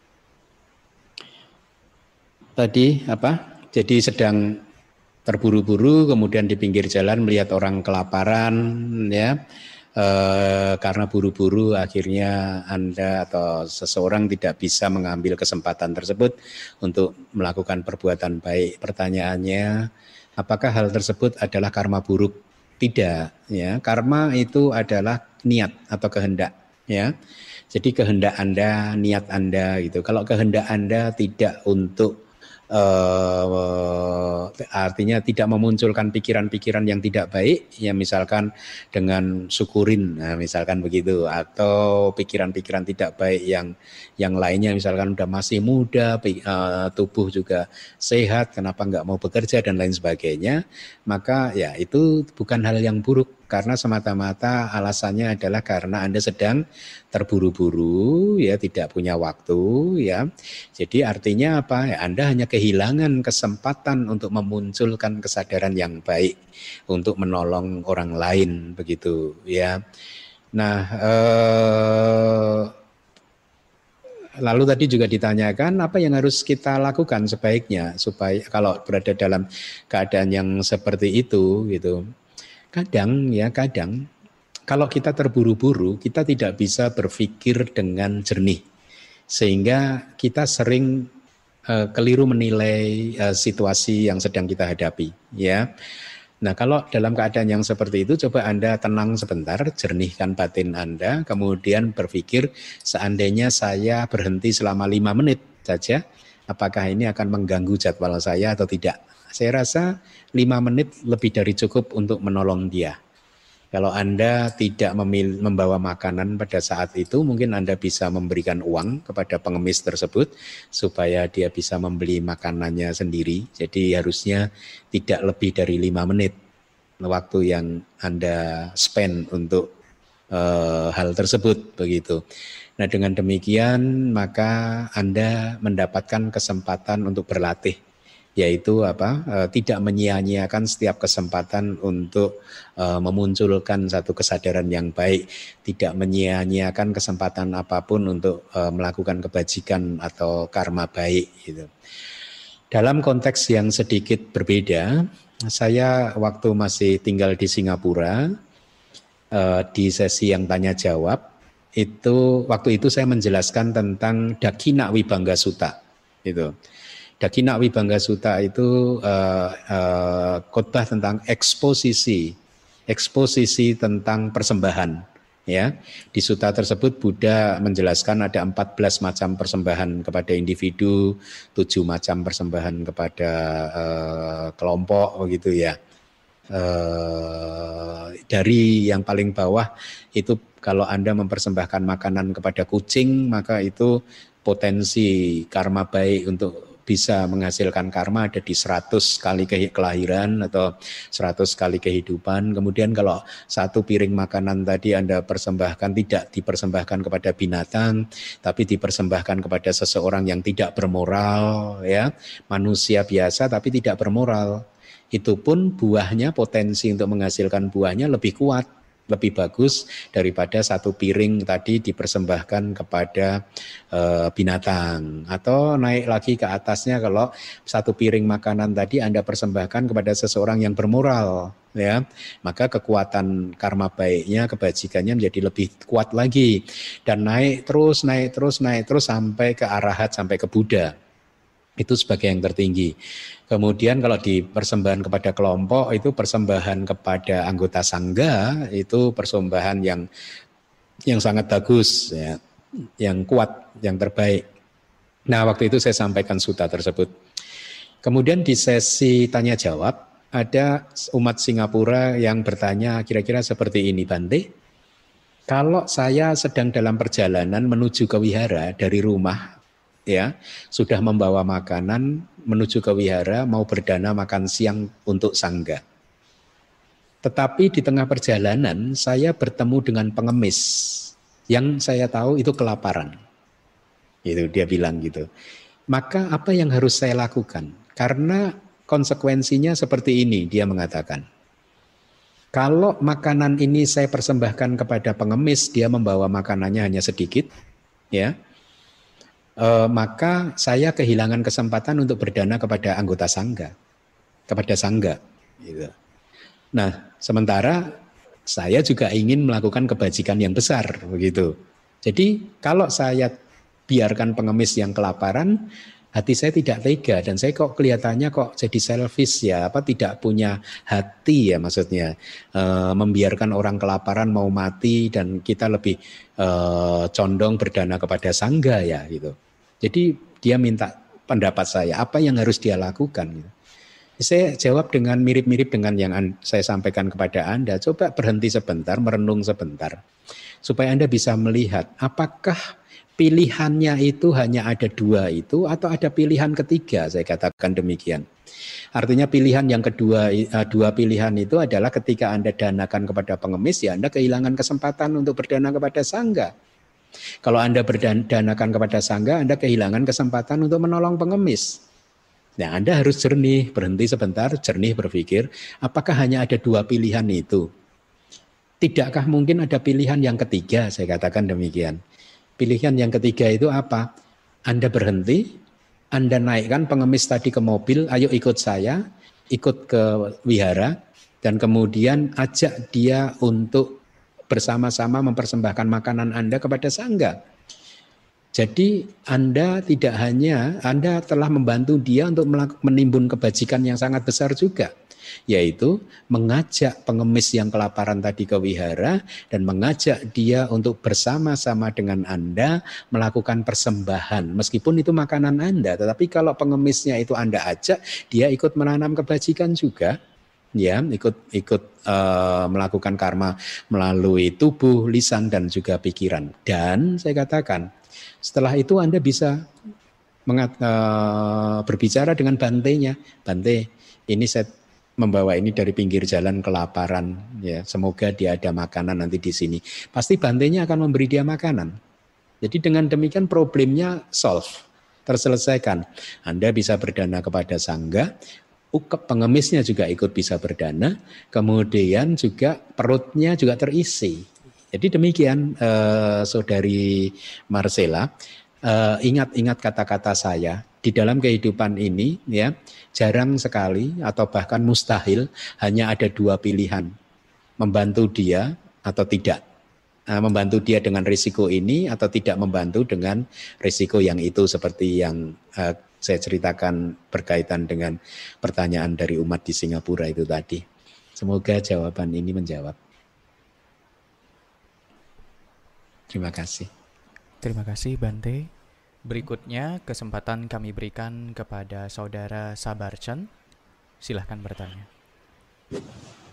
Tadi apa? Jadi sedang terburu-buru, kemudian di pinggir jalan melihat orang kelaparan, ya. Karena buru-buru akhirnya Anda atau seseorang tidak bisa mengambil kesempatan tersebut untuk melakukan perbuatan baik. Pertanyaannya, apakah hal tersebut adalah karma buruk? Tidak, ya. Karma itu adalah niat atau kehendak, ya. Jadi kehendak Anda, niat Anda gitu. Kalau kehendak Anda tidak untuk artinya tidak memunculkan pikiran-pikiran yang tidak baik, ya misalkan dengan syukurin, nah misalkan begitu, atau pikiran-pikiran tidak baik yang lainnya, misalkan udah masih muda, tubuh juga sehat, kenapa nggak mau bekerja dan lain sebagainya, maka ya itu bukan hal yang buruk karena semata-mata alasannya adalah karena Anda sedang terburu-buru, ya tidak punya waktu, ya. Jadi artinya apa? Ya, Anda hanya kehilangan kesempatan untuk memunculkan kesadaran yang baik untuk menolong orang lain, begitu, ya. Nah, lalu tadi juga ditanyakan apa yang harus kita lakukan sebaiknya supaya kalau berada dalam keadaan yang seperti itu, gitu. Kadang kalau kita terburu-buru, kita tidak bisa berpikir dengan jernih, sehingga kita sering keliru menilai situasi yang sedang kita hadapi, ya. Nah, kalau dalam keadaan yang seperti itu, coba Anda tenang sebentar, jernihkan batin Anda, kemudian berpikir, seandainya saya berhenti selama 5 menit saja, apakah ini akan mengganggu jadwal saya atau tidak? Saya rasa 5 menit lebih dari cukup untuk menolong dia. Kalau Anda tidak membawa makanan pada saat itu, mungkin Anda bisa memberikan uang kepada pengemis tersebut supaya dia bisa membeli makanannya sendiri. Jadi harusnya tidak lebih dari 5 menit waktu yang Anda spend untuk hal tersebut, begitu. Nah, dengan demikian maka Anda mendapatkan kesempatan untuk berlatih, yaitu tidak menyia-nyiakan setiap kesempatan untuk memunculkan satu kesadaran yang baik, tidak menyia-nyiakan kesempatan apapun untuk melakukan kebajikan atau karma baik, gitu. Dalam konteks yang sedikit berbeda, saya waktu masih tinggal di Singapura, di sesi yang tanya jawab, waktu itu saya menjelaskan tentang Dakina Vibhanga Sutta, itu. Dakina Vibhanga Sutta itu khotbah tentang eksposisi tentang persembahan, ya. Di sutta tersebut Buddha menjelaskan ada 14 macam persembahan kepada individu, 7 macam persembahan kepada kelompok, begitu ya. Dari yang paling bawah itu kalau Anda mempersembahkan makanan kepada kucing, maka itu potensi karma baik untuk bisa menghasilkan karma ada di 100 kali kelahiran atau 100 kali kehidupan. Kemudian kalau satu piring makanan tadi Anda persembahkan, tidak dipersembahkan kepada binatang, tapi dipersembahkan kepada seseorang yang tidak bermoral, ya, manusia biasa tapi tidak bermoral. Itu pun buahnya, potensi untuk menghasilkan buahnya lebih kuat, lebih bagus daripada satu piring tadi dipersembahkan kepada binatang. Atau naik lagi ke atasnya, kalau satu piring makanan tadi Anda persembahkan kepada seseorang yang bermoral, ya, maka kekuatan karma baiknya, kebajikannya menjadi lebih kuat lagi, dan naik terus sampai ke arahat, sampai ke Buddha. Itu sebagai yang tertinggi. Kemudian kalau di persembahan kepada kelompok, itu persembahan kepada anggota sangga, itu persembahan yang sangat bagus, ya, yang kuat, yang terbaik. Nah, waktu itu saya sampaikan sutta tersebut. Kemudian di sesi tanya jawab, ada umat Singapura yang bertanya kira-kira seperti ini, Bante. Kalau saya sedang dalam perjalanan menuju ke wihara dari rumah, ya, sudah membawa makanan menuju ke wihara, mau berdana makan siang untuk sangga. Tetapi di tengah perjalanan saya bertemu dengan pengemis yang saya tahu itu kelaparan. Itu dia bilang gitu. Maka apa yang harus saya lakukan? Karena konsekuensinya seperti ini, dia mengatakan. Kalau makanan ini saya persembahkan kepada pengemis, dia membawa makanannya hanya sedikit, ya. Maka saya kehilangan kesempatan untuk berdana kepada anggota sangga, kepada sangga, gitu. Nah, sementara saya juga ingin melakukan kebajikan yang besar, begitu. Jadi kalau saya biarkan pengemis yang kelaparan, hati saya tidak tega, dan saya kok kelihatannya kok jadi selfish, ya, tidak punya hati, ya, maksudnya membiarkan orang kelaparan mau mati dan kita lebih condong berdana kepada sangga, ya, gitu. Jadi dia minta pendapat saya, apa yang harus dia lakukan, gitu. Saya jawab dengan mirip-mirip dengan yang saya sampaikan kepada Anda. Coba berhenti sebentar, merenung sebentar, supaya Anda bisa melihat apakah pilihannya itu hanya ada dua itu, atau ada pilihan ketiga. Saya katakan demikian. Artinya pilihan yang kedua, dua pilihan itu adalah ketika Anda danakan kepada pengemis, ya Anda kehilangan kesempatan untuk berdana kepada sangga. Kalau Anda berdanakan kepada sangga, Anda kehilangan kesempatan untuk menolong pengemis. Nah, Anda harus jernih, berhenti sebentar, jernih berpikir, apakah hanya ada dua pilihan itu? Tidakkah mungkin ada pilihan yang ketiga? Saya katakan demikian. Pilihan yang ketiga itu apa? Anda berhenti, Anda naikkan pengemis tadi ke mobil, ayo ikut saya, ikut ke wihara, dan kemudian ajak dia untuk bersama-sama mempersembahkan makanan Anda kepada sangga. Jadi Anda tidak hanya, Anda telah membantu dia untuk menimbun kebajikan yang sangat besar juga, yaitu mengajak pengemis yang kelaparan tadi ke wihara dan mengajak dia untuk bersama-sama dengan Anda melakukan persembahan. Meskipun itu makanan Anda, tetapi kalau pengemisnya itu Anda ajak, dia ikut menanam kebajikan juga. Ya, ikut melakukan karma melalui tubuh, lisan, dan juga pikiran. Dan saya katakan, setelah itu Anda bisa berbicara dengan bantenya. Bante, ini saya membawa ini dari pinggir jalan kelaparan, ya, semoga dia ada makanan nanti di sini. Pasti bantenya akan memberi dia makanan. Jadi dengan demikian problemnya terselesaikan. Anda bisa berdana kepada sangga, pengemisnya juga ikut bisa berdana, kemudian juga perutnya juga terisi. Jadi demikian, Saudari Marcella, ingat-ingat kata-kata saya. Di dalam kehidupan ini, ya, jarang sekali atau bahkan mustahil hanya ada dua pilihan, membantu dia atau tidak, membantu dia dengan risiko ini atau tidak membantu dengan risiko yang itu, seperti yang saya ceritakan berkaitan dengan pertanyaan dari umat di Singapura itu tadi. Semoga jawaban ini menjawab. Terima kasih.
Terima kasih, Bante. Berikutnya kesempatan kami berikan kepada Saudara Sabarchan. Silahkan bertanya.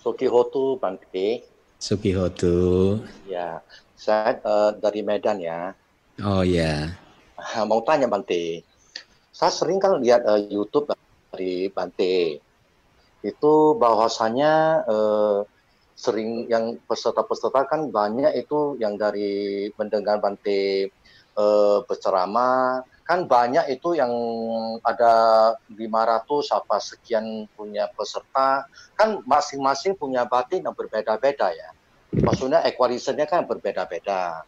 Sukihoto Bante.
Sukihoto.
Ya, saya dari Medan ya.
Oh ya.
Mau tanya Bante, saya sering kan lihat YouTube dari Bante. Itu bahwasanya sering yang peserta-peserta kan banyak itu yang dari mendengar Bante berceramah, kan banyak itu yang ada 500 apa sekian punya peserta, kan masing-masing punya batin yang berbeda-beda ya. Maksudnya equalizer-nya kan berbeda-beda.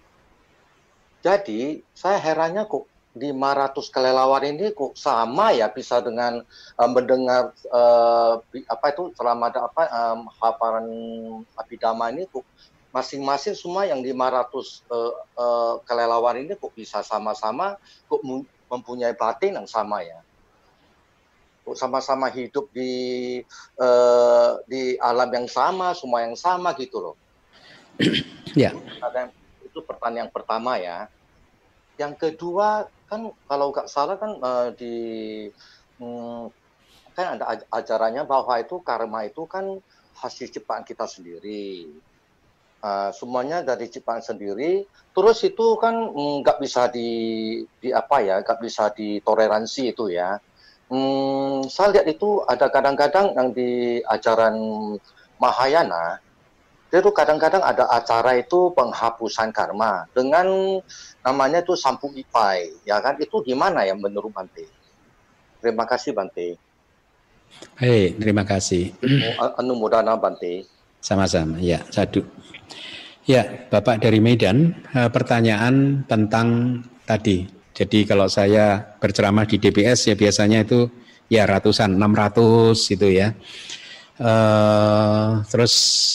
Jadi saya herannya kok 500 kelelawar ini kok sama ya bisa dengan mendengar apa itu selama ada hafalan Abhidhamma ini kok masing-masing semua yang 500 kelelawar ini kok bisa sama-sama kok mempunyai batin yang sama ya. Kok sama-sama hidup di alam yang sama, semua yang sama gitu loh.
Ya.
Itu pertanyaan yang pertama ya. Yang kedua kan kalau nggak salah kan kan ada ajarannya bahwa itu karma itu kan hasil ciptaan kita sendiri. Semuanya dari ciptaan sendiri. Terus itu kan nggak bisa nggak bisa ditoleransi itu ya. Saya lihat itu ada kadang-kadang yang di ajaran Mahayana. Itu kadang-kadang ada acara itu penghapusan karma dengan namanya itu Sampu Ipai, ya kan? Itu gimana ya menurut Bante? Terima kasih Bante.
Hei, terima kasih.
Anumodana Bante.
Sama-sama, ya, sadu. Ya, Bapak dari Medan, pertanyaan tentang tadi. Jadi kalau saya berceramah di DBS ya biasanya itu ya ratusan, 600 gitu ya. Terus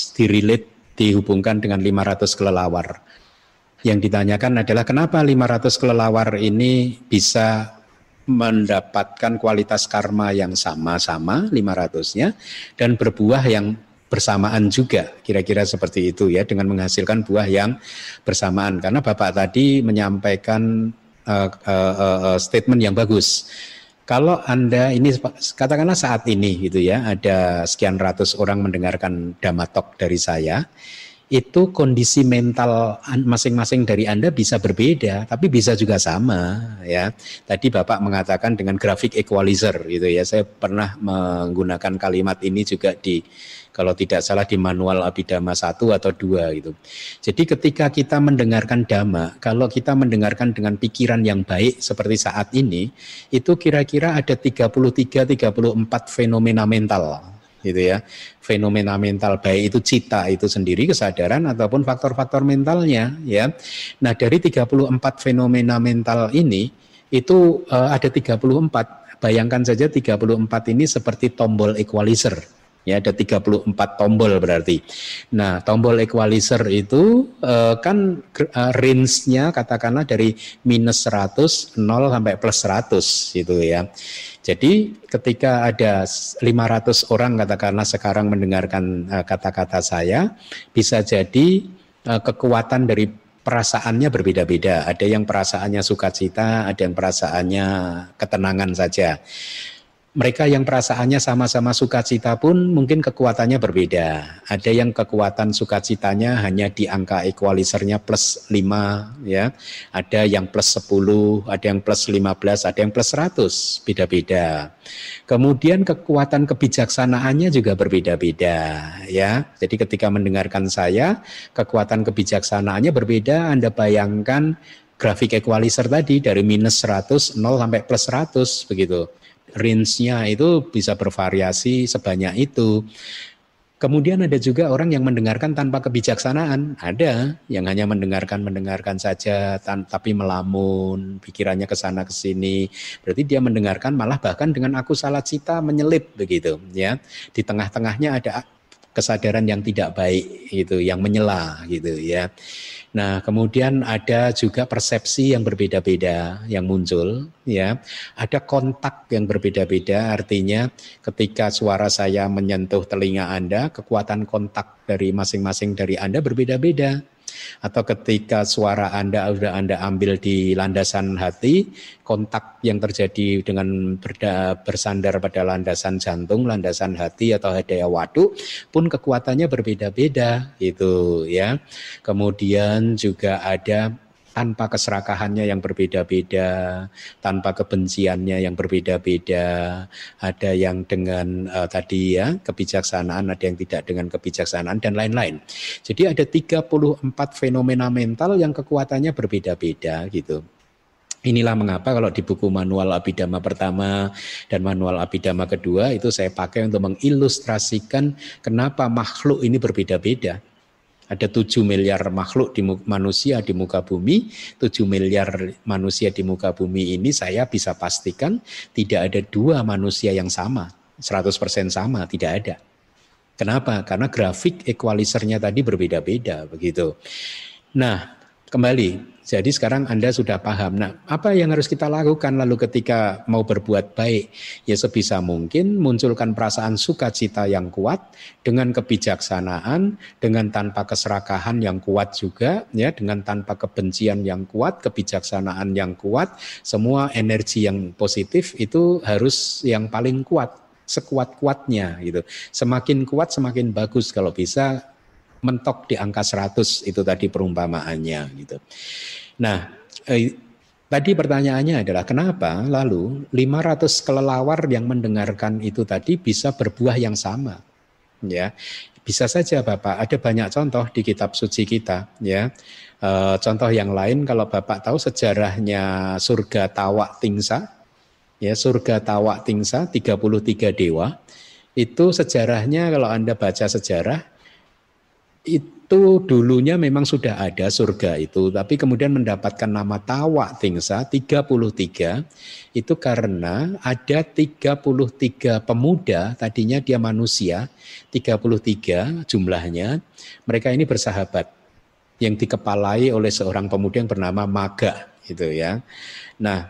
dihubungkan dengan 500 kelelawar. Yang ditanyakan adalah kenapa 500 kelelawar ini bisa mendapatkan kualitas karma yang sama-sama 500-nya dan berbuah yang bersamaan juga, kira-kira seperti itu ya, dengan menghasilkan buah yang bersamaan. Karena Bapak tadi menyampaikan statement yang bagus. Kalau Anda ini katakanlah saat ini gitu ya, ada sekian ratus orang mendengarkan Dhamma Talk dari saya, itu kondisi mental masing-masing dari Anda bisa berbeda, tapi bisa juga sama ya. Tadi Bapak mengatakan dengan grafik equalizer gitu ya. Saya pernah menggunakan kalimat ini juga kalau tidak salah di manual Abhidhamma 1 atau 2 gitu. Jadi ketika kita mendengarkan Dhamma, kalau kita mendengarkan dengan pikiran yang baik seperti saat ini, itu kira-kira ada 33-34 fenomena mental gitu ya. Fenomena mental baik itu cita itu sendiri, kesadaran ataupun faktor-faktor mentalnya ya. Nah, dari 34 fenomena mental ini itu ada 34. Bayangkan saja 34 ini seperti tombol equalizer. Ya, ada 34 tombol berarti. Nah, tombol equalizer itu kan range-nya katakanlah dari minus 100, 0 sampai plus 100 gitu ya. Jadi ketika ada 500 orang katakanlah sekarang mendengarkan kata-kata saya, bisa jadi kekuatan dari perasaannya berbeda-beda. Ada yang perasaannya sukacita, ada yang perasaannya ketenangan saja. Mereka yang perasaannya sama-sama sukacita pun mungkin kekuatannya berbeda. Ada yang kekuatan sukacitanya hanya di angka equalizernya plus 5 ya. Ada yang plus 10, ada yang plus 15, ada yang plus 100, beda-beda. Kemudian kekuatan kebijaksanaannya juga berbeda-beda ya. Jadi ketika mendengarkan saya, kekuatan kebijaksanaannya berbeda. Anda bayangkan grafik equalizer tadi dari minus 100, 0 sampai plus 100 begitu. Range-nya itu bisa bervariasi sebanyak itu. Kemudian ada juga orang yang mendengarkan tanpa kebijaksanaan. Ada yang hanya mendengarkan saja tapi melamun, pikirannya ke sana ke sini. Berarti dia mendengarkan malah bahkan dengan akusala cita menyelip begitu ya. Di tengah-tengahnya ada kesadaran yang tidak baik gitu, yang menyela gitu ya. Nah, kemudian ada juga persepsi yang berbeda-beda yang muncul ya. Ada kontak yang berbeda-beda, artinya ketika suara saya menyentuh telinga Anda, kekuatan kontak dari masing-masing dari Anda berbeda-beda. Atau ketika suara Anda sudah Anda ambil di landasan hati, kontak yang terjadi dengan bersandar pada landasan jantung, landasan hati atau hadaya waduk pun kekuatannya berbeda-beda gitu ya. Kemudian juga ada tanpa keserakahannya yang berbeda-beda, tanpa kebenciannya yang berbeda-beda, ada yang dengan tadi ya kebijaksanaan, ada yang tidak dengan kebijaksanaan dan lain-lain. Jadi ada 34 fenomena mental yang kekuatannya berbeda-beda gitu. Inilah mengapa kalau di buku manual Abhidhamma pertama dan manual Abhidhamma kedua itu saya pakai untuk mengilustrasikan kenapa makhluk ini berbeda-beda. Ada 7 miliar makhluk manusia di muka bumi, 7 miliar manusia di muka bumi ini saya bisa pastikan tidak ada 2 manusia yang sama, 100% sama, tidak ada. Kenapa? Karena grafik equalizernya tadi berbeda-beda begitu. Nah, kembali. Jadi sekarang Anda sudah paham. Nah, apa yang harus kita lakukan lalu ketika mau berbuat baik? Ya sebisa mungkin munculkan perasaan sukacita yang kuat dengan kebijaksanaan, dengan tanpa keserakahan yang kuat juga, ya, dengan tanpa kebencian yang kuat, kebijaksanaan yang kuat, semua energi yang positif itu harus yang paling kuat, sekuat-kuatnya gitu. Semakin kuat semakin bagus kalau bisa mentok di angka 100 itu tadi perumpamaannya gitu. Nah, tadi pertanyaannya adalah kenapa lalu 500 kelelawar yang mendengarkan itu tadi bisa berbuah yang sama? Ya, bisa saja Bapak. Ada banyak contoh di kitab suci kita. Ya, contoh yang lain kalau Bapak tahu sejarahnya surga Tawa Tingsa. Ya, surga Tawa Tingsa 33 dewa. Itu sejarahnya kalau Anda baca sejarah itu dulunya memang sudah ada surga itu, tapi kemudian mendapatkan nama Tawa Tingsa 33 itu karena ada 33 pemuda, tadinya dia manusia, 33 jumlahnya, mereka ini bersahabat yang dikepalai oleh seorang pemuda yang bernama Maga gitu ya. Nah,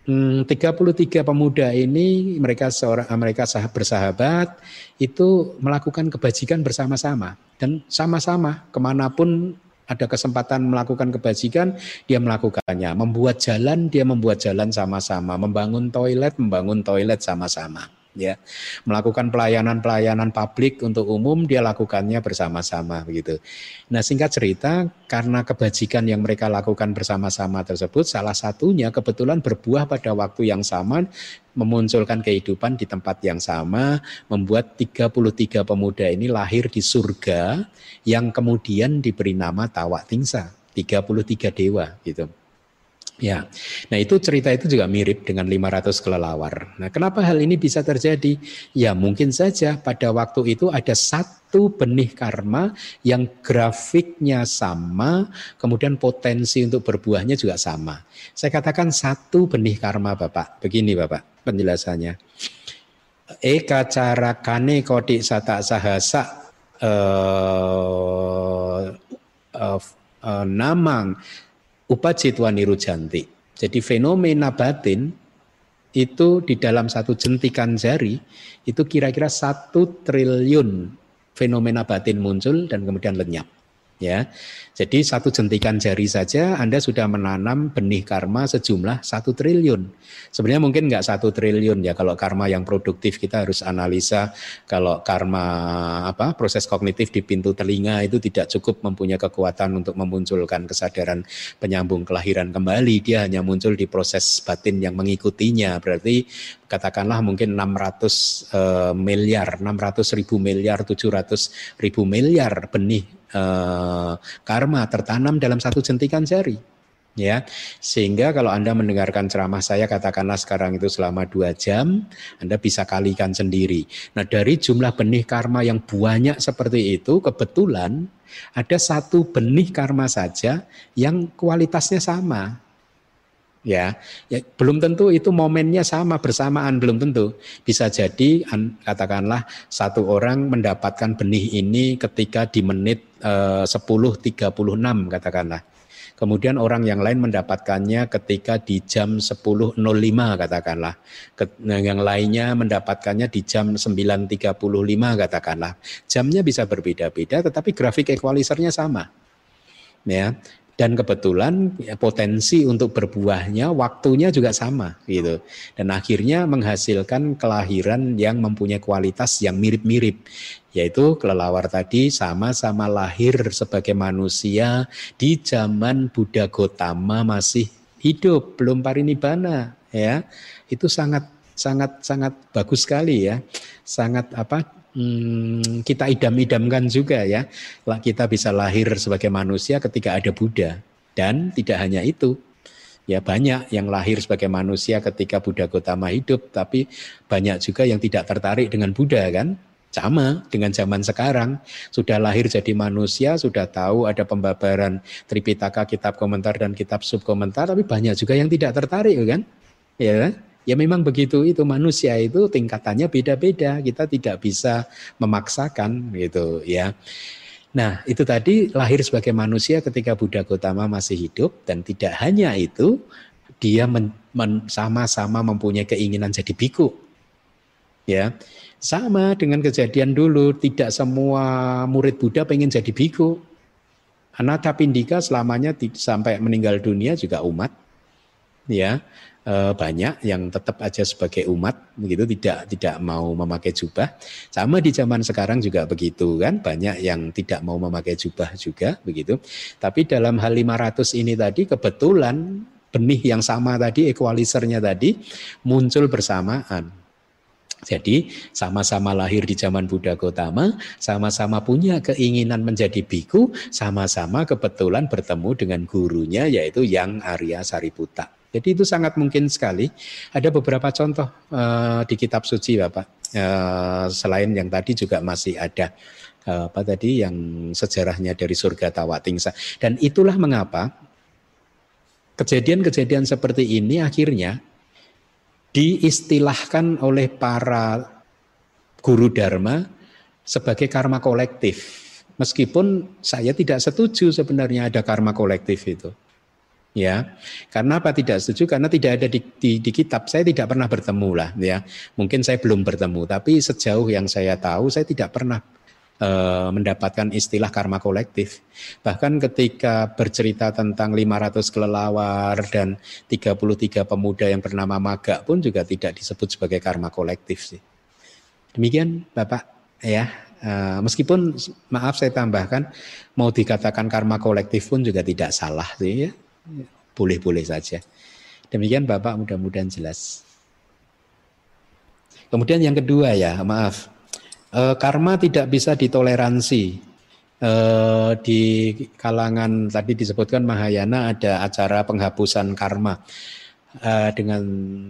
33 pemuda ini mereka bersahabat itu melakukan kebajikan bersama-sama dan sama-sama kemanapun ada kesempatan melakukan kebajikan dia melakukannya, membuat jalan dia membuat jalan sama-sama, membangun toilet sama-sama. Ya, melakukan pelayanan publik untuk umum dia lakukannya bersama-sama begitu. Nah, singkat cerita karena kebajikan yang mereka lakukan bersama-sama tersebut salah satunya kebetulan berbuah pada waktu yang sama, memunculkan kehidupan di tempat yang sama, membuat 33 pemuda ini lahir di surga yang kemudian diberi nama Tawa Tingsa, 33 dewa gitu. Ya, nah itu cerita itu juga mirip dengan 500 kelelawar. Nah, kenapa hal ini bisa terjadi? Ya mungkin saja pada waktu itu ada satu benih karma yang grafiknya sama, kemudian potensi untuk berbuahnya juga sama. Saya katakan satu benih karma Bapak, begini Bapak penjelasannya. Eka cara kane kodik sata sahasa namang Upacitwa nirujanti. Jadi fenomena batin itu di dalam satu jentikan jari itu kira-kira 1 triliun fenomena batin muncul dan kemudian lenyap. Ya, jadi 1 jentikan jari saja Anda sudah menanam benih karma sejumlah 1 triliun. Sebenarnya mungkin nggak 1 triliun ya, kalau karma yang produktif kita harus analisa. Kalau karma proses kognitif di pintu telinga itu tidak cukup mempunyai kekuatan untuk memunculkan kesadaran penyambung kelahiran kembali. Dia hanya muncul di proses batin yang mengikutinya. Berarti katakanlah mungkin 600 miliar, 600 ribu miliar, 700 ribu miliar benih karma tertanam dalam 1 jentikan jari. Ya, sehingga kalau Anda mendengarkan ceramah saya katakanlah sekarang itu selama 2 jam, Anda bisa kalikan sendiri. Nah, dari jumlah benih karma yang banyak seperti itu, kebetulan ada 1 benih karma saja yang kualitasnya sama. Ya, belum tentu itu momennya sama bersamaan, belum tentu. Bisa jadi katakanlah 1 orang mendapatkan benih ini ketika di menit 10.36 katakanlah. Kemudian orang yang lain mendapatkannya ketika di jam 10.05 katakanlah. Yang lainnya mendapatkannya di jam 9.35 katakanlah. Jamnya bisa berbeda-beda tetapi grafik equalizernya sama. ya. Dan kebetulan ya, potensi untuk berbuahnya waktunya juga sama gitu. Dan akhirnya menghasilkan kelahiran yang mempunyai kualitas yang mirip-mirip. Yaitu kelelawar tadi sama-sama lahir sebagai manusia di zaman Buddha Gotama masih hidup, belum parinibbana ya. Itu sangat bagus sekali ya. Sangat kita idam-idamkan juga ya, kita bisa lahir sebagai manusia ketika ada Buddha. Dan tidak hanya itu, ya banyak yang lahir sebagai manusia ketika Buddha Gotama hidup, tapi banyak juga yang tidak tertarik dengan Buddha kan. Sama dengan zaman sekarang, sudah lahir jadi manusia, sudah tahu ada pembabaran Tripitaka, kitab komentar dan kitab subkomentar, tapi banyak juga yang tidak tertarik kan, ya kan? Ya memang begitu, itu manusia itu tingkatannya beda-beda, kita tidak bisa memaksakan gitu ya. Nah itu tadi lahir sebagai manusia ketika Buddha Gotama masih hidup, dan tidak hanya itu, dia sama-sama mempunyai keinginan jadi biku. Ya, sama dengan kejadian dulu, tidak semua murid Buddha pengen jadi biku. Anathapindika selamanya sampai meninggal dunia juga umat, ya. Banyak yang tetap aja sebagai umat begitu, tidak mau memakai jubah. Sama di zaman sekarang juga begitu kan, banyak yang tidak mau memakai jubah juga begitu. Tapi dalam hal 500 ini tadi kebetulan benih yang sama tadi, equalizernya tadi muncul bersamaan. Jadi sama-sama lahir di zaman Buddha Gotama, sama-sama punya keinginan menjadi biku, sama-sama kebetulan bertemu dengan gurunya yaitu Yang Arya Sariputta. Jadi itu sangat mungkin sekali. Ada beberapa contoh di kitab suci Bapak. Selain yang tadi juga masih ada yang sejarahnya dari surga Tawatingsa. Dan itulah mengapa kejadian-kejadian seperti ini akhirnya diistilahkan oleh para guru dharma sebagai karma kolektif. Meskipun saya tidak setuju sebenarnya ada karma kolektif itu. Ya, karena apa tidak setuju? Karena tidak ada di kitab. Saya tidak pernah bertemu lah, ya. Mungkin saya belum bertemu, tapi sejauh yang saya tahu, saya tidak pernah mendapatkan istilah karma kolektif. Bahkan ketika bercerita tentang 500 kelelawar dan 33 pemuda yang bernama Maga pun juga tidak disebut sebagai karma kolektif sih. Demikian Bapak, ya. Meskipun maaf saya tambahkan, mau dikatakan karma kolektif pun juga tidak salah sih, ya. Boleh-boleh saja. Demikian Bapak, mudah-mudahan jelas. Kemudian yang kedua ya, maaf, karma tidak bisa ditoleransi. Di kalangan tadi disebutkan Mahayana ada acara penghapusan karma dengan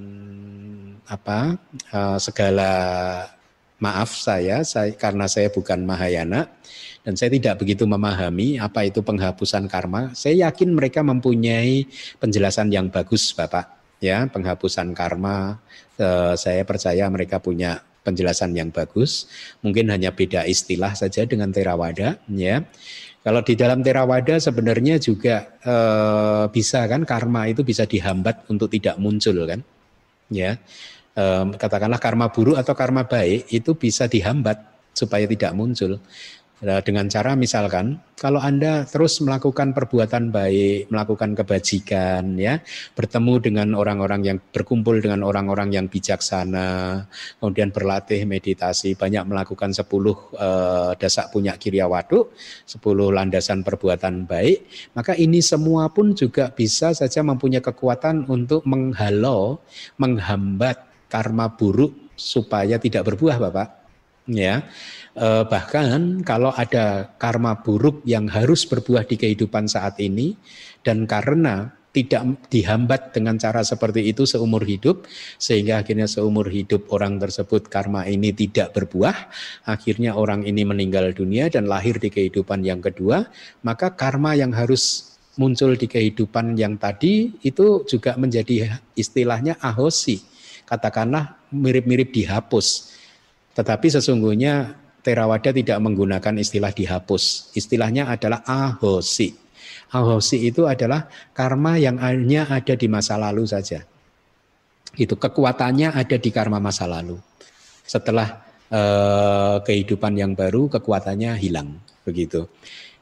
segala maaf saya karena saya bukan Mahayana. Dan saya tidak begitu memahami apa itu penghapusan karma. Saya yakin mereka mempunyai penjelasan yang bagus Bapak. Ya, penghapusan karma, saya percaya mereka punya penjelasan yang bagus. Mungkin hanya beda istilah saja dengan Theravada. Ya. Kalau di dalam Theravada sebenarnya juga bisa kan, karma itu bisa dihambat untuk tidak muncul kan. Ya, katakanlah karma buruk atau karma baik itu bisa dihambat supaya tidak muncul. Dengan cara misalkan kalau Anda terus melakukan perbuatan baik, melakukan kebajikan ya, bertemu dengan orang-orang yang berkumpul dengan orang-orang yang bijaksana, kemudian berlatih meditasi, banyak melakukan 10 dasak punya kirya waduk, 10 landasan perbuatan baik, maka ini semua pun juga bisa saja mempunyai kekuatan untuk menghalau, menghambat karma buruk supaya tidak berbuah Bapak. Ya, bahkan kalau ada karma buruk yang harus berbuah di kehidupan saat ini dan karena tidak dihambat dengan cara seperti itu seumur hidup, sehingga akhirnya seumur hidup orang tersebut karma ini tidak berbuah, akhirnya orang ini meninggal dunia dan lahir di kehidupan yang kedua, maka karma yang harus muncul di kehidupan yang tadi itu juga menjadi istilahnya ahosi, katakanlah mirip-mirip dihapus. Tetapi sesungguhnya Theravada tidak menggunakan istilah dihapus. Istilahnya adalah ahosi. Ahosi itu adalah karma yang hanya ada di masa lalu saja. Itu kekuatannya ada di karma masa lalu. Setelah kehidupan yang baru kekuatannya hilang. Begitu.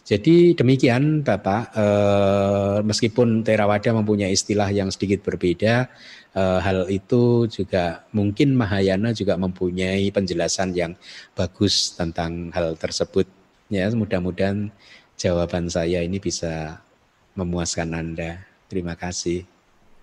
Jadi demikian Bapak, meskipun Theravada mempunyai istilah yang sedikit berbeda, hal itu juga mungkin Mahayana juga mempunyai penjelasan yang bagus tentang hal tersebut. Ya, mudah-mudahan jawaban saya ini bisa memuaskan Anda. Terima kasih.